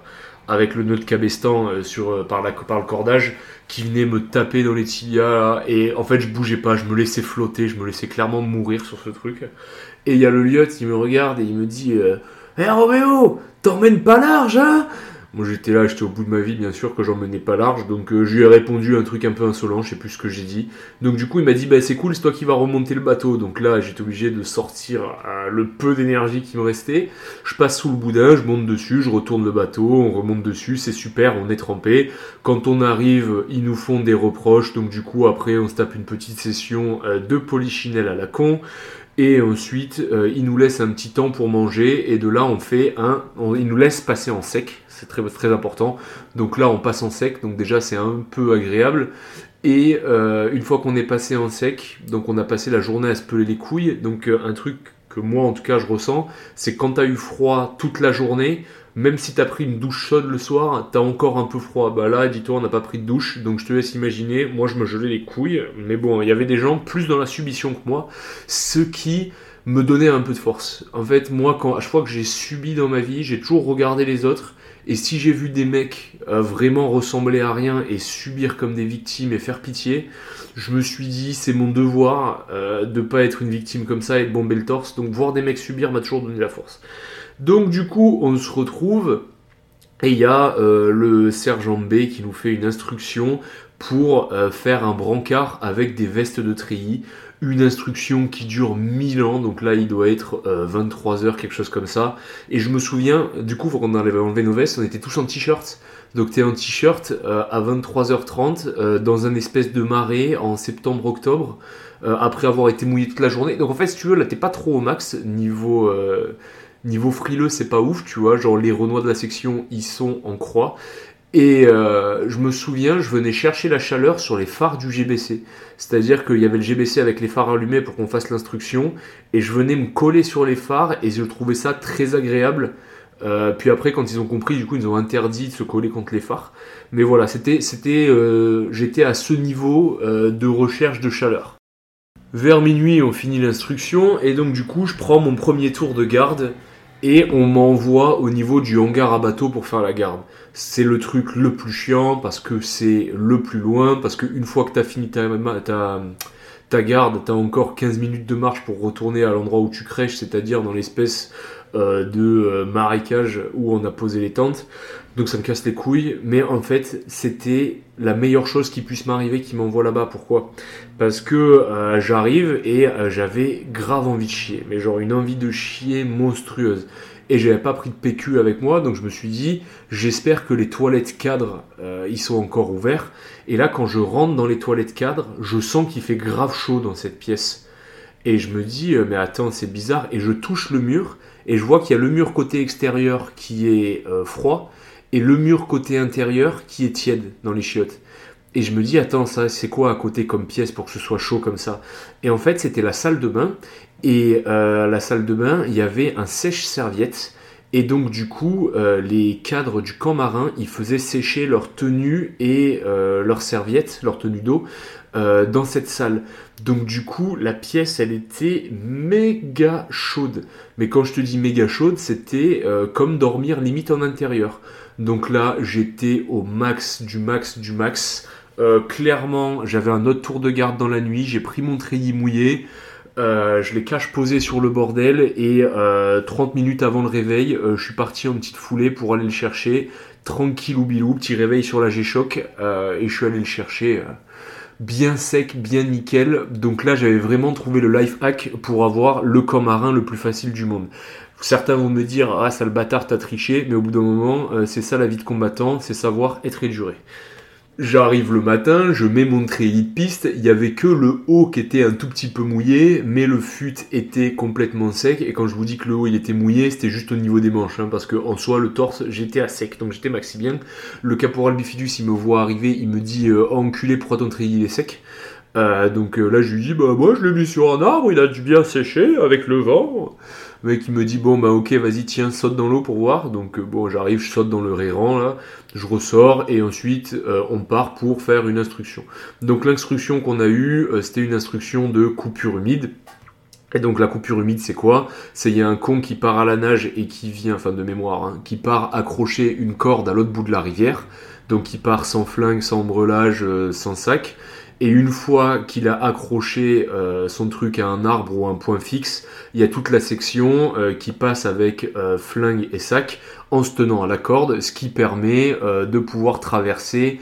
avec le nœud de cabestan euh, sur, euh, par, la, par le cordage qui venait me taper dans les tibias là, et en fait je bougeais pas, je me laissais flotter, je me laissais clairement mourir sur ce truc. Et il y a le lieutenant, il me regarde et il me dit euh, « Hé Roméo, t'emmènes pas large, hein ?» Moi j'étais là, j'étais au bout de ma vie, bien sûr que j'emmenais pas large, donc euh, je lui ai répondu un truc un peu insolent, je sais plus ce que j'ai dit. Donc du coup il m'a dit bah c'est cool, c'est toi qui vas remonter le bateau. Donc là j'étais obligé de sortir euh, le peu d'énergie qui me restait. Je passe sous le boudin, je monte dessus, je retourne le bateau, on remonte dessus, c'est super, on est trempé. Quand on arrive, ils nous font des reproches, donc du coup après on se tape une petite session euh, de polichinelle à la con. Et ensuite, euh, il nous laisse un petit temps pour manger, et de là, on fait un... On, il nous laisse passer en sec, c'est très, très important. Donc là, on passe en sec, donc déjà, c'est un peu agréable. Et euh, une fois qu'on est passé en sec, donc on a passé la journée à se peler les couilles, donc euh, un truc que moi, en tout cas, je ressens, c'est que quand t'as eu froid toute la journée, même si t'as pris une douche chaude le soir, t'as encore un peu froid. Bah là, dis-toi, on n'a pas pris de douche, donc je te laisse imaginer. Moi, je me gelais les couilles, mais bon, il y avait des gens plus dans la submission que moi, ce qui me donnait un peu de force. En fait, moi, quand à chaque fois que j'ai subi dans ma vie, j'ai toujours regardé les autres, et si j'ai vu des mecs euh, vraiment ressembler à rien et subir comme des victimes et faire pitié, je me suis dit, c'est mon devoir euh, de pas être une victime comme ça et de bomber le torse. Donc voir des mecs subir m'a toujours donné la force. Donc du coup, on se retrouve et il y a euh, le sergent B qui nous fait une instruction pour euh, faire un brancard avec des vestes de treillis. Une instruction qui dure mille ans, donc là il doit être euh, vingt-trois heures, quelque chose comme ça. Et je me souviens, du coup, quand on avait enlevé nos vestes, on était tous en t-shirt. Donc t'es en t-shirt euh, à vingt-trois heures trente euh, dans un espèce de marée en septembre-octobre, euh, après avoir été mouillé toute la journée. Donc en fait, si tu veux, là t'es pas trop au max, niveau... Euh, Niveau frileux, c'est pas ouf, tu vois, genre les Renois de la section, ils sont en croix. Et euh, je me souviens, je venais chercher la chaleur sur les phares du G B C. C'est-à-dire qu'il y avait le G B C avec les phares allumés pour qu'on fasse l'instruction, et je venais me coller sur les phares, et je trouvais ça très agréable. Euh, puis après, quand ils ont compris, du coup, ils ont interdit de se coller contre les phares. Mais voilà, c'était, c'était, euh, j'étais à ce niveau euh, de recherche de chaleur. Vers minuit, on finit l'instruction, et donc du coup, je prends mon premier tour de garde, et on m'envoie au niveau du hangar à bateau pour faire la garde. C'est le truc le plus chiant, parce que c'est le plus loin, parce qu'une fois que t'as fini ta, ta, ta garde, t'as encore quinze minutes de marche pour retourner à l'endroit où tu crèches, c'est-à-dire dans l'espèce euh, de euh, marécage où on a posé les tentes. Donc ça me casse les couilles, mais en fait c'était la meilleure chose qui puisse m'arriver qui m'envoie là-bas. Pourquoi ? Parce que euh, j'arrive et euh, j'avais grave envie de chier, mais genre une envie de chier monstrueuse. Et j'avais pas pris de P Q avec moi, donc je me suis dit, j'espère que les toilettes cadres, euh, ils sont encore ouverts. Et là, quand je rentre dans les toilettes cadres, je sens qu'il fait grave chaud dans cette pièce. Et je me dis, euh, mais attends, c'est bizarre. Et je touche le mur, et je vois qu'il y a le mur côté extérieur qui est euh, froid, et le mur côté intérieur qui est tiède dans les chiottes. Et je me dis, attends, ça, c'est quoi à côté comme pièce pour que ce soit chaud comme ça ? Et en fait, c'était la salle de bain. Et euh, la salle de bain, il y avait un sèche-serviette. Et donc, du coup, euh, les cadres du camp marin, ils faisaient sécher leur tenue et euh, leur serviette, leur tenue d'eau, euh, dans cette salle. Donc, du coup, la pièce, elle était méga chaude. Mais quand je te dis méga chaude, c'était euh, comme dormir limite en intérieur. Donc là, j'étais au max du max du max. Euh, clairement, j'avais un autre tour de garde dans la nuit. J'ai pris mon treillis mouillé. Euh, je l'ai cache posé sur le bordel. Et euh, trente minutes avant le réveil, euh, je suis parti en petite foulée pour aller le chercher. Tranquillou bilou, petit réveil sur la G-Shock. Euh, et je suis allé le chercher euh, bien sec, bien nickel. Donc là, j'avais vraiment trouvé le life hack pour avoir le camp marin le plus facile du monde. Certains vont me dire « Ah, sale bâtard, t'as triché », mais au bout d'un moment, euh, c'est ça la vie de combattant, c'est savoir être éduré. J'arrive le matin, je mets mon treillis de piste, il y avait que le haut qui était un tout petit peu mouillé, mais le fut était complètement sec, et quand je vous dis que le haut il était mouillé, c'était juste au niveau des manches, hein, parce que en soi, le torse, j'étais à sec, donc j'étais maxi bien. Le caporal Bifidus, il me voit arriver, il me dit euh, « Oh enculé, pourquoi ton treillis il est sec ?» Euh, donc euh, là je lui dis bah moi je l'ai mis sur un arbre, il a dû bien sécher avec le vent. Le mec il me dit bon bah ok vas-y tiens saute dans l'eau pour voir. Donc euh, bon j'arrive, je saute dans le rérang là, je ressors et ensuite euh, on part pour faire une instruction. Donc l'instruction qu'on a eue euh, c'était une instruction de coupure humide. Et donc la coupure humide, c'est quoi? C'est il y a un con qui part à la nage et qui vient, enfin de mémoire, hein, qui part accrocher une corde à l'autre bout de la rivière. Donc qui part sans flingue, sans brelage, euh, sans sac. Et une fois qu'il a accroché euh, son truc à un arbre ou un point fixe, il y a toute la section euh, qui passe avec euh, flingue et sac en se tenant à la corde, ce qui permet euh, de pouvoir traverser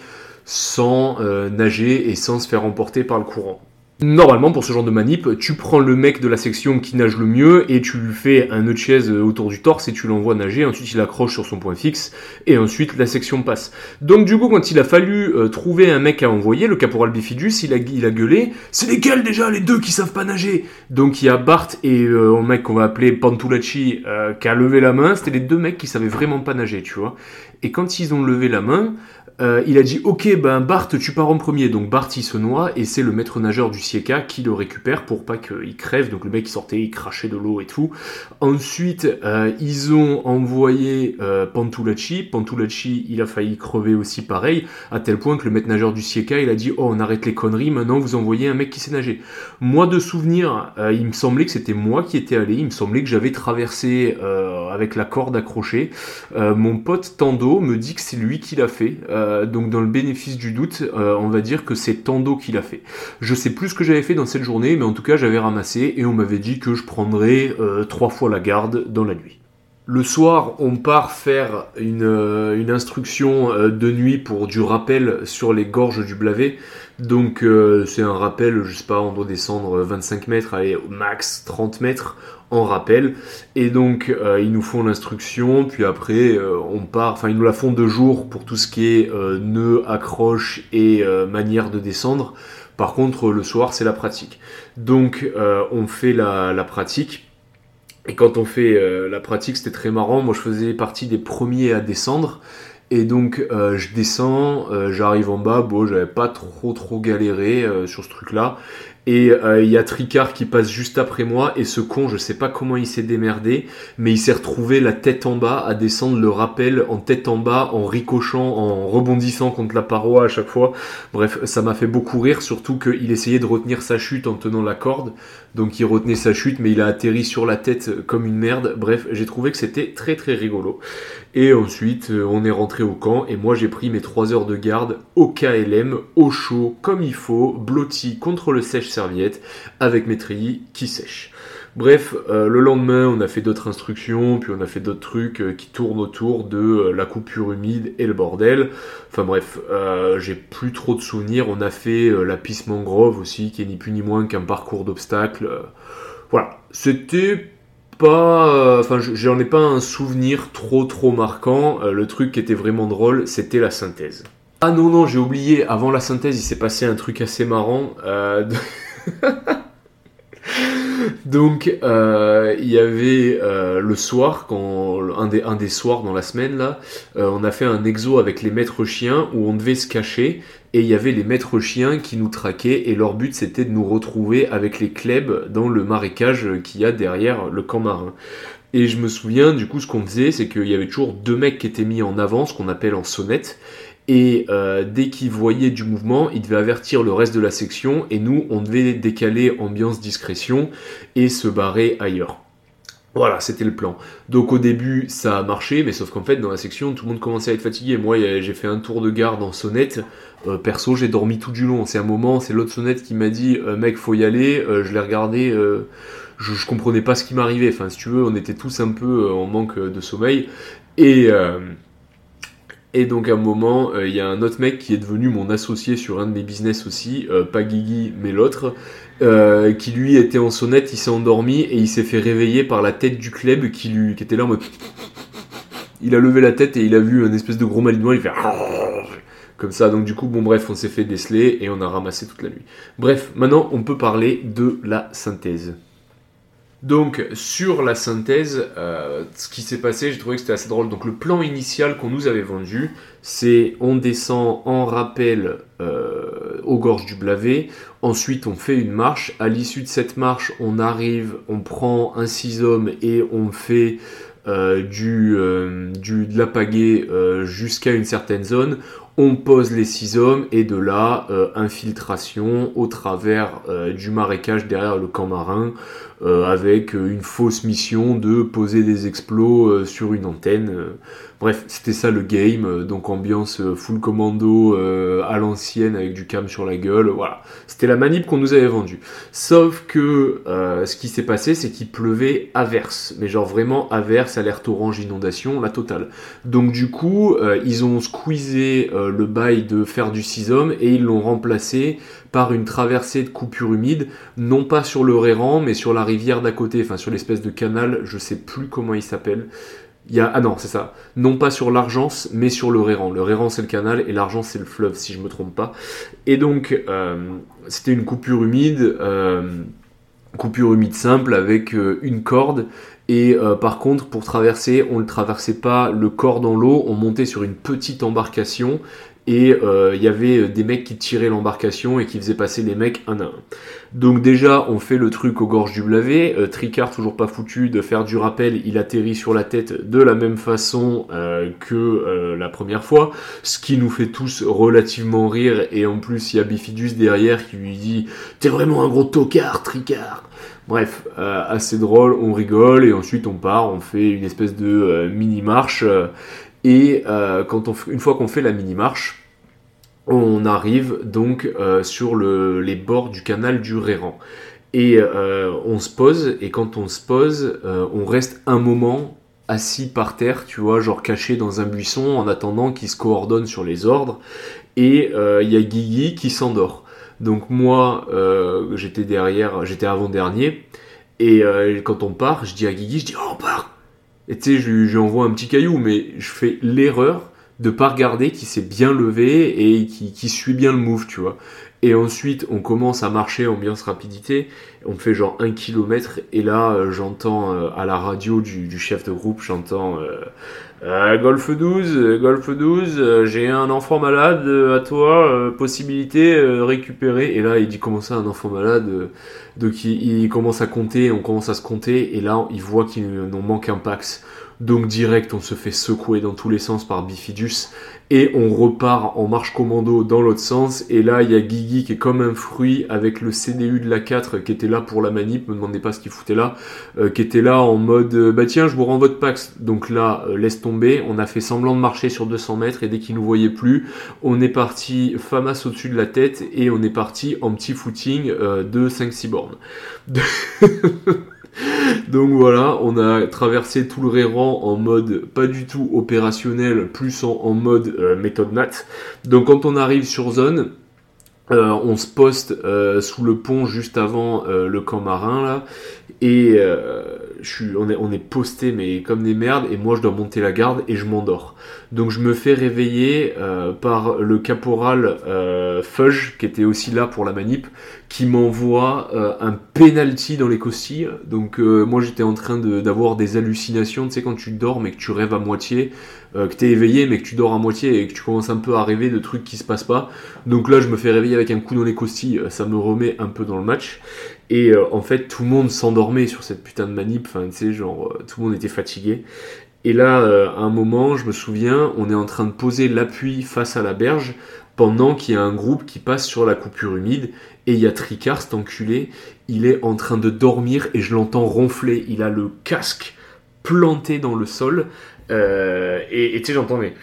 sans euh, nager et sans se faire emporter par le courant. Normalement, pour ce genre de manip, tu prends le mec de la section qui nage le mieux et tu lui fais un nœud de chaise autour du torse et tu l'envoies nager. Ensuite, il accroche sur son point fixe et ensuite la section passe. Donc, du coup, quand il a fallu euh, trouver un mec à envoyer, le caporal Bifidus, il a, il a gueulé « C'est lesquels déjà les deux qui savent pas nager ?» Donc, il y a Bart et euh, un mec qu'on va appeler Pantulacci euh, qui a levé la main. C'était les deux mecs qui savaient vraiment pas nager, tu vois. Et quand ils ont levé la main, Euh, il a dit ok ben Bart tu pars en premier, donc Bart il se noie et c'est le maître nageur du Sieka qui le récupère pour pas qu'il crève, donc le mec il sortait, il crachait de l'eau et tout. Ensuite euh, ils ont envoyé euh, Pantulacci, Pantulacci il a failli crever aussi pareil, à tel point que le maître nageur du Sieka il a dit oh on arrête les conneries, maintenant vous envoyez un mec qui sait nager. Moi de souvenir, euh, il me semblait que c'était moi qui étais allé, il me semblait que j'avais traversé euh, avec la corde accrochée. Euh, mon pote Tando me dit que c'est lui qui l'a fait. Euh, Euh, donc dans le bénéfice du doute, euh, on va dire que c'est Tando qui l'a fait. Je sais plus ce que j'avais fait dans cette journée, mais en tout cas j'avais ramassé et on m'avait dit que je prendrais euh, trois fois la garde dans la nuit. Le soir, on part faire une, euh, une instruction euh, de nuit pour du rappel sur les gorges du Blavet. Donc euh, c'est un rappel, je sais pas, on doit descendre vingt-cinq mètres, allez au max trente mètres en rappel. Et donc euh, ils nous font l'instruction, puis après euh, on part, enfin ils nous la font deux jours pour tout ce qui est euh, nœud, accroche et euh, manière de descendre. Par contre le soir c'est la pratique. Donc euh, on fait la, la pratique. Et quand on fait euh, la pratique, c'était très marrant. Moi, je faisais partie des premiers à descendre. Et donc, euh, je descends, euh, j'arrive en bas. Bon, j'avais pas trop trop galéré euh, sur ce truc-là. Et il euh, y a Tricard qui passe juste après moi. Et ce con, je sais pas comment il s'est démerdé, mais il s'est retrouvé la tête en bas à descendre le rappel en tête en bas, en ricochant, en rebondissant contre la paroi à chaque fois. Bref, ça m'a fait beaucoup rire, surtout qu'il essayait de retenir sa chute en tenant la corde. Donc il retenait sa chute, mais il a atterri sur la tête comme une merde. Bref, j'ai trouvé que c'était très très rigolo. Et ensuite, on est rentré au camp, et moi j'ai pris mes trois heures de garde au K L M, au chaud, comme il faut, blotti contre le sèche-serviette, avec mes treillis qui sèchent. Bref, euh, le lendemain, on a fait d'autres instructions, puis on a fait d'autres trucs euh, qui tournent autour de euh, la coupure humide et le bordel. Enfin bref, euh, j'ai plus trop de souvenirs. On a fait euh, la piste mangrove aussi, qui est ni plus ni moins qu'un parcours d'obstacles. Euh, voilà, c'était pas... Enfin, euh, j'en ai pas un souvenir trop trop marquant. Euh, le truc qui était vraiment drôle, c'était la synthèse. Ah non, non, j'ai oublié, avant la synthèse, il s'est passé un truc assez marrant. Euh... Donc, euh, il y avait euh, le soir, quand, un, des, un des soirs dans la semaine, là, euh, on a fait un exo avec les maîtres chiens où on devait se cacher. Et il y avait les maîtres chiens qui nous traquaient et leur but c'était de nous retrouver avec les klebs dans le marécage qu'il y a derrière le camp marin. Et je me souviens, du coup, ce qu'on faisait, c'est qu'il y avait toujours deux mecs qui étaient mis en avant, ce qu'on appelle en sonnette. Et euh, dès qu'ils voyaient du mouvement, ils devaient avertir le reste de la section. Et nous, on devait décaler ambiance discrétion et se barrer ailleurs. Voilà, c'était le plan. Donc au début, ça a marché, mais sauf qu'en fait, dans la section, tout le monde commençait à être fatigué. Moi, j'ai fait un tour de garde en sonnette. Euh, perso, j'ai dormi tout du long. C'est un moment, c'est l'autre sonnette qui m'a dit euh, « Mec, faut y aller euh, ». Je l'ai regardé, euh, je, je comprenais pas ce qui m'arrivait. Enfin, si tu veux, on était tous un peu euh, en manque de sommeil. Et... Euh, Et donc à un moment, il euh, y a un autre mec qui est devenu mon associé sur un de mes business aussi, euh, pas Guigui mais l'autre, euh, qui lui était en sonnette, il s'est endormi et il s'est fait réveiller par la tête du club qui, lui, qui était là en mode... Il a levé la tête et il a vu un espèce de gros malinois, il fait... Comme ça, donc du coup, bon bref, on s'est fait déceler et on a ramassé toute la nuit. Bref, maintenant on peut parler de la synthèse. Donc, sur la synthèse, euh, ce qui s'est passé, j'ai trouvé que c'était assez drôle. Donc, le plan initial qu'on nous avait vendu, c'est on descend en rappel euh, aux gorges du Blavet. Ensuite, on fait une marche. À l'issue de cette marche, on arrive, on prend un six hommes et on fait euh, du, euh, du, de la pagaie euh, jusqu'à une certaine zone. On pose les six hommes et de là, euh, infiltration au travers euh, du marécage derrière le camp marin euh, avec euh, une fausse mission de poser des explos euh, sur une antenne. Euh, bref, c'était ça le game, euh, donc ambiance euh, full commando euh, à l'ancienne avec du cam sur la gueule, voilà. C'était la manip qu'on nous avait vendue. Sauf que euh, ce qui s'est passé, c'est qu'il pleuvait à verse, mais genre vraiment à verse, alerte orange, inondation, la totale. Donc du coup, euh, ils ont squeezé euh, le bail de faire du six hommes et ils l'ont remplacé par une traversée de coupure humide, non pas sur le Réran, mais sur la rivière d'à côté, enfin sur l'espèce de canal, je sais plus comment il s'appelle. Il y a, ah non, c'est ça. Non pas sur l'Argence, mais sur le Réran. Le Réran, c'est le canal et l'Argence, c'est le fleuve, si je me trompe pas. Et donc, euh, c'était une coupure humide, euh, coupure humide simple avec euh, une corde. Et euh, par contre, pour traverser, on ne traversait pas le corps dans l'eau, on montait sur une petite embarcation. Et il euh, y avait des mecs qui tiraient l'embarcation et qui faisaient passer les mecs un à un. Donc déjà, on fait le truc aux gorges du Blavet. Euh, Tricard, toujours pas foutu de faire du rappel, il atterrit sur la tête de la même façon euh, que euh, la première fois, ce qui nous fait tous relativement rire. Et en plus, il y a Bifidus derrière qui lui dit « T'es vraiment un gros tocard, Tricard !» Bref, euh, assez drôle, on rigole et ensuite on part, on fait une espèce de euh, mini-marche. Euh, Et euh, quand on, une fois qu'on fait la mini-marche, on arrive donc euh, sur le, les bords du canal du Réran. Et euh, on se pose, et quand on se pose, euh, on reste un moment assis par terre, tu vois, genre caché dans un buisson, en attendant qu'il se coordonne sur les ordres. Et il euh, y a Guigui qui s'endort. Donc moi, euh, j'étais derrière, j'étais avant-dernier, et euh, quand on part, je dis à Guigui, je dis « Oh, on part !» Et tu sais, je, je lui envoie un petit caillou, mais je fais l'erreur de pas regarder qui s'est bien levé et qui, qui suit bien le move, tu vois. Et ensuite, on commence à marcher en ambiance rapidité, on fait genre un kilomètre, et là, euh, j'entends euh, à la radio du, du chef de groupe, j'entends euh, euh, Golf douze, Golf douze, euh, j'ai un enfant malade, euh, à toi, euh, possibilité euh, récupérer. Et là, il dit comment ça, un enfant malade euh, Donc il, il commence à compter, on commence à se compter, et là, il voit qu'il en manque un pax. Donc direct, on se fait secouer dans tous les sens par Bifidus, et on repart en marche commando dans l'autre sens. Et là, il y a Guigui qui est comme un fruit avec le C D U de l'A quatre qui était là pour la manip, me demandez pas ce qu'il foutait là, euh, qui était là en mode euh, bah tiens, je vous rends votre pax. Donc là, euh, laisse tomber, on a fait semblant de marcher sur deux cents mètres, et dès qu'il nous voyait plus, on est parti famas au-dessus de la tête, et on est parti en petit footing euh, de cinq six bornes. Donc voilà, on a traversé tout le Réran en mode pas du tout opérationnel, plus en, en mode euh, méthode nat. Donc quand on arrive sur zone, euh, on se poste euh, sous le pont juste avant euh, le camp marin là, et euh, je suis, on est, on est posté mais comme des merdes, et moi je dois monter la garde et je m'endors. Donc je me fais réveiller euh, par le caporal euh, Fudge, qui était aussi là pour la manip, qui m'envoie euh, un penalty dans les costilles. Donc euh, moi j'étais en train de, d'avoir des hallucinations, tu sais quand tu dors mais que tu rêves à moitié, euh, que t'es éveillé mais que tu dors à moitié et que tu commences un peu à rêver de trucs qui se passent pas. Donc là je me fais réveiller avec un coup dans les costilles, ça me remet un peu dans le match. Et euh, en fait tout le monde s'endormait sur cette putain de manip, enfin tu sais genre euh, tout le monde était fatigué. Et là, euh, à un moment, je me souviens, on est en train de poser l'appui face à la berge pendant qu'il y a un groupe qui passe sur la coupure humide, et il y a Tricard, cet enculé, il est en train de dormir et je l'entends ronfler. Il a le casque planté dans le sol, euh, et tu sais, j'entendais.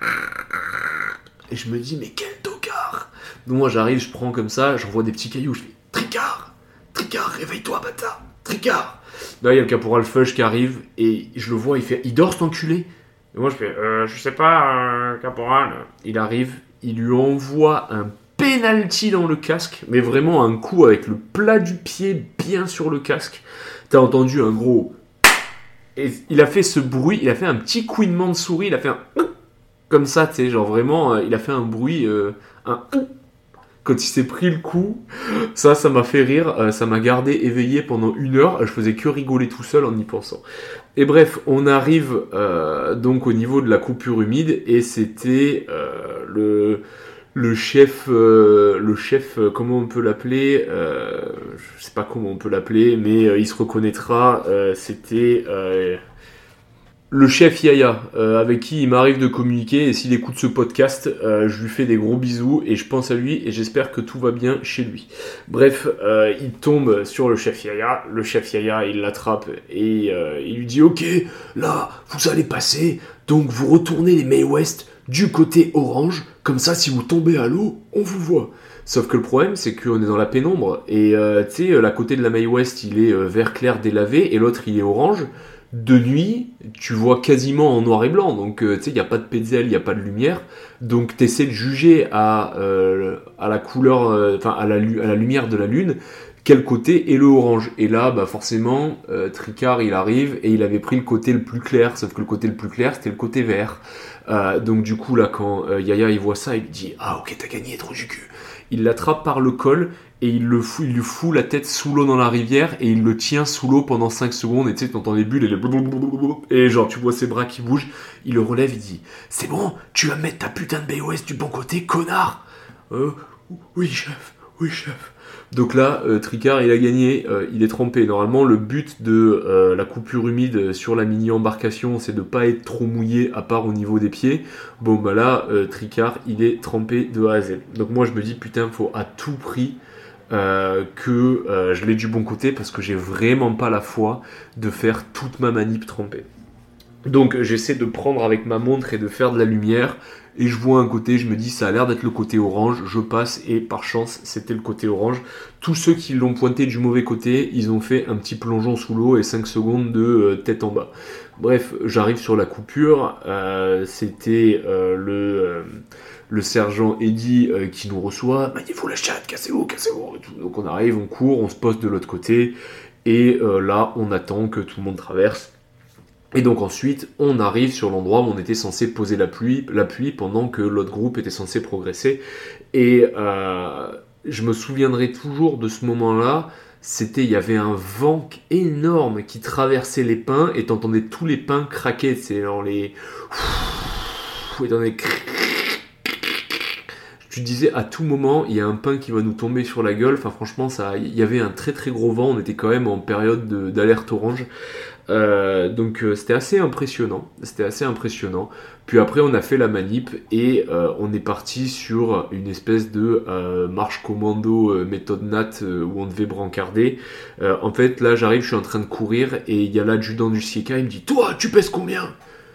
Et je me dis, mais quel tocard! Donc moi, j'arrive, je prends comme ça, j'envoie des petits cailloux, je fais Tricard! Tricard, réveille-toi, bâtard! Tricard! Là, il y a le caporal Fudge qui arrive, et je le vois, il fait « Il dort, cet enculé ?» Et moi, je fais euh, « Je sais pas, euh, caporal. » Il arrive, il lui envoie un penalty dans le casque, mais vraiment un coup avec le plat du pied bien sur le casque. T'as entendu un gros... Et il a fait ce bruit, il a fait un petit couinement de souris, il a fait un... Comme ça, tu sais, genre vraiment, il a fait un bruit... Euh, un... Quand il s'est pris le coup, ça, ça m'a fait rire, euh, ça m'a gardé éveillé pendant une heure, je faisais que rigoler tout seul en y pensant. Et bref, on arrive euh, donc au niveau de la coupure humide, et c'était euh, le, le chef, euh, le chef, euh, comment on peut l'appeler, euh, je sais pas comment on peut l'appeler, mais euh, il se reconnaîtra, euh, c'était... Euh, Le chef Yaya, euh, avec qui il m'arrive de communiquer, et s'il écoute ce podcast, euh, je lui fais des gros bisous, et je pense à lui, et j'espère que tout va bien chez lui. Bref, euh, il tombe sur le chef Yaya, le chef Yaya, il l'attrape, et euh, il lui dit « Ok, là, vous allez passer, donc vous retournez les Mae West du côté orange, comme ça, si vous tombez à l'eau, on vous voit. » Sauf que le problème, c'est qu'on est dans la pénombre, et euh, tu sais, la côté de la Mae West, il est euh, vert clair délavé, et l'autre, il est orange. De nuit, tu vois quasiment en noir et blanc, donc euh, tu sais, il n'y a pas de pixels, il n'y a pas de lumière, donc tu essaies de juger à, euh, à la couleur, enfin euh, à, la, à la lumière de la lune, quel côté est le orange. Et là, bah forcément, euh, Tricard, il arrive, et il avait pris le côté le plus clair, sauf que le côté le plus clair, c'était le côté vert. Euh, donc du coup, là, quand euh, Yaya, il voit ça, il lui dit « Ah ok, t'as gagné, trop du cul !» Il l'attrape par le col, et il, le fout, il lui fout la tête sous l'eau dans la rivière, et il le tient sous l'eau pendant cinq secondes, et tu sais, t'entends les bulles, et les blablabla, et genre, tu vois ses bras qui bougent, il le relève, il dit « C'est bon, tu vas mettre ta putain de Mae West du bon côté, connard !» euh, « Oui, chef, oui, chef. » Donc là, euh, Tricard, il a gagné, euh, il est trempé. Normalement, le but de euh, la coupure humide sur la mini-embarcation, c'est de pas être trop mouillé, à part au niveau des pieds. Bon, bah là, euh, Tricard, il est trempé de A à Z. Donc moi, je me dis, putain, faut à tout prix euh, que euh, je l'ai du bon côté, parce que j'ai vraiment pas la foi de faire toute ma manip trempée. Donc j'essaie de prendre avec ma montre et de faire de la lumière, et je vois un côté, je me dis ça a l'air d'être le côté orange, je passe, et par chance c'était le côté orange. Tous ceux qui l'ont pointé du mauvais côté, ils ont fait un petit plongeon sous l'eau et cinq secondes de euh, tête en bas. Bref, j'arrive sur la coupure, euh, c'était euh, le, euh, le sergent Eddy euh, qui nous reçoit, il dit faut la chatte, cassez-vous, cassez-vous, et tout. Donc on arrive, on court, on se poste de l'autre côté, et euh, là on attend que tout le monde traverse. Et donc ensuite, on arrive sur l'endroit où on était censé poser l'appui, l'appui pendant que l'autre groupe était censé progresser. Et euh, je me souviendrai toujours de ce moment-là. C'était, il y avait un vent énorme qui traversait les pins, et t'entendais tous les pins craquer. C'est dans les... Et t'entendais... Tu disais à tout moment, il y a un pin qui va nous tomber sur la gueule. Enfin franchement, ça, il y avait un très très gros vent. On était quand même en période de, d'alerte orange. Euh, donc euh, c'était assez impressionnant, c'était assez impressionnant. Puis après on a fait la manip, et euh, on est parti sur une espèce de euh, marche commando euh, méthode Nat euh, où on devait brancarder. Euh, en fait là j'arrive, je suis en train de courir, et il y a l'adjudant du Sieka, il me dit « Toi, tu pèses combien ?»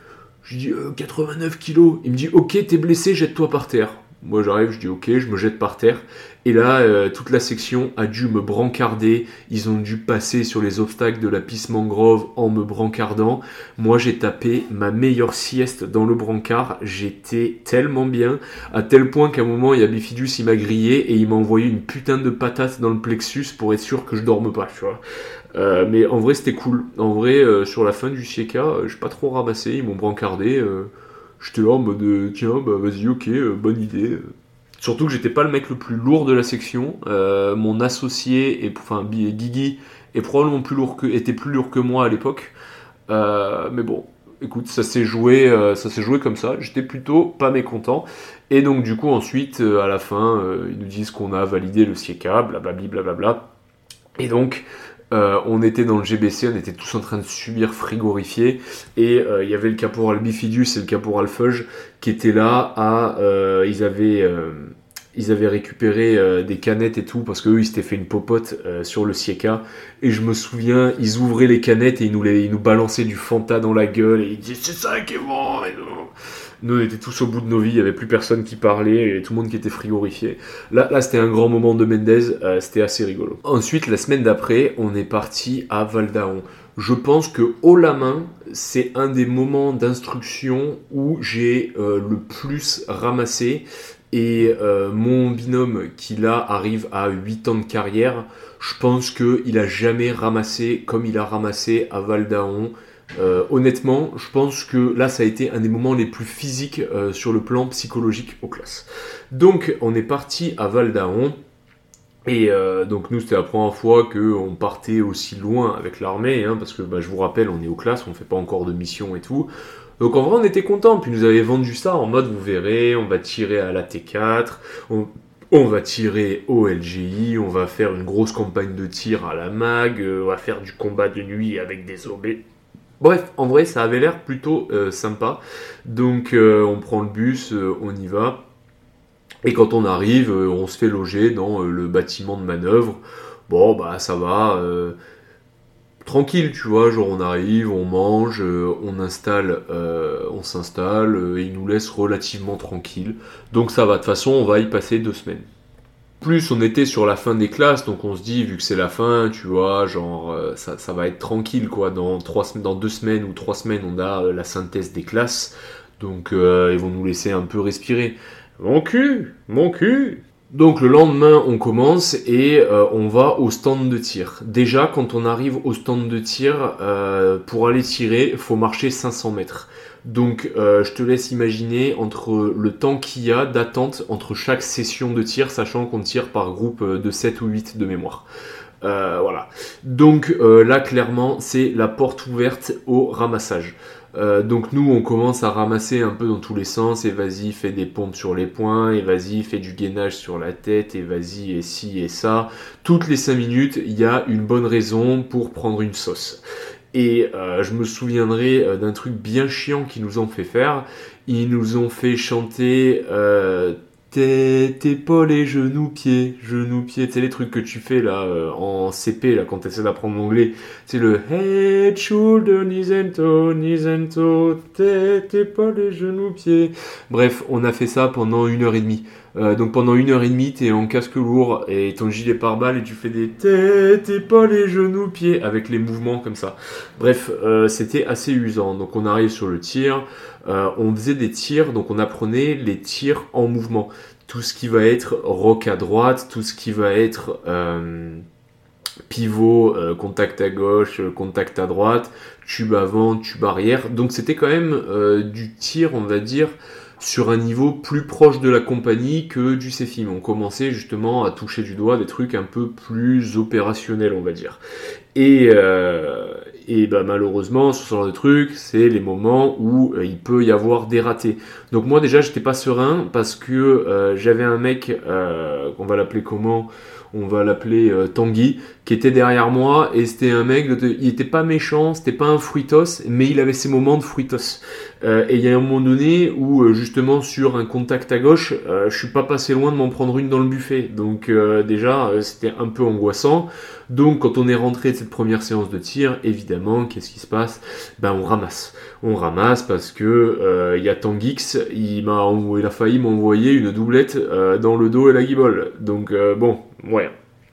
Je dis euh, « quatre-vingt-neuf kilos ». Il me dit « Ok, t'es blessé, jette-toi par terre ». Moi j'arrive, je dis ok, je me jette par terre. Et là, euh, toute la section a dû me brancarder. Ils ont dû passer sur les obstacles de la piste mangrove en me brancardant. Moi j'ai tapé ma meilleure sieste dans le brancard. J'étais tellement bien, à tel point qu'à un moment, il y a Bifidus, il m'a grillé, et il m'a envoyé une putain de patate dans le plexus pour être sûr que je dorme pas, tu vois. Euh, mais en vrai c'était cool. En vrai, euh, sur la fin du Sieka, euh, j'ai pas trop ramassé, ils m'ont brancardé. Euh, J'étais là en mode, euh, tiens, bah vas-y, ok, euh, bonne idée. Surtout que j'étais pas le mec le plus lourd de la section. Euh, mon associé, et, enfin Guigui, est probablement plus lourd que, était plus lourd que moi à l'époque. Euh, mais bon, écoute, ça s'est joué, euh, ça s'est joué comme ça. J'étais plutôt pas mécontent. Et donc du coup ensuite, euh, à la fin, euh, ils nous disent qu'on a validé le Sieka, blablabli, blablabla. Et donc... Euh, on était dans le G B C, on était tous en train de subir frigorifier, et euh, il y avait le caporal Bifidus et le caporal Fudge qui étaient là à... Euh, ils avaient... Euh, ils avaient récupéré euh, des canettes et tout, parce qu'eux, ils s'étaient fait une popote euh, sur le Sieka, et je me souviens, ils ouvraient les canettes et ils nous, les, ils nous balançaient du Fanta dans la gueule, et ils disaient « c'est ça qui est bon !» et nous, nous, on était tous au bout de nos vies, il n'y avait plus personne qui parlait, et tout le monde qui était frigorifié. Là, là c'était un grand moment de Mendez, euh, c'était assez rigolo. Ensuite, la semaine d'après, on est parti à Val d'Aon. Je pense que haut la main, c'est un des moments d'instruction où j'ai euh, le plus ramassé. Et euh, mon binôme qui là arrive à huit ans de carrière, je pense qu'il a jamais ramassé comme il a ramassé à Val d'Aon. Euh, honnêtement, je pense que là ça a été un des moments les plus physiques euh, sur le plan psychologique aux classes. Donc on est parti à Val d'Aon. Et euh, donc nous c'était la première fois qu'on partait aussi loin avec l'armée, hein, parce que bah, je vous rappelle, on est aux classes, on fait pas encore de mission et tout. Donc en vrai on était contents, puis ils nous avaient vendu ça en mode vous verrez, on va tirer à la T quatre, on, on va tirer au L G I, on va faire une grosse campagne de tir à la mag, euh, on va faire du combat de nuit avec des O B. Bref, en vrai, ça avait l'air plutôt euh, sympa. Donc, euh, on prend le bus, euh, on y va. Et quand on arrive, euh, on se fait loger dans euh, le bâtiment de manœuvre. Bon, bah ça va, euh, tranquille, tu vois. Genre, on arrive, on mange, euh, on installe, euh, on s'installe, euh, et ils nous laissent relativement tranquille. Donc ça va. De toute façon, on va y passer deux semaines. Plus on était sur la fin des classes, donc on se dit, vu que c'est la fin, tu vois, genre, euh, ça, ça va être tranquille, quoi. Dans, trois, sem- dans deux semaines ou trois semaines, on a euh, la synthèse des classes. Donc, euh, ils vont nous laisser un peu respirer. Mon cul, mon cul. Donc le lendemain, on commence et euh, on va au stand de tir. Déjà, quand on arrive au stand de tir, euh, pour aller tirer, il faut marcher cinq cents mètres. Donc euh, je te laisse imaginer entre le temps qu'il y a d'attente entre chaque session de tir, sachant qu'on tire par groupe de sept ou huit de mémoire. Euh, voilà. Donc euh, là, clairement, c'est la porte ouverte au ramassage. Euh, donc nous, on commence à ramasser un peu dans tous les sens, et vas-y, fais des pompes sur les poings, et vas-y, fais du gainage sur la tête, et vas-y, et ci, et ça. Toutes les cinq minutes, il y a une bonne raison pour prendre une sauce. Et euh, je me souviendrai euh, d'un truc bien chiant qu'ils nous ont fait faire. Ils nous ont fait chanter euh, tête, épaule et genoux, pieds, genoux, pieds. Tu sais les trucs que tu fais là euh, en C P là quand tu essaies d'apprendre l'anglais. C'est le head, shoulder, knees and toe, knees and toe, tête, épaule et genoux, pieds. Bref, on a fait ça pendant une heure et demie. Euh, donc pendant une heure et demie, t'es en casque lourd et ton gilet pare-balles et tu fais des têtes, épaules et genoux, pieds avec les mouvements comme ça. Bref, euh, c'était assez usant. Donc on arrive sur le tir, euh, on faisait des tirs, donc on apprenait les tirs en mouvement. Tout ce qui va être rock à droite, tout ce qui va être euh, pivot, euh, contact à gauche, contact à droite, tube avant, tube arrière. Donc c'était quand même euh, du tir, on va dire, sur un niveau plus proche de la compagnie que du C F I M. On commençait justement à toucher du doigt des trucs un peu plus opérationnels, on va dire. Et, euh, et bah, malheureusement, sur ce genre de truc, c'est les moments où euh, il peut y avoir des ratés. Donc moi déjà, j'étais pas serein parce que euh, j'avais un mec, euh, on va l'appeler comment ? On va l'appeler euh, Tanguy, qui était derrière moi, et c'était un mec, de, il était pas méchant, c'était pas un fruitos, mais il avait ses moments de fruitos. Euh, et il y a un moment donné où, euh, justement, sur un contact à gauche, euh, je suis pas passé loin de m'en prendre une dans le buffet. Donc euh, déjà, euh, c'était un peu angoissant. Donc quand on est rentré de cette première séance de tir, évidemment, qu'est-ce qui se passe ? Ben on ramasse. On ramasse parce que euh, y a Tanguix, il m'a envoyé, il a failli m'envoyer une doublette euh, dans le dos et la guibole. Donc euh, bon, ouais.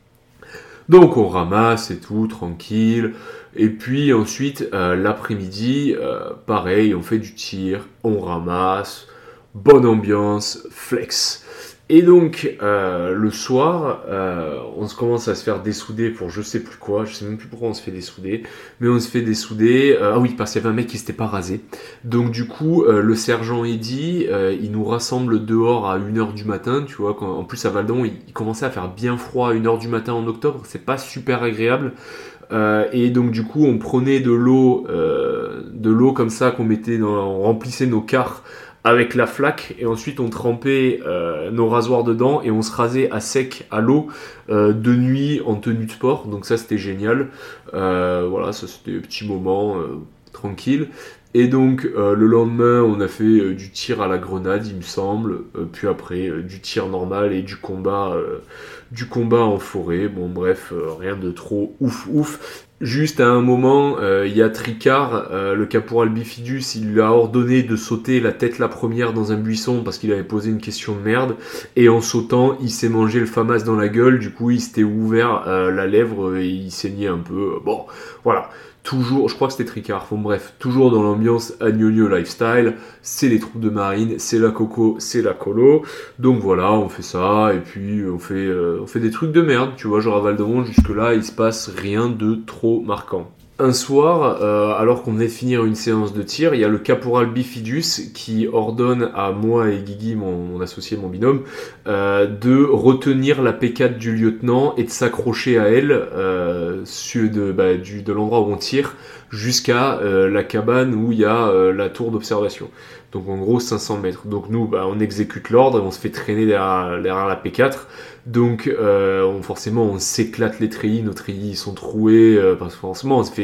Donc on ramasse et tout, tranquille. Et puis ensuite, euh, l'après-midi, euh, pareil, on fait du tir, on ramasse, bonne ambiance, flex. Et donc, euh, le soir, euh, on se commence à se faire dessouder pour je sais plus quoi, je sais même plus pourquoi on se fait dessouder, mais on se fait dessouder, euh, ah oui, parce qu'il y avait un mec qui s'était pas rasé. Donc du coup, euh, le sergent Eddy, euh, il nous rassemble dehors à une heure du matin, tu vois, quand, en plus à Valdon, il, il commençait à faire bien froid à une heure du matin en octobre, c'est pas super agréable. Euh, et donc du coup, on prenait de l'eau, euh, de l'eau comme ça qu'on mettait dans, on remplissait nos quarts avec la flaque et ensuite on trempait euh, nos rasoirs dedans et on se rasait à sec à l'eau euh, de nuit en tenue de sport. Donc ça c'était génial. Euh, voilà, ça c'était un petit moment euh, tranquille. Et donc euh, le lendemain on a fait euh, du tir à la grenade il me semble, euh, puis après euh, du tir normal et du combat euh, du combat en forêt. Bon bref, euh, rien de trop ouf ouf. Juste à un moment, euh, il y a Tricard, euh, le caporal Bifidus, il lui a ordonné de sauter la tête la première dans un buisson parce qu'il avait posé une question de merde. Et en sautant, il s'est mangé le FAMAS dans la gueule, du coup il s'était ouvert euh, la lèvre et il saignait un peu. Bon, voilà. Toujours, je crois que c'était Tricard, bon bref, toujours dans l'ambiance Agnonio Lifestyle, c'est les troupes de marine, c'est la coco, c'est la colo, donc voilà, on fait ça, et puis on fait, euh, on fait des trucs de merde, tu vois, genre à Val-de-Monde, jusque là, il se passe rien de trop marquant. Un soir, euh, alors qu'on venait de finir une séance de tir, il y a le caporal Bifidus qui ordonne à moi et Guigui, mon, mon associé, mon binôme, euh, de retenir la P quatre du lieutenant et de s'accrocher à elle euh, sur de, bah, du, de l'endroit où on tire jusqu'à euh, la cabane où il y a euh, la tour d'observation. Donc en gros cinq cents mètres. Donc nous, bah, on exécute l'ordre et on se fait traîner derrière, derrière la P quatre. Donc euh, on, forcément on s'éclate les treillis, nos treillis sont troués, euh, parce que forcément on se fait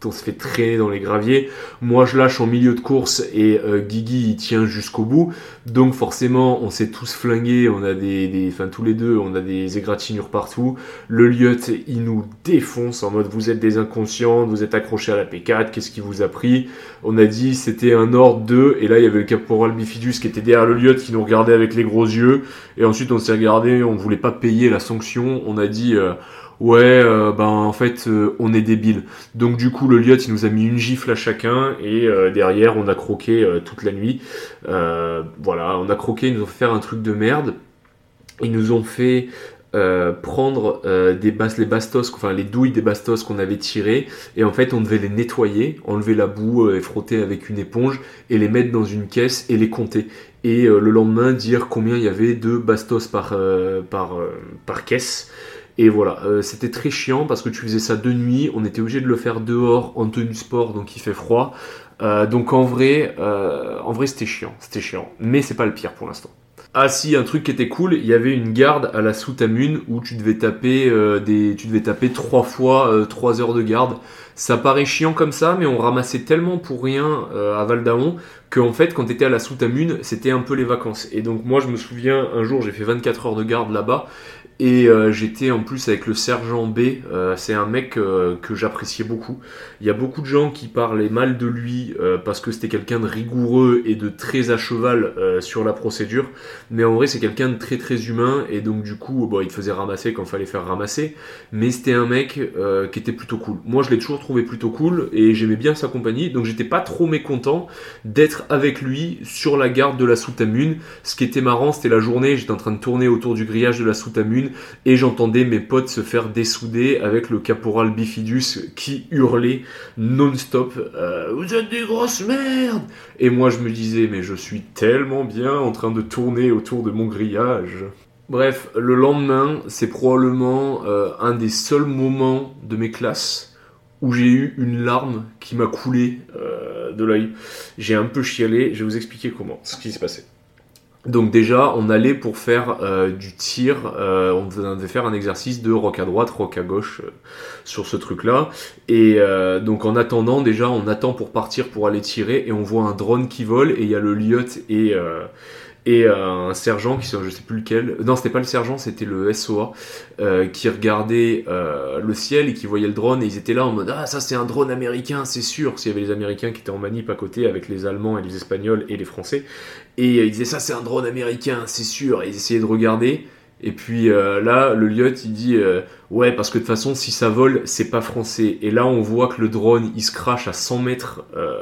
on se fait traîner dans les graviers. Moi, je lâche en milieu de course et euh, Guigui, il tient jusqu'au bout. Donc, forcément, on s'est tous flingués. On a des, des, enfin, tous les deux, on a des égratignures partout. Le lieutenant, il nous défonce en mode, vous êtes des inconscients, vous êtes accrochés à la P quatre, qu'est-ce qui vous a pris? On a dit, c'était un ordre deux, et là, il y avait le caporal Bifidus qui était derrière le lieutenant, qui nous regardait avec les gros yeux. Et ensuite, on s'est regardé, on voulait pas payer la sanction. On a dit, euh, ouais, euh, ben en fait, euh, on est débiles. Donc du coup, le lieutenant, il nous a mis une gifle à chacun et euh, derrière, on a croqué euh, toute la nuit. Euh, voilà, on a croqué, ils nous ont fait faire un truc de merde. Ils nous ont fait euh, prendre euh, des bas- les bastos, enfin les douilles des bastos qu'on avait tirées et en fait, on devait les nettoyer, enlever la boue euh, et frotter avec une éponge et les mettre dans une caisse et les compter. Et euh, le lendemain, dire combien il y avait de bastos par, euh, par, euh, par caisse. Et voilà, euh, c'était très chiant parce que tu faisais ça de nuit, on était obligé de le faire dehors en tenue sport, donc il fait froid. Euh, donc en vrai, euh, en vrai c'était chiant, c'était chiant. Mais c'est pas le pire pour l'instant. Ah si, un truc qui était cool, il y avait une garde à la Southamune où tu devais taper euh, des, tu devais taper trois fois euh, trois heures de garde. Ça paraît chiant comme ça, mais on ramassait tellement pour rien euh, à Val d'Aon qu'en fait, quand t'étais à la Southamune, c'était un peu les vacances. Et donc moi, je me souviens, un jour, j'ai fait vingt-quatre heures de garde là-bas. Et euh, j'étais en plus avec le sergent B, euh, c'est un mec euh, que j'appréciais beaucoup. Il y a beaucoup de gens qui parlaient mal de lui euh, parce que c'était quelqu'un de rigoureux et de très à cheval euh, sur la procédure. Mais en vrai, c'est quelqu'un de très très humain et donc du coup, bon, il te faisait ramasser quand il fallait faire ramasser. Mais c'était un mec euh, qui était plutôt cool. Moi, je l'ai toujours trouvé plutôt cool et j'aimais bien sa compagnie. Donc j'étais pas trop mécontent d'être avec lui sur la garde de la Southamune. Ce qui était marrant, c'était la journée, j'étais en train de tourner autour du grillage de la Southamune et j'entendais mes potes se faire dessouder avec le caporal Bifidus qui hurlait non-stop euh, vous êtes des grosses merdes. Et moi je me disais mais je suis tellement bien en train de tourner autour de mon grillage. Bref, le lendemain, c'est probablement euh, un des seuls moments de mes classes où j'ai eu une larme qui m'a coulé euh, de l'œil. J'ai un peu chialé, je vais vous expliquer comment, ce qui s'est passé. Donc déjà, on allait pour faire euh, du tir, euh, on devait faire un exercice de rock à droite, rock à gauche euh, sur ce truc-là. Et euh, donc en attendant, déjà, on attend pour partir pour aller tirer et on voit un drone qui vole et il y a le lieutenant et... Euh, et euh, un sergent qui je sais plus lequel, non c'était pas le sergent, c'était le S O A euh, qui regardait euh, le ciel et qui voyait le drone et ils étaient là en mode ah ça c'est un drone américain c'est sûr, s'il y avait les Américains qui étaient en manip à côté avec les Allemands et les Espagnols et les Français et euh, ils disaient ça c'est un drone américain c'est sûr et ils essayaient de regarder et puis euh, là le lieutenant il dit euh, ouais parce que de toute façon si ça vole c'est pas français et là on voit que le drone il se crache à cent mètres euh,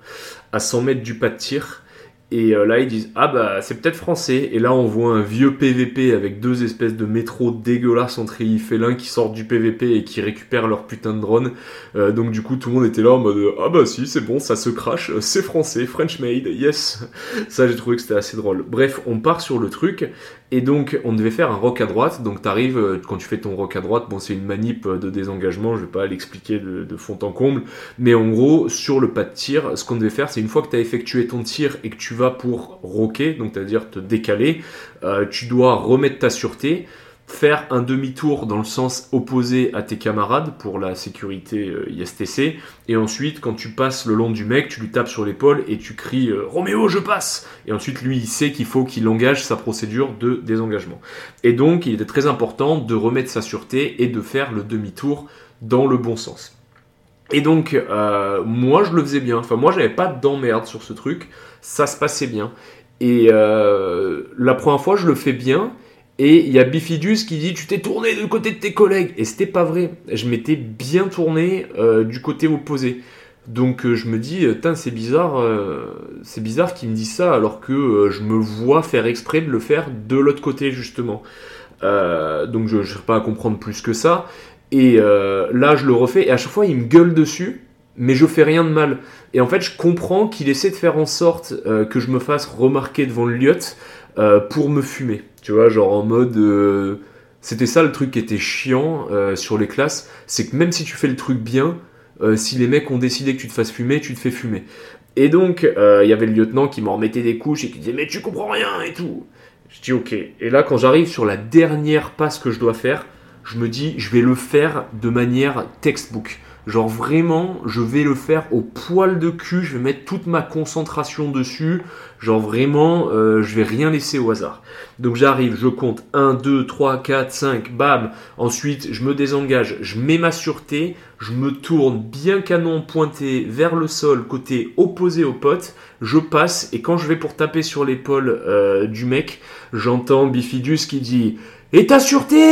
à cent mètres du pas de tir. Et euh, là, ils disent « Ah bah, c'est peut-être français ». Et là, on voit un vieux P V P avec deux espèces de métros dégueulasses en treillis félins qui sortent du P V P et qui récupèrent leur putain de drone. Euh, donc du coup, tout le monde était là en mode « Ah bah si, c'est bon, ça se crache, c'est français, French made, yes ». Ça, j'ai trouvé que c'était assez drôle. Bref, on part sur le truc. Et donc, on devait faire un rock à droite. Donc, t'arrives, quand tu fais ton rock à droite, bon, c'est une manip de désengagement, je vais pas l'expliquer de, de fond en comble. Mais en gros, sur le pas de tir, ce qu'on devait faire, c'est une fois que tu as effectué ton tir et que tu vas pour rocker, donc c'est-à-dire te décaler, euh, tu dois remettre ta sûreté, faire un demi-tour dans le sens opposé à tes camarades pour la sécurité euh, I S T C, et ensuite quand tu passes le long du mec, tu lui tapes sur l'épaule et tu cries euh, « Roméo, je passe !» Et ensuite lui il sait qu'il faut qu'il engage sa procédure de désengagement. Et donc il était très important de remettre sa sûreté et de faire le demi-tour dans le bon sens. Et donc euh, moi je le faisais bien, enfin moi j'avais pas d'emmerde sur ce truc, ça se passait bien. Et euh, la première fois je le fais bien, et il y a Bifidus qui dit « Tu t'es tourné du côté de tes collègues !» Et c'était pas vrai. Je m'étais bien tourné euh, du côté opposé. Donc euh, je me dis « c'est bizarre, euh, c'est bizarre qu'il me dise ça alors que euh, je me vois faire exprès de le faire de l'autre côté justement. Euh, » Donc je n'arrive pas à comprendre plus que ça. Et euh, là je le refais et à chaque fois il me gueule dessus. Mais je fais rien de mal. Et en fait, je comprends qu'il essaie de faire en sorte euh, que je me fasse remarquer devant le lieutenant euh, pour me fumer. Tu vois, genre en mode... Euh... C'était ça le truc qui était chiant euh, sur les classes. C'est que même si tu fais le truc bien, euh, si les mecs ont décidé que tu te fasses fumer, tu te fais fumer. Et donc, il euh, y avait le lieutenant qui m'en remettait des couches et qui disait « Mais tu comprends rien !» et tout. Je dis « Ok ». Et là, quand j'arrive sur la dernière passe que je dois faire, je me dis « Je vais le faire de manière textbook ». Genre vraiment, je vais le faire au poil de cul, je vais mettre toute ma concentration dessus. Genre vraiment, euh, je vais rien laisser au hasard. Donc j'arrive, je compte un, deux, trois, quatre, cinq, bam. Ensuite, je me désengage, je mets ma sûreté, je me tourne bien canon pointé vers le sol, côté opposé au pote. Je passe et quand je vais pour taper sur l'épaule euh, du mec, j'entends Bifidus qui dit « Et ta sûreté ?»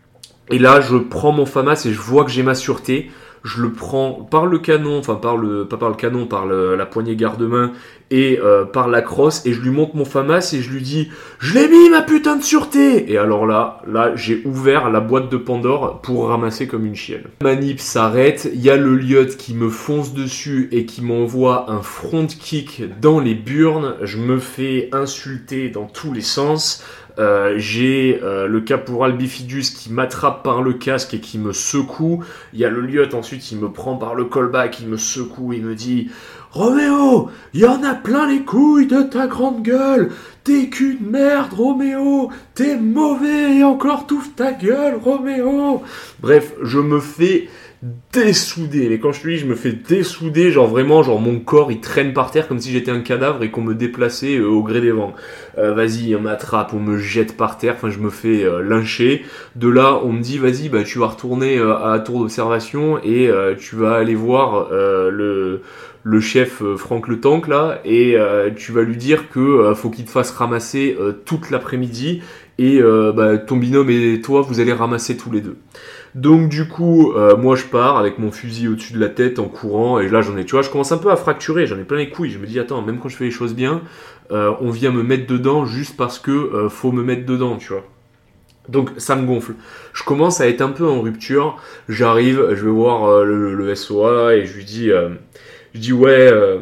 Et là, je prends mon FAMAS et je vois que j'ai ma sûreté. Je le prends par le canon, enfin par le, pas par le canon, par le, la poignée garde-main et euh, par la crosse, et je lui montre mon FAMAS et je lui dis « Je l'ai mis ma putain de sûreté !» Et alors là, là, j'ai ouvert la boîte de Pandore pour ramasser comme une chienne. La manip s'arrête, il y a le lieutenant qui me fonce dessus et qui m'envoie un front kick dans les burnes. Je me fais insulter dans tous les sens. Euh, j'ai euh, le caporal Bifidus qui m'attrape par le casque et qui me secoue. Il y a le lieutenant ensuite, il me prend par le callback, il me secoue, il me dit « Roméo, il y en a plein les couilles de ta grande gueule. T'es qu'une merde, Roméo. T'es mauvais et encore touffe ta gueule, Roméo. » Bref, je me fais dessouder. Et quand je te dis, je me fais dessouder, genre vraiment, genre mon corps il traîne par terre comme si j'étais un cadavre et qu'on me déplaçait euh, au gré des vents. Euh, vas-y, on m'attrape, on me jette par terre, enfin je me fais euh, lyncher. De là, on me dit, vas-y, bah tu vas retourner euh, à la tour d'observation et euh, tu vas aller voir euh, le le chef euh, Franck le Tank là et euh, tu vas lui dire que euh, faut qu'il te fasse ramasser euh, toute l'après-midi et euh, bah, ton binôme et toi vous allez ramasser tous les deux. Donc du coup, euh, moi je pars avec mon fusil au-dessus de la tête en courant et là j'en ai, tu vois, je commence un peu à fracturer, j'en ai plein les couilles. Je me dis attends, même quand je fais les choses bien, euh, on vient me mettre dedans juste parce que euh, faut me mettre dedans, tu vois. Donc ça me gonfle. Je commence à être un peu en rupture. J'arrive, je vais voir euh, le, le S O A et je lui dis, euh, je dis ouais. Euh,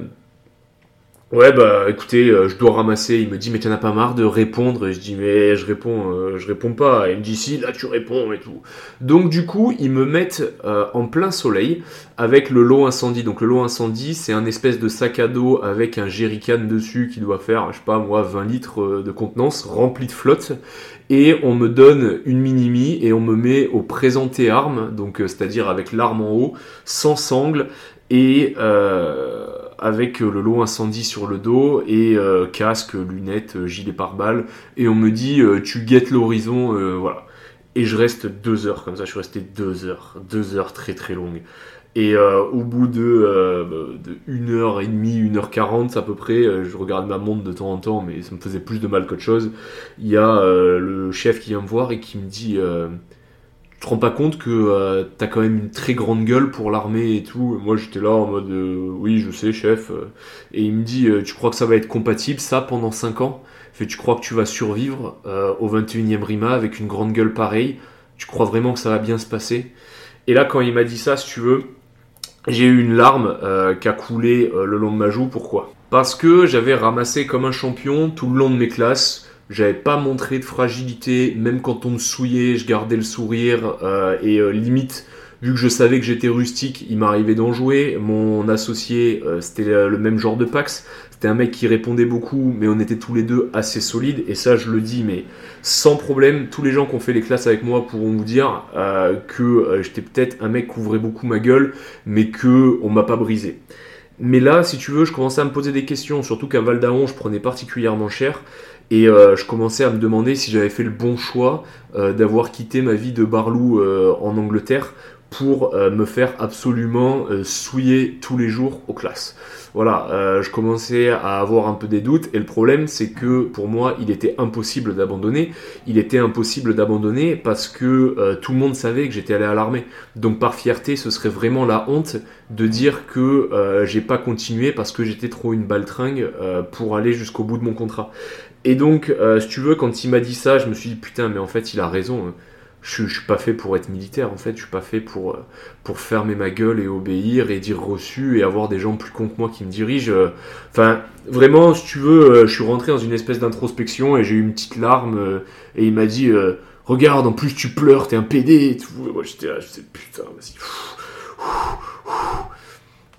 Ouais bah écoutez, euh, je dois ramasser. Il me dit mais t'en as pas marre de répondre? Et je dis mais je réponds, euh, je réponds pas. Et il me dit si là tu réponds et tout. Donc du coup ils me mettent euh, en plein soleil avec le lot incendie. Donc le lot incendie c'est un espèce de sac à dos avec un jerrycan dessus qui doit faire je sais pas moi vingt litres de contenance rempli de flotte. Et on me donne une mini-mi et on me met au présenté arme, donc euh, c'est-à-dire avec l'arme en haut, sans sangle et euh, avec le lot incendie sur le dos et euh, casque, lunettes, gilet pare-balles. Et on me dit euh, tu guettes l'horizon, euh, voilà. Et je reste deux heures comme ça, je suis resté deux heures, deux heures très très longues. Et euh, au bout de, euh, de une heure et demie, une heure quarante à peu près, euh, je regarde ma montre de temps en temps, mais ça me faisait plus de mal qu'autre chose. Il y a euh, le chef qui vient me voir et qui me dit euh, « Tu te rends pas compte que euh, t'as quand même une très grande gueule pour l'armée et tout ?» Moi j'étais là en mode euh, « Oui je sais chef ». Et il me dit euh, « Tu crois que ça va être compatible ça pendant cinq ans ? Fait, tu crois que tu vas survivre euh, au vingt et unième RIMA avec une grande gueule pareille ? Tu crois vraiment que ça va bien se passer ?» Et là quand il m'a dit ça, si tu veux, j'ai eu une larme euh, qui a coulé euh, le long de ma joue. Pourquoi ? Parce que j'avais ramassé comme un champion tout le long de mes classes. J'avais pas montré de fragilité, même quand on me souillait, je gardais le sourire euh, et euh, limite, vu que je savais que j'étais rustique, il m'arrivait d'en jouer. Mon associé, euh, c'était le même genre de Pax. C'était un mec qui répondait beaucoup, mais on était tous les deux assez solides. Et ça, je le dis, mais sans problème. Tous les gens qui ont fait les classes avec moi pourront vous dire euh, que euh, j'étais peut-être un mec qui ouvrait beaucoup ma gueule, mais que on m'a pas brisé. Mais là, si tu veux, je commençais à me poser des questions, surtout qu'à Val d'Aon, je prenais particulièrement cher. Et euh, je commençais à me demander si j'avais fait le bon choix euh, d'avoir quitté ma vie de barlou euh, en Angleterre pour euh, me faire absolument euh, souiller tous les jours aux classes. Voilà, euh, je commençais à avoir un peu des doutes et le problème c'est que pour moi il était impossible d'abandonner. Il était impossible d'abandonner parce que euh, tout le monde savait que j'étais allé à l'armée. Donc par fierté ce serait vraiment la honte de dire que euh, j'ai pas continué parce que j'étais trop une baltringue euh, pour aller jusqu'au bout de mon contrat. Et donc euh, si tu veux, quand il m'a dit ça, je me suis dit putain mais en fait il a raison. Hein. Je, je suis pas fait pour être militaire en fait, je suis pas fait pour, pour fermer ma gueule et obéir et dire reçu et avoir des gens plus cons que moi qui me dirigent. Enfin, vraiment, si tu veux, je suis rentré dans une espèce d'introspection et j'ai eu une petite larme et il m'a dit euh, regarde, en plus tu pleures, t'es un pédé et tout. Et moi j'étais là, je disais putain, vas-y.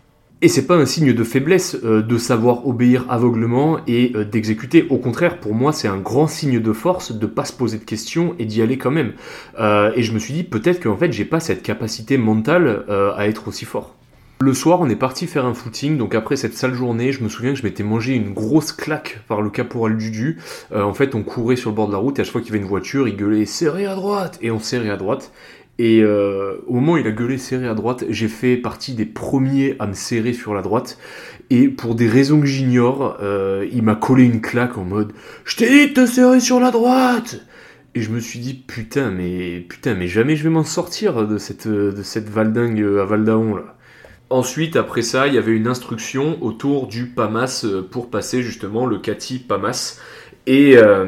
Et c'est pas un signe de faiblesse euh, de savoir obéir aveuglement et euh, d'exécuter. Au contraire, pour moi, c'est un grand signe de force de pas se poser de questions et d'y aller quand même. Euh, et je me suis dit, peut-être qu'en fait, j'ai pas cette capacité mentale euh, à être aussi fort. Le soir, on est parti faire un footing, donc après cette sale journée, je me souviens que je m'étais mangé une grosse claque par le caporal Dudu. Euh, en fait, on courait sur le bord de la route et à chaque fois qu'il y avait une voiture, il gueulait « serré à droite !» et on serrait à droite. Et euh, au moment où il a gueulé serré à droite, j'ai fait partie des premiers à me serrer sur la droite. Et pour des raisons que j'ignore, euh, il m'a collé une claque en mode « je t'ai dit de te serrer sur la droite !» Et je me suis dit putain mais putain mais jamais je vais m'en sortir de cette de cette valdingue à Val d'Aon là. Ensuite, après ça, il y avait une instruction autour du PAMAS pour passer justement le CATI PAMAS. Et, euh,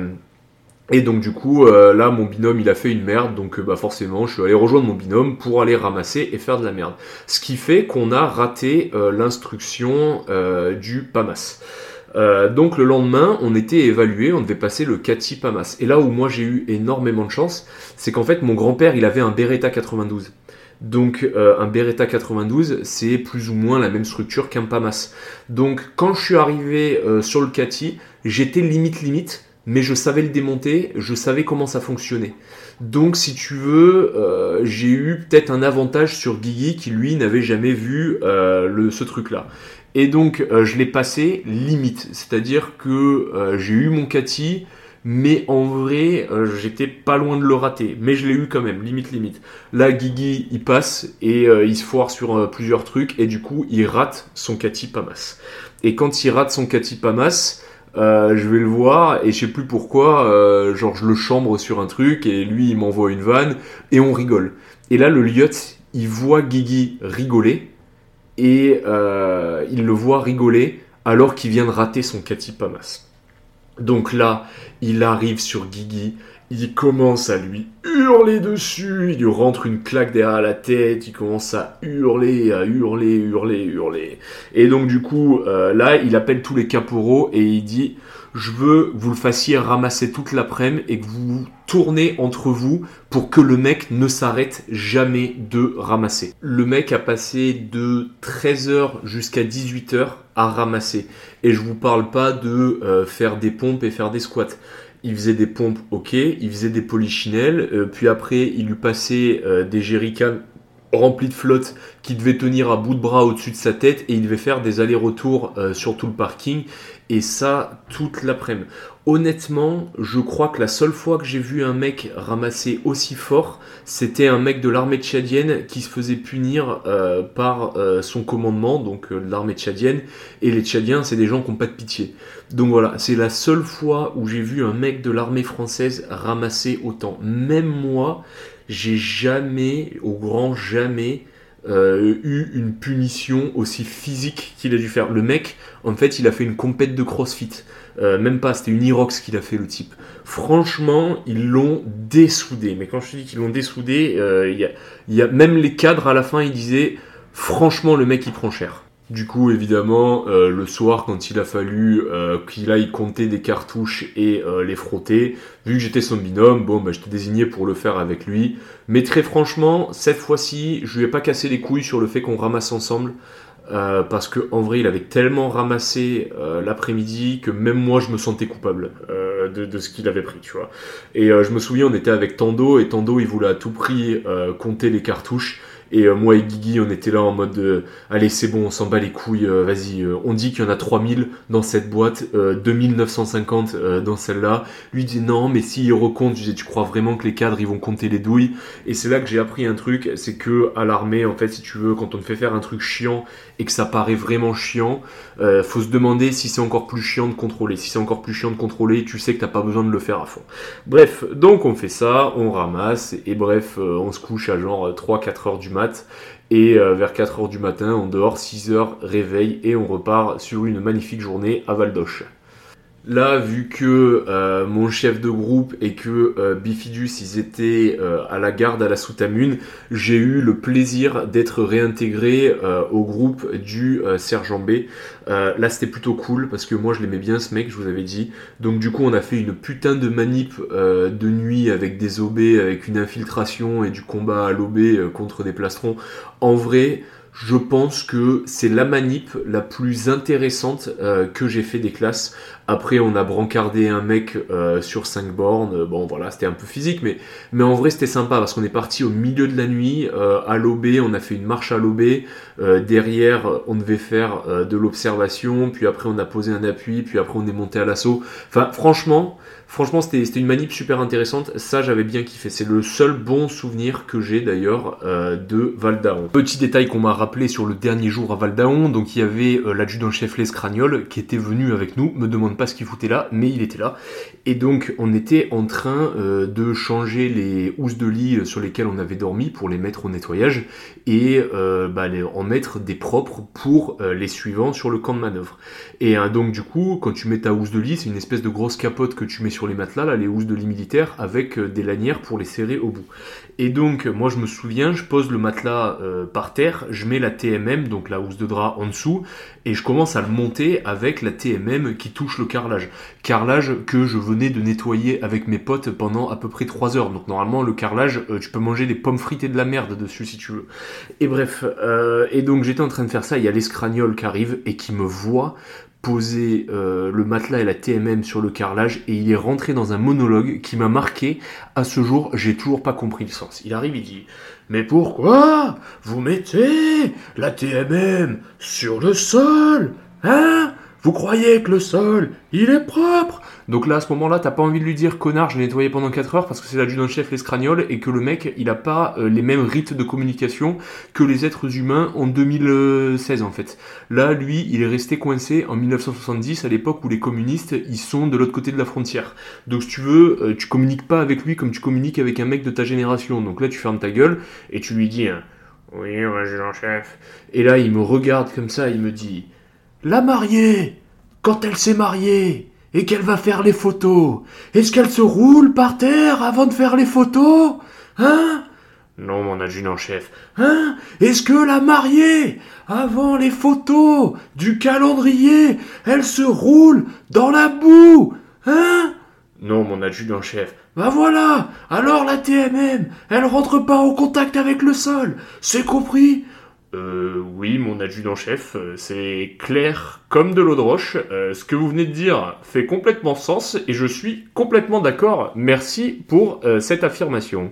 et donc du coup, euh, là, mon binôme, il a fait une merde. Donc bah forcément, je suis allé rejoindre mon binôme pour aller ramasser et faire de la merde. Ce qui fait qu'on a raté euh, l'instruction euh, du PAMAS. Euh, donc le lendemain, on était évalué, on devait passer le CATI PAMAS. Et là où moi j'ai eu énormément de chance, c'est qu'en fait mon grand-père, il avait un Beretta quatre-vingt-douze. Donc euh, un Beretta quatre-vingt-douze, c'est plus ou moins la même structure qu'un PAMAS. Donc quand je suis arrivé euh, sur le CATI, j'étais limite limite, mais je savais le démonter, je savais comment ça fonctionnait. Donc si tu veux, euh, j'ai eu peut-être un avantage sur Guigui qui lui n'avait jamais vu euh, le, ce truc-là. Et donc euh, je l'ai passé limite, c'est-à-dire que euh, j'ai eu mon CATI, mais en vrai, euh, j'étais pas loin de le rater. Mais je l'ai eu quand même, limite, limite. Là, Guigui, il passe et euh, il se foire sur euh, plusieurs trucs. Et du coup, il rate son CATI PAMAS. Et quand il rate son CATI PAMAS, euh, je vais le voir et je sais plus pourquoi. Euh, genre, je le chambre sur un truc et lui, il m'envoie une vanne et on rigole. Et là, le lieutenant, il voit Guigui rigoler et euh, il le voit rigoler alors qu'il vient de rater son CATI PAMAS. Donc là, il arrive sur Guigui, il commence à lui hurler dessus, il lui rentre une claque derrière la tête, il commence à hurler, à hurler, hurler, hurler. Et donc du coup, euh, là, il appelle tous les caporaux et il dit « Je veux que vous le fassiez ramasser toute l'après-midi et que vous tournez entre vous pour que le mec ne s'arrête jamais de ramasser. » Le mec a passé de treize heures jusqu'à dix-huit heures à ramasser. Et je vous parle pas de euh, faire des pompes et faire des squats. Il faisait des pompes, ok, il faisait des polichinelles, euh, puis après il lui passait euh, des jerrycans remplis de flotte qui devaient tenir à bout de bras au-dessus de sa tête et il devait faire des allers-retours euh, sur tout le parking et ça toute l'après-midi. Honnêtement, je crois que la seule fois que j'ai vu un mec ramasser aussi fort, c'était un mec de l'armée tchadienne qui se faisait punir euh, par euh, son commandement, donc euh, l'armée tchadienne, et les Tchadiens, c'est des gens qui n'ont pas de pitié. Donc voilà, c'est la seule fois où j'ai vu un mec de l'armée française ramasser autant. Même moi, j'ai jamais, au grand jamais, euh, eu une punition aussi physique qu'il a dû faire. Le mec, en fait, il a fait une compète de crossfit. Euh, même pas, c'était une Irox qu'il a fait, le type. Franchement, ils l'ont dessoudé. Mais quand je te dis qu'ils l'ont dessoudé, euh, y a, y a, même les cadres à la fin, ils disaient « Franchement, le mec, il prend cher ». Du coup, évidemment, euh, le soir, quand il a fallu euh, qu'il aille compter des cartouches et euh, les frotter, vu que j'étais son binôme, bon, bah, j'étais désigné pour le faire avec lui. Mais très franchement, cette fois-ci, je lui ai pas cassé les couilles sur le fait qu'on ramasse ensemble. Euh, parce que en vrai il avait tellement ramassé euh, l'après-midi que même moi je me sentais coupable euh, de, de ce qu'il avait pris, tu vois. Et euh, je me souviens, on était avec Tando et Tando il voulait à tout prix euh, compter les cartouches. Et euh, moi et Guigui, on était là en mode euh, allez, c'est bon, on s'en bat les couilles, euh, vas-y, euh, on dit qu'il y en a trois mille dans cette boîte, euh, deux mille neuf cent cinquante euh, dans celle-là. Lui dit non, mais s'il recompte, je disais, tu crois vraiment que les cadres ils vont compter les douilles? Et c'est là que j'ai appris un truc, c'est que à l'armée, en fait, si tu veux, quand on te fait faire un truc chiant et que ça paraît vraiment chiant, euh, faut se demander si c'est encore plus chiant de contrôler. Si c'est encore plus chiant de contrôler, tu sais que t'as pas besoin de le faire à fond. Bref, donc on fait ça, on ramasse, et bref, euh, on se couche à genre trois quatre heures du mat, et euh, vers quatre heures du matin, on dort, six heures, réveil, et on repart sur une magnifique journée à Val d'Auch. Là, vu que euh, mon chef de groupe et que euh, Bifidus, ils étaient euh, à la garde à la Soutamune, j'ai eu le plaisir d'être réintégré euh, au groupe du euh, sergent B. Euh, là, c'était plutôt cool parce que moi, je l'aimais bien ce mec, je vous avais dit. Donc du coup, on a fait une putain de manip euh, de nuit avec des O B, avec une infiltration et du combat à l'O B euh, contre des plastrons. En vrai, je pense que c'est la manip la plus intéressante euh, que j'ai fait des classes. Après, on a brancardé un mec euh, sur cinq bornes. Bon, voilà, c'était un peu physique, mais, mais en vrai, c'était sympa parce qu'on est parti au milieu de la nuit, euh, à l'O B. On a fait une marche à l'O B. Euh, derrière, on devait faire euh, de l'observation. Puis après, on a posé un appui. Puis après, on est monté à l'assaut. Enfin, franchement... Franchement, c'était, c'était une manip super intéressante. Ça, j'avais bien kiffé. C'est le seul bon souvenir que j'ai d'ailleurs euh, de Val d'Aon. Petit détail qu'on m'a rappelé sur le dernier jour à Val d'Aon. Donc, il y avait euh, l'adjudant-chef L'Escragnol qui était venu avec nous. Me demande pas ce qu'il foutait là, mais il était là. Et donc, on était en train euh, de changer les housses de lit sur lesquelles on avait dormi pour les mettre au nettoyage et euh, bah, les, en mettre des propres pour euh, les suivants sur le camp de manœuvre. Et euh, donc, du coup, quand tu mets ta housse de lit, c'est une espèce de grosse capote que tu mets sur les matelas, là, les housses de lit militaires, avec euh, des lanières pour les serrer au bout. Et donc, moi, je me souviens, je pose le matelas euh, par terre, je mets la T M M, donc la housse de drap en dessous, et je commence à le monter avec la T M M qui touche le carrelage. Carrelage que je venais de nettoyer avec mes potes pendant à peu près trois heures. Donc, normalement, le carrelage, euh, tu peux manger des pommes frites et de la merde dessus, si tu veux. Et bref, euh, et donc, j'étais en train de faire ça, il y a l'Escragnol qui arrive et qui me voit poser euh, le matelas et la T M M sur le carrelage et il est rentré dans un monologue qui m'a marqué. À ce jour, j'ai toujours pas compris le sens. Il arrive, il dit « Mais pourquoi vous mettez la T M M sur le sol? Hein? Vous croyez que le sol, il est propre ?» Donc là, à ce moment-là, t'as pas envie de lui dire « Connard, je l'ai nettoyé pendant quatre heures parce que c'est l'adjudant-chef L'Escragnol et que le mec, il a pas euh, les mêmes rites de communication que les êtres humains en deux mille seize, en fait. » Là, lui, il est resté coincé en mille neuf cent soixante-dix, à l'époque où les communistes, ils sont de l'autre côté de la frontière. Donc, si tu veux, euh, tu communiques pas avec lui comme tu communiques avec un mec de ta génération. Donc là, tu fermes ta gueule et tu lui dis hein, « Oui, adjudant-chef. » Et là, il me regarde comme ça, il me dit « La mariée, quand elle s'est mariée, et qu'elle va faire les photos, est-ce qu'elle se roule par terre avant de faire les photos? Hein? Non, mon adjudant-chef. Hein? Est-ce que la mariée, avant les photos du calendrier, elle se roule dans la boue? Hein? Non, mon adjudant-chef. Bah voilà, alors la T M M, elle rentre pas en contact avec le sol, c'est compris? Euh, oui, mon adjudant-chef, c'est clair comme de l'eau de roche. Euh, ce que vous venez de dire fait complètement sens et je suis complètement d'accord. Merci pour euh, cette affirmation.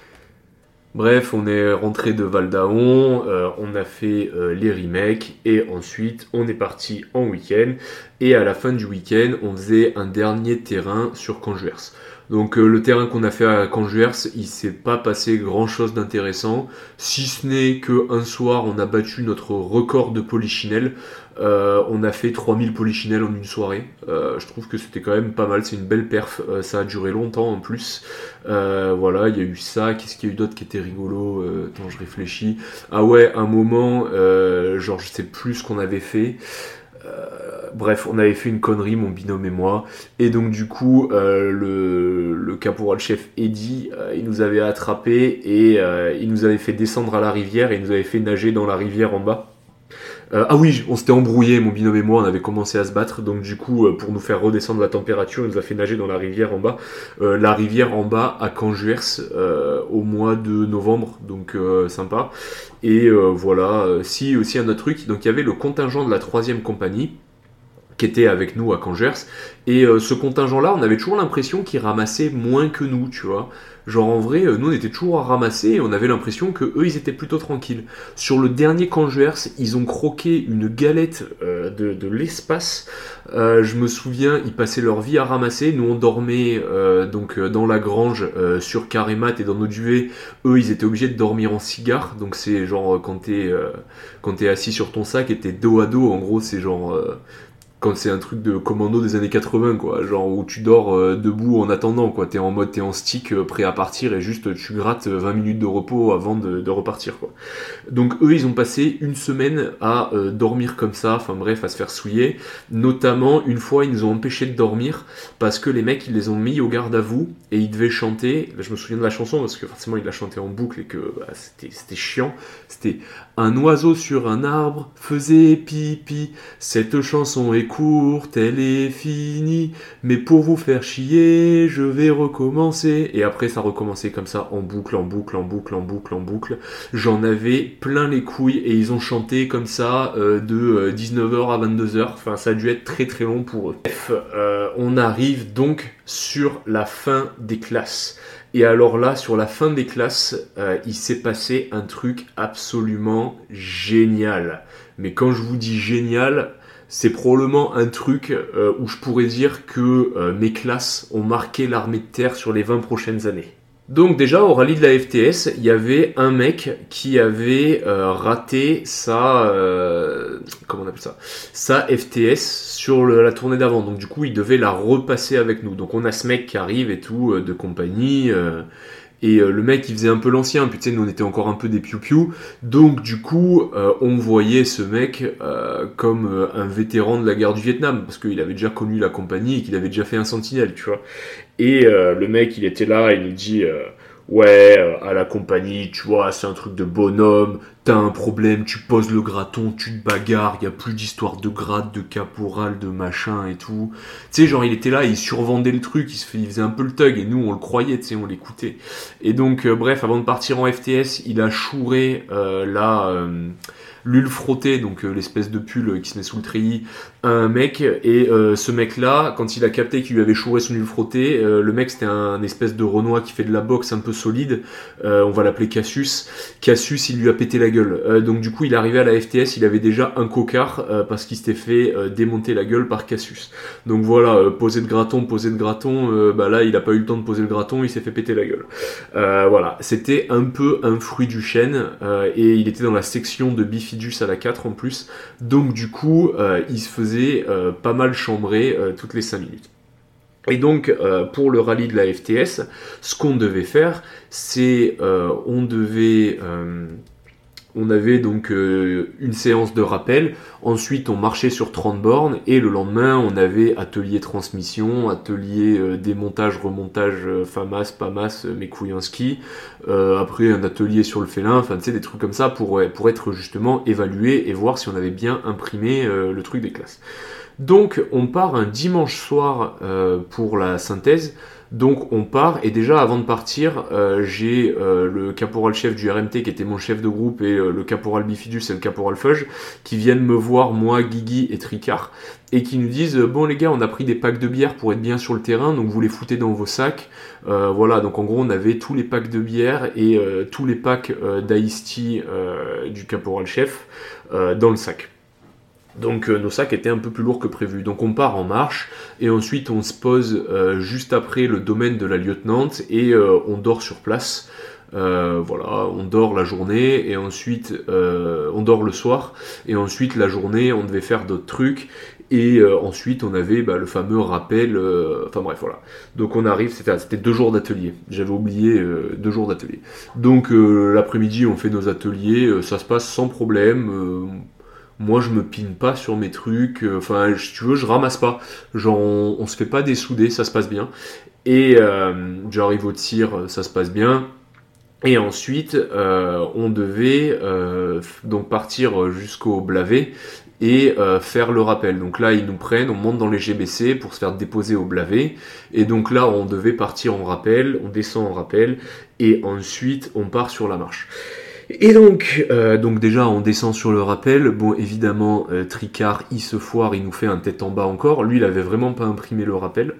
Bref, on est rentré de Val d'Aon, euh, on a fait euh, les remakes et ensuite on est parti en week-end. Et à la fin du week-end, on faisait un dernier terrain sur Canjuers. Donc euh, le terrain qu'on a fait à Canjuers, il s'est pas passé grand chose d'intéressant, si ce n'est qu'un soir on a battu notre record de polichinelle. Euh, on a fait trois mille polichinelles en une soirée. Euh, je trouve que c'était quand même pas mal, c'est une belle perf, euh, ça a duré longtemps en plus. Euh, voilà, il y a eu ça, qu'est-ce qu'il y a eu d'autre qui était rigolo? euh, Attends, je réfléchis. Ah ouais, un moment, euh, genre je sais plus ce qu'on avait fait. Euh, bref, on avait fait une connerie, mon binôme et moi, et donc du coup, euh, le, le caporal-chef Eddy, euh, il nous avait attrapés et euh, il nous avait fait descendre à la rivière et il nous avait fait nager dans la rivière en bas. Euh, ah oui, on s'était embrouillé, mon binôme et moi, on avait commencé à se battre, donc du coup, euh, pour nous faire redescendre la température, il nous a fait nager dans la rivière en bas. Euh, la rivière en bas à Canjuers, euh, au mois de novembre, donc euh, sympa. Et euh, voilà, euh, si aussi un autre truc, donc il y avait le contingent de la troisième compagnie, qui était avec nous à Canjuers, et euh, ce contingent-là, on avait toujours l'impression qu'il ramassait moins que nous, tu vois. Genre en vrai, euh, nous on était toujours à ramasser et on avait l'impression que eux ils étaient plutôt tranquilles. Sur le dernier Canjuers, ils ont croqué une galette euh, de, de l'espace. Euh, je me souviens, ils passaient leur vie à ramasser. Nous on dormait euh, donc euh, dans la grange euh, sur carré-mat et dans nos duvets. Eux ils étaient obligés de dormir en cigare. Donc c'est genre quand t'es euh, quand t'es assis sur ton sac et t'es dos à dos. En gros c'est genre euh, quand c'est un truc de commando des années quatre-vingts, quoi, genre où tu dors euh, debout en attendant, quoi, t'es en mode, t'es en stick, euh, prêt à partir, et juste tu grattes vingt minutes de repos avant de, de repartir, quoi. Donc eux, ils ont passé une semaine à euh, dormir comme ça, enfin bref, à se faire souiller, notamment, une fois, ils nous ont empêchés de dormir, parce que les mecs, ils les ont mis au garde à vous, et ils devaient chanter, je me souviens de la chanson, parce que forcément, ils la chantaient en boucle, et que bah, c'était, c'était chiant, c'était « Un oiseau sur un arbre faisait pipi, cette chanson est courte, elle est finie, mais pour vous faire chier, je vais recommencer. Et après, ça recommençait comme ça, en boucle, en boucle, en boucle, en boucle, en boucle. J'en avais plein les couilles, et ils ont chanté comme ça euh, de euh, dix-neuf heures à vingt-deux heures. Enfin, ça a dû être très très long pour eux. Bref, euh, on arrive donc sur la fin des classes. Et alors là, sur la fin des classes, euh, il s'est passé un truc absolument génial. Mais quand je vous dis génial, c'est probablement un truc euh, où je pourrais dire que euh, mes classes ont marqué l'armée de terre sur les vingt prochaines années. Donc déjà, au rallye de la F T S, il y avait un mec qui avait euh, raté sa... Euh, comment on appelle ça sa F T S sur le, la tournée d'avant. Donc du coup, il devait la repasser avec nous. Donc on a ce mec qui arrive et tout, euh, de compagnie... Euh, Et euh, le mec, il faisait un peu l'ancien, puis tu sais, nous on était encore un peu des piou-piou. Donc du coup, euh, on voyait ce mec euh, comme euh, un vétéran de la guerre du Vietnam, parce qu'il avait déjà connu la compagnie et qu'il avait déjà fait un sentinelle, tu vois. Et euh, le mec, il était là, il nous dit... Euh, Ouais, euh, à la compagnie, tu vois, c'est un truc de bonhomme, t'as un problème, tu poses le graton, tu te bagarres, y a plus d'histoire de grade, de caporal, de machin et tout. Tu sais, genre, il était là, il survendait le truc, il, se fait, il faisait un peu le thug, et nous, on le croyait, tu sais, on l'écoutait. Et donc, euh, bref, avant de partir en F T S, il a chouré euh, la... Euh, l'huile frottée, donc euh, l'espèce de pull qui se met sous le treillis, à un mec, et euh, ce mec-là, quand il a capté qu'il lui avait chouré son huile frottée, euh, le mec c'était un, un espèce de Renoir qui fait de la boxe un peu solide, euh, on va l'appeler Cassius. Cassius, il lui a pété la gueule. Euh, donc du coup, il est arrivé à la F T S, il avait déjà un cocard, euh, parce qu'il s'était fait euh, démonter la gueule par Cassius. Donc voilà, euh, poser de graton, poser de graton, euh, bah là, il a pas eu le temps de poser le graton, il s'est fait péter la gueule. Euh, voilà, c'était un peu un fruit du chêne, euh, et il était dans la section de Bifidus à la quatre en plus, donc du coup euh, il se faisait euh, pas mal chambrer euh, toutes les cinq minutes. Et donc euh, pour le rallye de la F T S, ce qu'on devait faire, c'est euh, on devait euh, on avait donc euh, une séance de rappel, ensuite on marchait sur trente bornes, et le lendemain on avait atelier transmission, atelier euh, démontage, remontage, euh, FAMAS, PAMAS, euh, mes couilles en ski, euh, après un atelier sur le félin, enfin tu sais, des trucs comme ça pour, pour être justement évalué et voir si on avait bien imprimé euh, le truc des classes. Donc on part un dimanche soir euh, pour la synthèse. Donc on part, et déjà avant de partir, euh, j'ai euh, le caporal-chef du R M T qui était mon chef de groupe, et euh, le caporal Bifidus et le caporal Fudge qui viennent me voir, moi, Guigui et Tricard, et qui nous disent euh, bon les gars, on a pris des packs de bière pour être bien sur le terrain, donc vous les foutez dans vos sacs. Euh, voilà, donc en gros on avait tous les packs de bière et euh, tous les packs euh, d'Ice Tea euh, du caporal-chef euh, dans le sac. Donc euh, nos sacs étaient un peu plus lourds que prévu. Donc on part en marche, et ensuite on se pose euh, juste après le domaine de la lieutenante, et euh, on dort sur place. Euh, voilà, on dort la journée, et ensuite euh, on dort le soir, et ensuite la journée on devait faire d'autres trucs, et euh, ensuite on avait bah, le fameux rappel, euh, enfin bref voilà. Donc on arrive, c'était, c'était deux jours d'atelier, j'avais oublié euh, deux jours d'atelier. Donc euh, l'après-midi on fait nos ateliers, euh, ça se passe sans problème. euh, Moi, je me pine pas sur mes trucs. Enfin, euh, si tu veux, je ramasse pas. Genre, on, on se fait pas dessouder, ça se passe bien. Et euh, j'arrive au tir, ça se passe bien. Et ensuite, euh, on devait euh, donc partir jusqu'au Blavet et euh, faire le rappel. Donc là, ils nous prennent, on monte dans les G B C pour se faire déposer au Blavet. Et donc là, on devait partir en rappel, on descend en rappel, et ensuite, on part sur la marche. Et donc, euh, donc déjà on descend sur le rappel. Bon, évidemment, euh, Tricard il se foire, il nous fait un tête en bas encore. Lui, il avait vraiment pas imprimé le rappel.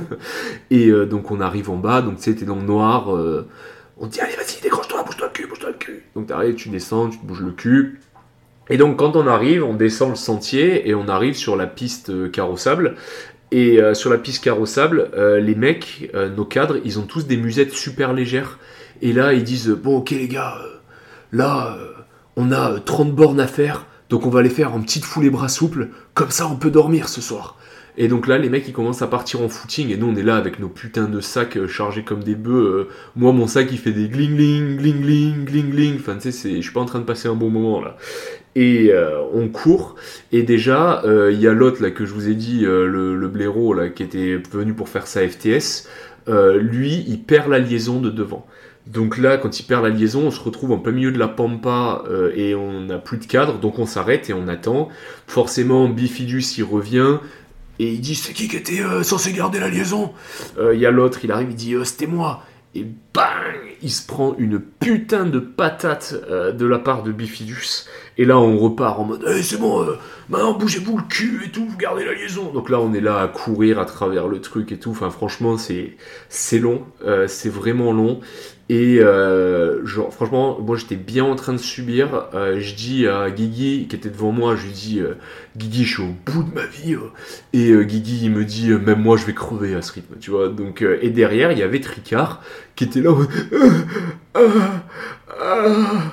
Et euh, donc on arrive en bas, donc tu sais, t'es dans le noir. Euh, on te dit allez vas-y, décroche-toi, bouge-toi le cul, bouge-toi le cul. Donc t'arrives, tu descends, tu te bouges le cul. Et donc quand on arrive, on descend le sentier et on arrive sur la piste euh, carrossable. Et euh, sur la piste carrossable, euh, les mecs, euh, nos cadres, ils ont tous des musettes super légères. Et là, ils disent bon ok les gars. Euh, Là, euh, on a trente bornes à faire, donc on va les faire en petite foulée bras souples, comme ça on peut dormir ce soir. Et donc là, les mecs, ils commencent à partir en footing, et nous, on est là avec nos putains de sacs euh, chargés comme des bœufs. Euh, moi, mon sac, il fait des gling-gling, gling-gling, gling-gling. Enfin, tu sais, c'est... je suis pas en train de passer un bon moment, là. Et euh, on court, et déjà, il euh, y a l'autre, là, que je vous ai dit, euh, le, le blaireau, là, qui était venu pour faire sa F T S. Euh, lui, il perd la liaison de devant. Donc là, quand il perd la liaison, on se retrouve en plein milieu de la pampa euh, et on n'a plus de cadre, donc on s'arrête et on attend. Forcément, Bifidus, il revient et il dit « C'est qui qui était euh, censé garder la liaison ?» Il euh, y a l'autre, il arrive, il dit euh, « C'était moi !» Et bang, il se prend une putain de patate euh, de la part de Bifidus. Et là, on repart en mode hey, « c'est bon, euh, maintenant bougez-vous le cul et tout, vous gardez la liaison !» Donc là, on est là à courir à travers le truc et tout. Enfin, franchement, c'est, c'est long. Euh, c'est vraiment long. Et euh, genre, franchement, moi, j'étais bien en train de subir. Euh, je dis à Guigui, qui était devant moi, je lui dis euh, « Guigui, je suis au bout de ma vie. Euh. » Et euh, Guigui, il me dit euh, « Même moi, je vais crever à ce rythme. » Tu vois. Donc, euh, et derrière, il y avait Tricard, qui était là... Ah, ah,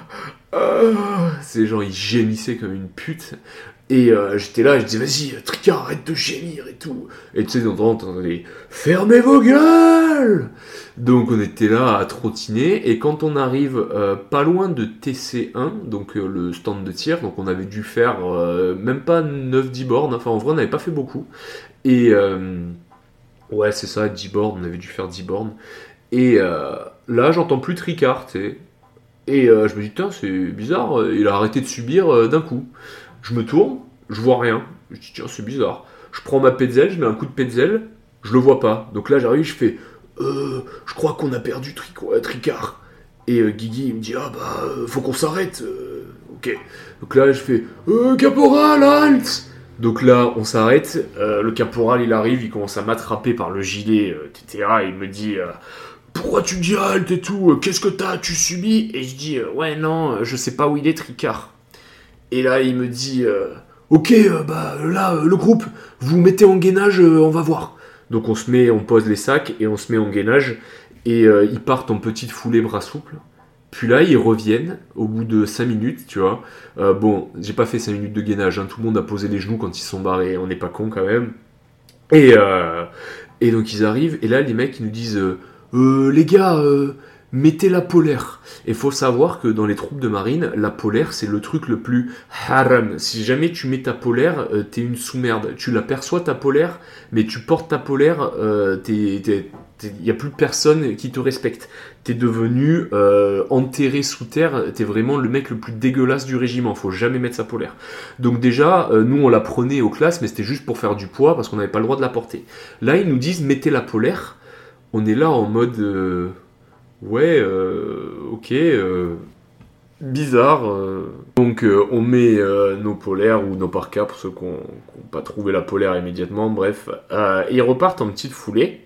ah. C'est genre, il gémissait comme une pute. Et euh, j'étais là, je disais, vas-y, Tricard, arrête de gémir et tout. Et tu sais, dans on entendait, fermez vos gueules! Donc on était là à trottiner, et quand on arrive euh, pas loin de T C un, donc euh, le stand de tir, donc on avait dû faire euh, même pas neuf dix bornes, enfin en vrai on n'avait pas fait beaucoup. Et euh, ouais, c'est ça, dix bornes, on avait dû faire dix bornes. Et euh, là, j'entends plus Tricard, tu sais. Et euh, je me dis, putain, c'est bizarre, il a arrêté de subir euh, d'un coup. Je me tourne, je vois rien. Je dis, tiens, c'est bizarre. Je prends ma Petzel, je mets un coup de Petzel, je le vois pas. Donc là, j'arrive, je fais, euh, je crois qu'on a perdu Tric- euh, Tricard. Et euh, Guigui, il me dit, ah bah, euh, faut qu'on s'arrête. Euh, ok. Donc là, je fais, euh, caporal, halt! Donc là, on s'arrête. Euh, le caporal, il arrive, il commence à m'attraper par le gilet, euh, et cetera. Et il me dit, euh, pourquoi tu me dis halt et tout? Qu'est-ce que t'as? Tu subis? Et je dis, euh, ouais, non, je sais pas où il est, Tricard. Et là, il me dit euh, « Ok, euh, bah là, euh, le groupe, vous mettez en gainage, euh, on va voir. » Donc on se met, on pose les sacs et on se met en gainage. Et euh, ils partent en petite foulée bras souples. Puis là, ils reviennent au bout de cinq minutes, tu vois. Euh, bon, j'ai pas fait cinq minutes de gainage, hein, tout le monde a posé les genoux quand ils sont barrés, on n'est pas cons quand même. Et, euh, et donc ils arrivent, et là, les mecs, ils nous disent euh, euh, « Les gars... Euh, mettez la polaire. » Et faut savoir que dans les troupes de marine, la polaire, c'est le truc le plus haram. Si jamais tu mets ta polaire, euh, t'es une sous-merde. Tu l'aperçois ta polaire, mais tu portes ta polaire, euh, t'es, t'es, t'es, y a plus personne qui te respecte. T'es devenu euh, enterré sous terre, t'es vraiment le mec le plus dégueulasse du régiment. Faut jamais mettre sa polaire. Donc déjà, euh, nous on la prenait aux classes, mais c'était juste pour faire du poids, parce qu'on n'avait pas le droit de la porter. Là, ils nous disent, mettez la polaire. On est là en mode... Euh, Ouais, euh, ok, euh, bizarre. Euh. Donc euh, on met euh, nos polaires ou nos parkas pour ceux qui n'ont pas trouvé la polaire immédiatement, bref. Euh, ils repartent en petite foulée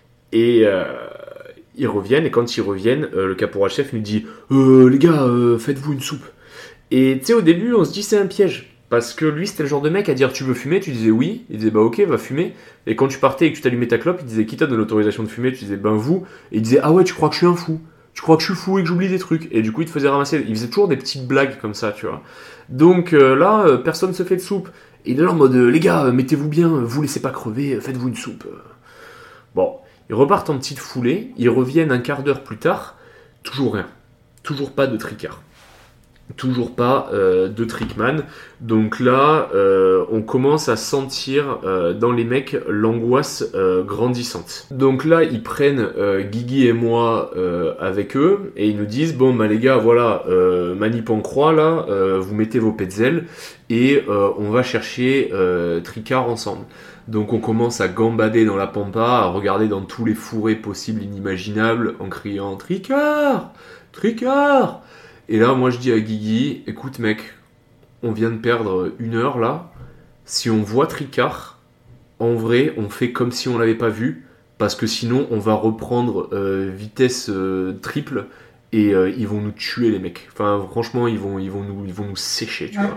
et euh, ils reviennent. Et quand ils reviennent, euh, le caporal-chef nous dit euh, « Les gars, euh, faites-vous une soupe ». Et tu sais, au début, on se dit c'est un piège. Parce que lui, c'était le genre de mec à dire tu veux fumer, tu disais oui, il disait bah ok, va fumer. Et quand tu partais et que tu t'allumais ta clope, il disait qui t'a donné l'autorisation de fumer, tu disais ben vous. Et il disait ah ouais, tu crois que je suis un fou, tu crois que je suis fou et que j'oublie des trucs. Et du coup, il te faisait ramasser, il faisait toujours des petites blagues comme ça, tu vois. Donc euh, là, euh, personne se fait de soupe. Et il est là en mode euh, les gars, euh, mettez-vous bien, vous laissez pas crever, euh, faites-vous une soupe. Bon, ils repartent en petite foulée, ils reviennent un quart d'heure plus tard, toujours rien, toujours pas de Tricard. Toujours pas euh, de Trickman. Donc là, euh, on commence à sentir euh, dans les mecs l'angoisse euh, grandissante. Donc là, ils prennent euh, Guigui et moi euh, avec eux et ils nous disent bon bah les gars, voilà, euh, manip en croix là, euh, vous mettez vos petzels et euh, on va chercher euh, Tricard ensemble. Donc on commence à gambader dans la pampa, à regarder dans tous les fourrés possibles, inimaginables, en criant Tricard, Tricard. Et là, moi, je dis à Guigui, écoute, mec, on vient de perdre une heure, là. Si on voit Tricard, en vrai, on fait comme si on l'avait pas vu, parce que sinon, on va reprendre euh, vitesse euh, triple, et euh, ils vont nous tuer, les mecs. Enfin, franchement, ils vont, ils vont, nous, ils vont nous sécher, tu ouais. vois.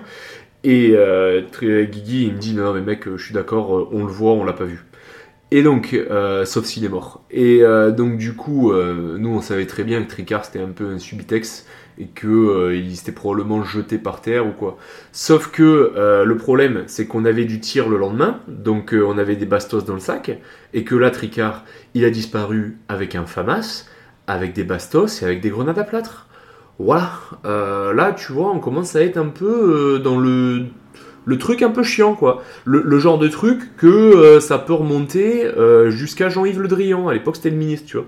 Et euh, Guigui, il me dit, non, mais mec, je suis d'accord, on le voit, on l'a pas vu. Et donc, euh, sauf s'il est mort. Et euh, donc, du coup, euh, nous, on savait très bien que Tricard, c'était un peu un subitex, et qu'il euh, s'était probablement jeté par terre ou quoi. Sauf que euh, le problème, c'est qu'on avait du tir le lendemain, donc euh, on avait des bastos dans le sac, et que là, Tricard, il a disparu avec un FAMAS, avec des bastos et avec des grenades à plâtre. Voilà. Euh, là, tu vois, on commence à être un peu euh, dans le... Le truc un peu chiant, quoi. Le, le genre de truc que euh, ça peut remonter euh, jusqu'à Jean-Yves Le Drian. À l'époque, c'était le ministre, tu vois.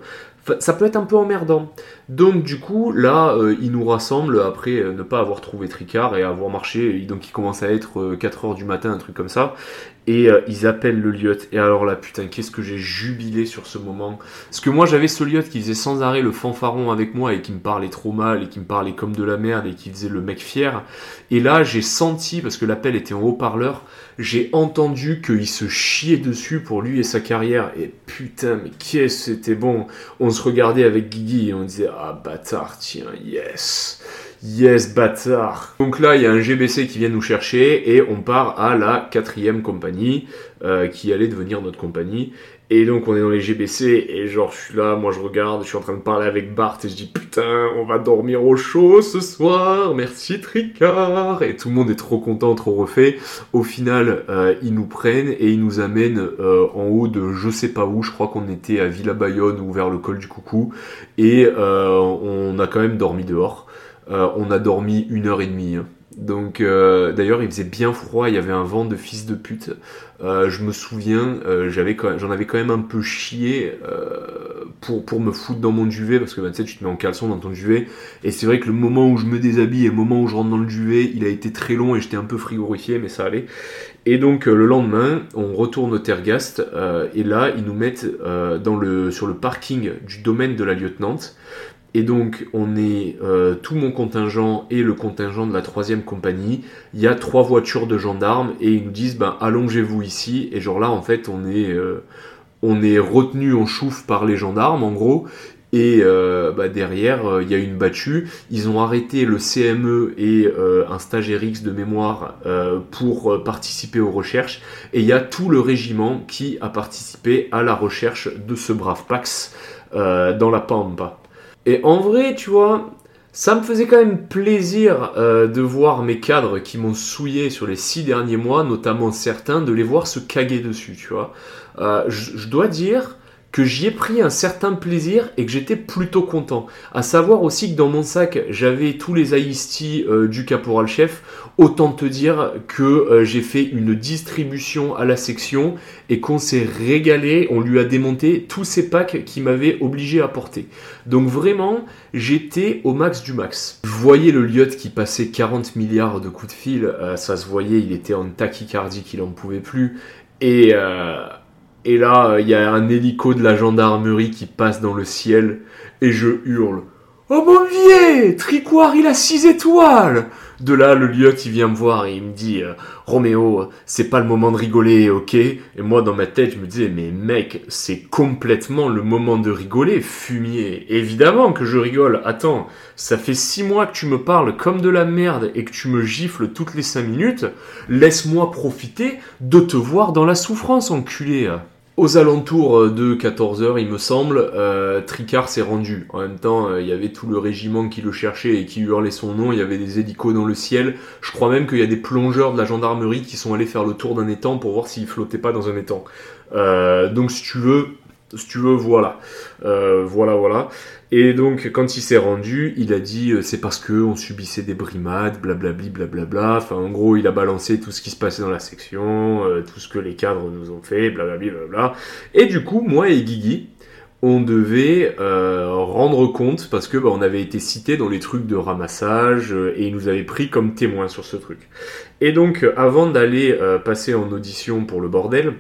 Enfin, ça peut être un peu emmerdant. Donc du coup, là, euh, ils nous rassemblent après euh, ne pas avoir trouvé Tricard et avoir marché. Donc il commence à être euh, quatre heures du matin, un truc comme ça. Et euh, ils appellent le lieutenant. Et alors là, putain, qu'est-ce que j'ai jubilé sur ce moment. Parce que moi, j'avais ce lieutenant qui faisait sans arrêt le fanfaron avec moi et qui me parlait trop mal et qui me parlait comme de la merde et qui faisait le mec fier. Et là, j'ai senti, parce que l'appel était en haut-parleur, j'ai entendu qu'il se chiait dessus pour lui et sa carrière. Et putain, mais qu'est-ce que c'était bon. On se regardait avec Guigui et on disait « Ah, bâtard, tiens, yes !» Yes, bâtard. Donc là, il y a un G B C qui vient nous chercher et on part à la quatrième compagnie euh, qui allait devenir notre compagnie. Et donc on est dans les G B C et genre je suis là, moi je regarde, je suis en train de parler avec Bart et je dis putain, on va dormir au chaud ce soir, merci Tricard. Et tout le monde est trop content, trop refait. Au final, euh, ils nous prennent et ils nous amènent euh, en haut de je sais pas où, je crois qu'on était à Villa Bayonne ou vers le col du Coucou. Et euh, on a quand même dormi dehors. Euh, on a dormi une heure et demie. Hein. Donc, euh, d'ailleurs, il faisait bien froid, il y avait un vent de fils de pute. Euh, je me souviens, euh, j'avais quand même, j'en avais quand même un peu chié euh, pour, pour me foutre dans mon duvet, parce que bah, tu sais, tu te mets en caleçon dans ton duvet. Et c'est vrai que le moment où je me déshabille et le moment où je rentre dans le duvet, il a été très long et j'étais un peu frigorifié, mais ça allait. Et donc, euh, le lendemain, on retourne au Tergast, euh, et là, ils nous mettent euh, dans le, sur le parking du domaine de la lieutenante. Et donc, on est euh, tout mon contingent et le contingent de la troisième compagnie. Il y a trois voitures de gendarmes et ils nous disent ben, « allongez-vous ici ». Et genre là, en fait, on est, euh, on est retenu en chouffe par les gendarmes, en gros. Et euh, bah, derrière, il euh, y a une battue. Ils ont arrêté le C M E et euh, un stagiaire X de mémoire euh, pour euh, participer aux recherches. Et il y a tout le régiment qui a participé à la recherche de ce brave Pax euh, dans la Pampa. Et en vrai, tu vois, ça me faisait quand même plaisir euh, de voir mes cadres qui m'ont souillé sur les six derniers mois, notamment certains, de les voir se caguer dessus, tu vois. Euh, je, je dois dire que j'y ai pris un certain plaisir et que j'étais plutôt content. À savoir aussi que dans mon sac, j'avais tous les iced tea euh, du caporal chef. Autant te dire que euh, j'ai fait une distribution à la section et qu'on s'est régalé. On lui a démonté tous ces packs qu'il m'avait obligé à porter. Donc vraiment, j'étais au max du max. Je voyais le lieutenant qui passait quarante milliards de coups de fil. Euh, ça se voyait, il était en tachycardie, il en pouvait plus. Et... Euh, Et là, il euh, y a un hélico de la gendarmerie qui passe dans le ciel et je hurle « Oh mon vieux, Tricoire, il a six étoiles !» De là, le lieutenant, il vient me voir et il me dit euh, « Roméo, c'est pas le moment de rigoler, ok ?» Et moi, dans ma tête, je me disais « Mais mec, c'est complètement le moment de rigoler, fumier. Évidemment que je rigole. Attends, ça fait six mois que tu me parles comme de la merde et que tu me gifles toutes les cinq minutes. Laisse-moi profiter de te voir dans la souffrance, enculé. » Aux alentours de quatorze heures, il me semble, euh, Tricard s'est rendu. En même temps, euh, il y avait tout le régiment qui le cherchait et qui hurlait son nom. Il y avait des hélicos dans le ciel. Je crois même qu'il y a des plongeurs de la gendarmerie qui sont allés faire le tour d'un étang pour voir s'il flottait pas dans un étang. Euh, donc, si tu veux, si tu veux, voilà. Euh, voilà, voilà. Et donc, quand il s'est rendu, il a dit euh, c'est parce que on subissait des brimades, blablabli, blablabla. Enfin, en gros, il a balancé tout ce qui se passait dans la section, euh, tout ce que les cadres nous ont fait, blablabli, blablabla. Et du coup, moi et Guigui, on devait euh, rendre compte parce que bah, on avait été cité dans les trucs de ramassage euh, et ils nous avaient pris comme témoins sur ce truc. Et donc, avant d'aller euh, passer en audition pour le bordel,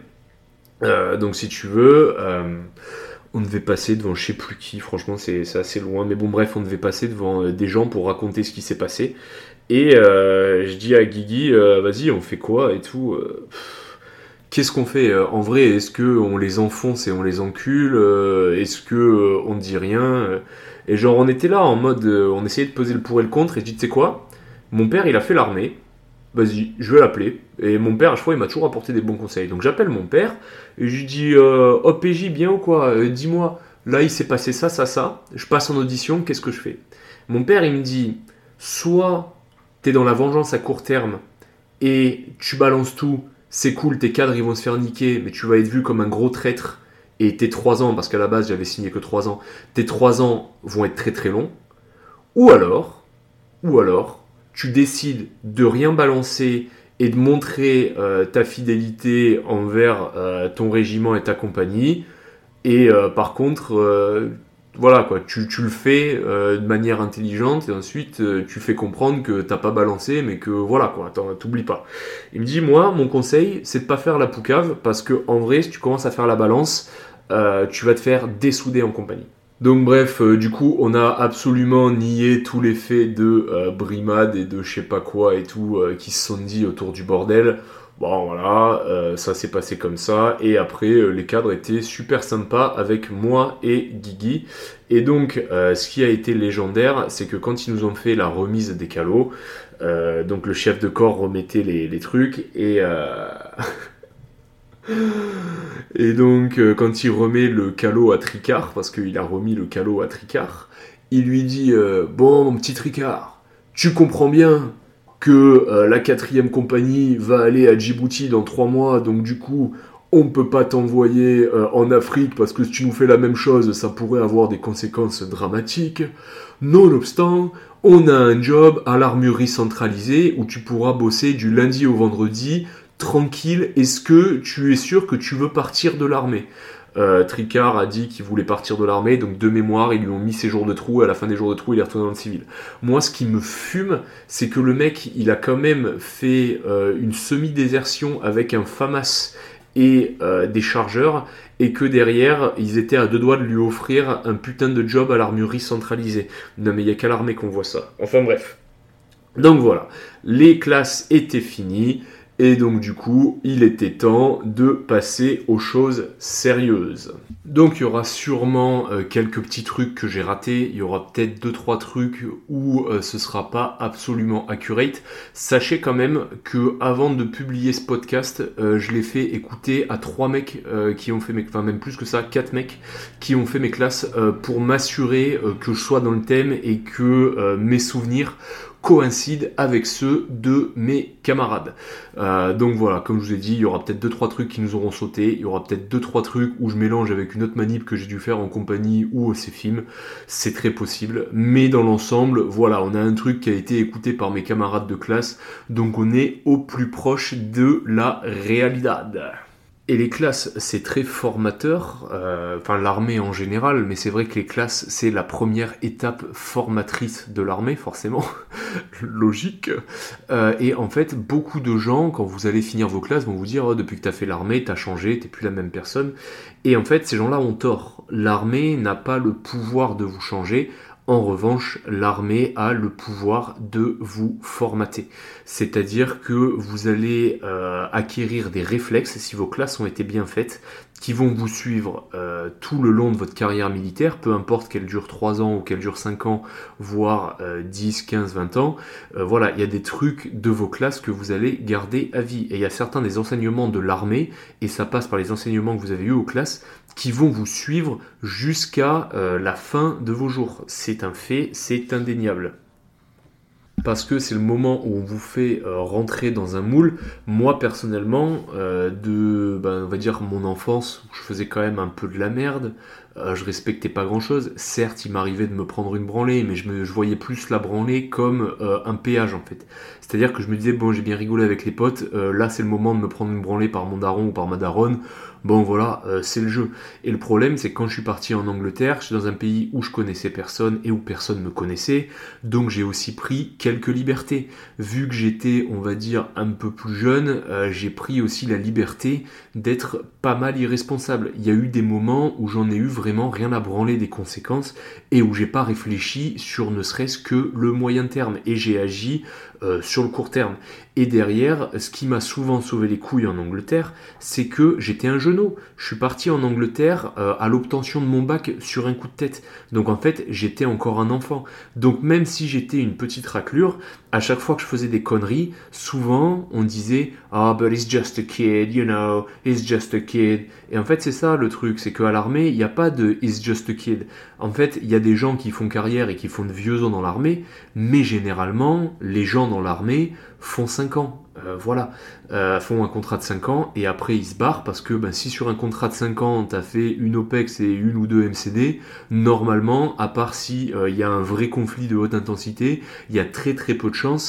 euh, donc si tu veux. Euh, On devait passer devant je sais plus qui, franchement c'est, c'est assez loin, mais bon bref, on devait passer devant euh, des gens pour raconter ce qui s'est passé. Et euh, je dis à Guigui, euh, vas-y, on fait quoi et tout. Euh, pff, qu'est-ce qu'on fait euh, en vrai, est-ce qu'on les enfonce et on les encule euh, Est-ce que euh, on ne dit rien euh, Et genre on était là en mode, euh, on essayait de peser le pour et le contre, et je dis, tu sais quoi, mon père il a fait l'armée. Vas-y, je vais l'appeler. Et mon père, à chaque fois, il m'a toujours apporté des bons conseils. Donc j'appelle mon père, et je lui dis euh, « Oh P J, bien ou quoi euh, Dis-moi, là il s'est passé ça, ça, ça. Je passe en audition, qu'est-ce que je fais ?» Mon père, il me dit « Soit t'es dans la vengeance à court terme, et tu balances tout, c'est cool, tes cadres ils vont se faire niquer, mais tu vas être vu comme un gros traître, et tes trois ans, parce qu'à la base j'avais signé que trois ans, tes trois ans vont être très très longs. Ou alors, ou alors, tu décides de rien balancer et de montrer euh, ta fidélité envers euh, ton régiment et ta compagnie. Et euh, par contre, euh, voilà quoi, tu, tu le fais euh, de manière intelligente et ensuite euh, tu fais comprendre que t'as pas balancé mais que voilà quoi, attends, t'oublies pas. Il me dit moi mon conseil c'est de pas faire la poucave parce que en vrai si tu commences à faire la balance euh, tu vas te faire dessouder en compagnie. Donc bref, euh, du coup, on a absolument nié tous les faits de euh, brimade et de je sais pas quoi et tout euh, qui se sont dit autour du bordel. Bon voilà, euh, ça s'est passé comme ça. Et après, euh, les cadres étaient super sympas avec moi et Guigui. Et donc, euh, ce qui a été légendaire, c'est que quand ils nous ont fait la remise des calots, euh, donc le chef de corps remettait les, les trucs et... Euh... Et donc, euh, quand il remet le calot à Tricard, parce qu'il a remis le calot à Tricard, il lui dit euh, bon, mon petit Tricard, tu comprends bien que euh, la quatrième compagnie va aller à Djibouti dans trois mois, donc du coup, on ne peut pas t'envoyer euh, en Afrique parce que si tu nous fais la même chose, ça pourrait avoir des conséquences dramatiques. Nonobstant, on a un job à l'armurerie centralisée où tu pourras bosser du lundi au vendredi. Tranquille, est-ce que tu es sûr que tu veux partir de l'armée ? euh, Tricard a dit qu'il voulait partir de l'armée, donc de mémoire, ils lui ont mis ses jours de trou, et à la fin des jours de trou, il est retourné dans le civil. Moi, ce qui me fume, c'est que le mec, il a quand même fait euh, une semi-désertion avec un FAMAS et euh, des chargeurs, et que derrière, ils étaient à deux doigts de lui offrir un putain de job à l'armurerie centralisée. Non mais il n'y a qu'à l'armée qu'on voit ça. Enfin bref. Donc voilà, les classes étaient finies, et donc du coup, il était temps de passer aux choses sérieuses. Donc il y aura sûrement euh, quelques petits trucs que j'ai ratés, il y aura peut-être deux trois trucs où euh, ce sera pas absolument accurate. Sachez quand même que avant de publier ce podcast, euh, je l'ai fait écouter à trois mecs euh, qui ont fait mes, enfin même plus que ça, quatre mecs qui ont fait mes classes euh, pour m'assurer euh, que je sois dans le thème et que euh, mes souvenirs coïncident avec ceux de mes camarades. Euh, donc voilà, comme je vous ai dit, il y aura peut-être deux trois trucs qui nous auront sauté, il y aura peut-être deux trois trucs où je mélange avec une autre manip que j'ai dû faire en compagnie ou au C-Film, c'est très possible, mais dans l'ensemble, voilà, on a un truc qui a été écouté par mes camarades de classe, donc on est au plus proche de la réalité. Et les classes, c'est très formateur, euh, enfin l'armée en général, mais c'est vrai que les classes, c'est la première étape formatrice de l'armée, forcément, logique. Euh, et en fait, beaucoup de gens, quand vous allez finir vos classes, vont vous dire oh, « depuis que t'as fait l'armée, t'as changé, t'es plus la même personne ». Et en fait, ces gens-là ont tort. L'armée n'a pas le pouvoir de vous changer. En revanche, l'armée a le pouvoir de vous formater. C'est-à-dire que vous allez euh, acquérir des réflexes, si vos classes ont été bien faites, qui vont vous suivre euh, tout le long de votre carrière militaire, peu importe qu'elle dure trois ans ou qu'elle dure cinq ans, voire euh, dix, quinze, vingt ans. Euh, voilà, il y a des trucs de vos classes que vous allez garder à vie. Et il y a certains des enseignements de l'armée, et ça passe par les enseignements que vous avez eus aux classes, qui vont vous suivre jusqu'à euh, la fin de vos jours. C'est un fait, c'est indéniable. Parce que c'est le moment où on vous fait euh, rentrer dans un moule. Moi, personnellement, euh, de, ben, on va dire, mon enfance, où je faisais quand même un peu de la merde, euh, je respectais pas grand-chose. Certes, il m'arrivait de me prendre une branlée, mais je, me, je voyais plus la branlée comme euh, un péage, en fait. C'est-à-dire que je me disais, bon, j'ai bien rigolé avec les potes, euh, là, c'est le moment de me prendre une branlée par mon daron ou par ma daronne. Bon voilà, euh, c'est le jeu. Et le problème, c'est que quand je suis parti en Angleterre, je suis dans un pays où je connaissais personne et où personne me connaissait, donc j'ai aussi pris quelques libertés. Vu que j'étais, on va dire, un peu plus jeune, euh, j'ai pris aussi la liberté d'être pas mal irresponsable. Il y a eu des moments où j'en ai eu vraiment rien à branler des conséquences et où j'ai pas réfléchi sur ne serait-ce que le moyen terme et j'ai agi euh, sur le court terme. Et derrière, ce qui m'a souvent sauvé les couilles en Angleterre, c'est que j'étais un genou. Je suis parti en Angleterre euh, à l'obtention de mon bac sur un coup de tête. Donc en fait, j'étais encore un enfant. Donc même si j'étais une petite raclure, à chaque fois que je faisais des conneries, souvent on disait « Ah, oh, but he's just a kid, you know, he's just a kid ». Et en fait, c'est ça le truc, c'est qu'à l'armée, il n'y a pas de « he's just a kid ». En fait, il y a des gens qui font carrière et qui font de vieux ans dans l'armée, mais généralement, les gens dans l'armée font cinq ans, euh, voilà, euh, font un contrat de cinq ans et après ils se barrent parce que ben, si sur un contrat de cinq ans t'as fait une O P E X et une ou deux M C D, normalement, à part si il euh, y a un vrai conflit de haute intensité, il y a très très peu de chances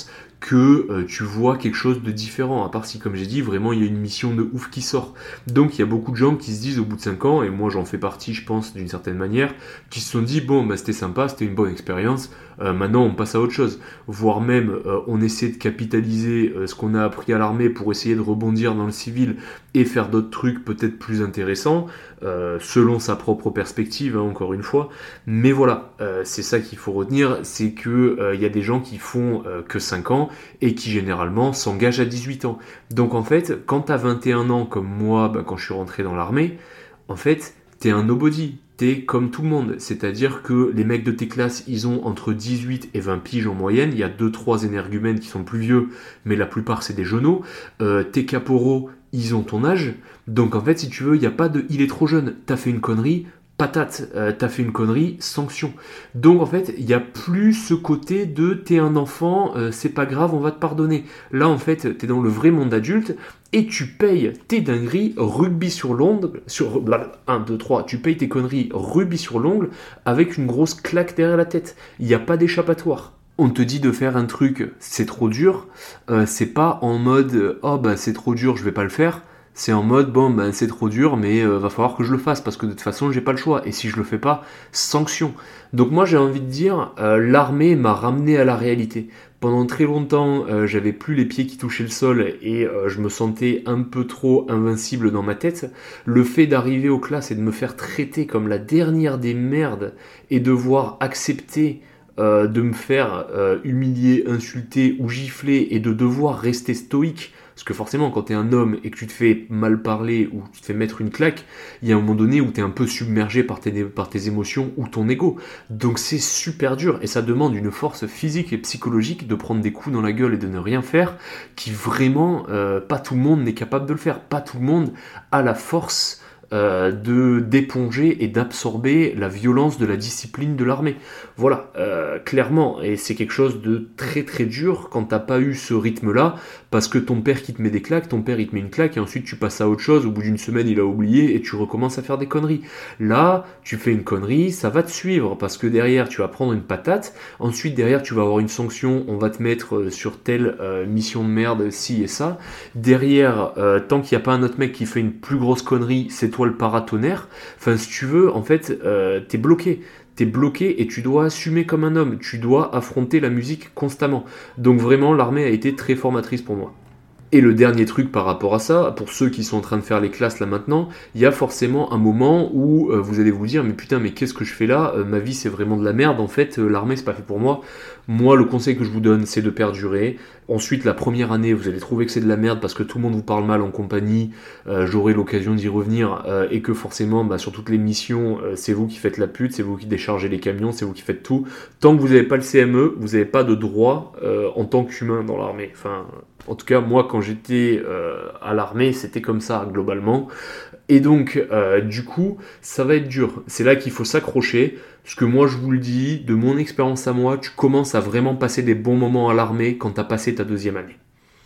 que euh, tu vois quelque chose de différent, à part si, comme j'ai dit, vraiment il y a une mission de ouf qui sort. Donc il y a beaucoup de gens qui se disent au bout de cinq ans, et moi j'en fais partie je pense d'une certaine manière, qui se sont dit bon bah c'était sympa, c'était une bonne expérience, euh, maintenant on passe à autre chose, voire même euh, on essaie de capitaliser euh, ce qu'on a appris à l'armée pour essayer de rebondir dans le civil et faire d'autres trucs peut-être plus intéressants, euh, selon sa propre perspective, hein, encore une fois. Mais voilà, euh, c'est ça qu'il faut retenir, c'est que il euh, y a des gens qui font euh, que cinq ans et qui généralement s'engagent à dix-huit ans. Donc en fait, quand t'as vingt et un ans comme moi, bah, quand je suis rentré dans l'armée, en fait, t'es un nobody. T'es comme tout le monde, c'est-à-dire que les mecs de tes classes, ils ont entre dix-huit et vingt piges en moyenne, il y a deux trois énergumènes qui sont plus vieux, mais la plupart c'est des jeuneaux, euh, tes caporaux, ils ont ton âge, donc en fait si tu veux, il n'y a pas de « il est trop jeune », t'as fait une connerie, patate, euh, t'as fait une connerie, sanction. Donc en fait, il n'y a plus ce côté de « t'es un enfant, euh, c'est pas grave, on va te pardonner ». Là en fait, t'es dans le vrai monde adulte, et tu payes tes dingueries rugby sur l'ongle, sur un, deux, trois, tu payes tes conneries rugby sur l'ongle avec une grosse claque derrière la tête. Il n'y a pas d'échappatoire. On te dit de faire un truc, c'est trop dur, euh, c'est pas en mode oh bah c'est trop dur, je vais pas le faire. C'est en mode bon ben c'est trop dur mais euh, va falloir que je le fasse parce que de toute façon j'ai pas le choix et si je le fais pas, sanction. Donc moi j'ai envie de dire euh, l'armée m'a ramené à la réalité. Pendant très longtemps euh, j'avais plus les pieds qui touchaient le sol et euh, je me sentais un peu trop invincible dans ma tête. Le fait d'arriver aux classes et de me faire traiter comme la dernière des merdes et devoir accepter euh, de me faire euh, humilier, insulter ou gifler et de devoir rester stoïque. Parce que forcément, quand t'es un homme et que tu te fais mal parler ou tu te fais mettre une claque, il y a un moment donné où t'es un peu submergé par tes, par tes émotions ou ton ego. Donc c'est super dur et ça demande une force physique et psychologique de prendre des coups dans la gueule et de ne rien faire, qui vraiment, euh, pas tout le monde n'est capable de le faire. Pas tout le monde a la force Euh, de d'éponger et d'absorber la violence de la discipline de l'armée. Voilà, euh, clairement, et c'est quelque chose de très très dur quand t'as pas eu ce rythme-là, parce que ton père qui te met des claques, ton père il te met une claque, et ensuite tu passes à autre chose, au bout d'une semaine il a oublié, et tu recommences à faire des conneries. Là, tu fais une connerie, ça va te suivre, parce que derrière tu vas prendre une patate, ensuite derrière tu vas avoir une sanction, on va te mettre sur telle euh, mission de merde, ci et ça, derrière, euh, tant qu'il n'y a pas un autre mec qui fait une plus grosse connerie, c'est toi le paratonnerre, enfin si tu veux, en fait, euh, t'es bloqué. T'es bloqué et tu dois assumer comme un homme, tu dois affronter la musique constamment. Donc vraiment, l'armée a été très formatrice pour moi. Et le dernier truc par rapport à ça, pour ceux qui sont en train de faire les classes là maintenant, il y a forcément un moment où euh, vous allez vous dire mais putain mais qu'est-ce que je fais là, euh, ma vie c'est vraiment de la merde, en fait euh, l'armée c'est pas fait pour moi. Moi le conseil que je vous donne c'est de perdurer. Ensuite la première année vous allez trouver que c'est de la merde parce que tout le monde vous parle mal en compagnie, euh, j'aurai l'occasion d'y revenir euh, et que forcément bah, sur toutes les missions euh, c'est vous qui faites la pute, c'est vous qui déchargez les camions, c'est vous qui faites tout. Tant que vous n'avez pas le C M E, vous n'avez pas de droit euh, en tant qu'humain dans l'armée. Enfin, en tout cas moi quand j'étais euh, à l'armée c'était comme ça globalement. Et donc euh, du coup ça va être dur. C'est là qu'il faut s'accrocher. Parce que moi je vous le dis, de mon expérience à moi, tu commences à vraiment passer des bons moments à l'armée quand tu as passé ta deuxième année.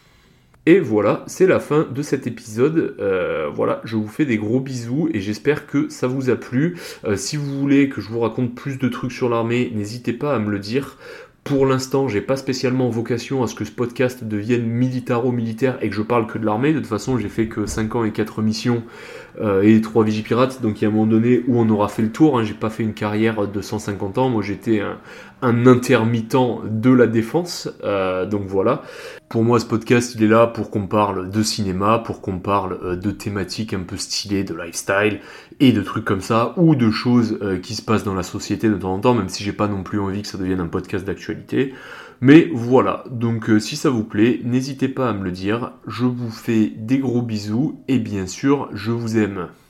Et voilà, c'est la fin de cet épisode. Euh, voilà, je vous fais des gros bisous et j'espère que ça vous a plu. Euh, si vous voulez que je vous raconte plus de trucs sur l'armée, n'hésitez pas à me le dire. Pour l'instant, j'ai pas spécialement vocation à ce que ce podcast devienne militaro-militaire et que je parle que de l'armée. De toute façon, j'ai fait que cinq ans et quatre missions euh, et trois Vigipirates. Donc il y a un moment donné où on aura fait le tour. Hein. J'ai pas fait une carrière de cent cinquante ans. Moi, j'étais un, un intermittent de la défense. Euh, donc voilà. Pour moi, ce podcast, il est là pour qu'on parle de cinéma, pour qu'on parle euh, de thématiques un peu stylées, de lifestyle et de trucs comme ça, ou de choses euh, qui se passent dans la société de temps en temps, même si j'ai pas non plus envie que ça devienne un podcast d'actualité. Mais voilà, donc euh, si ça vous plaît, n'hésitez pas à me le dire. Je vous fais des gros bisous et bien sûr, je vous aime.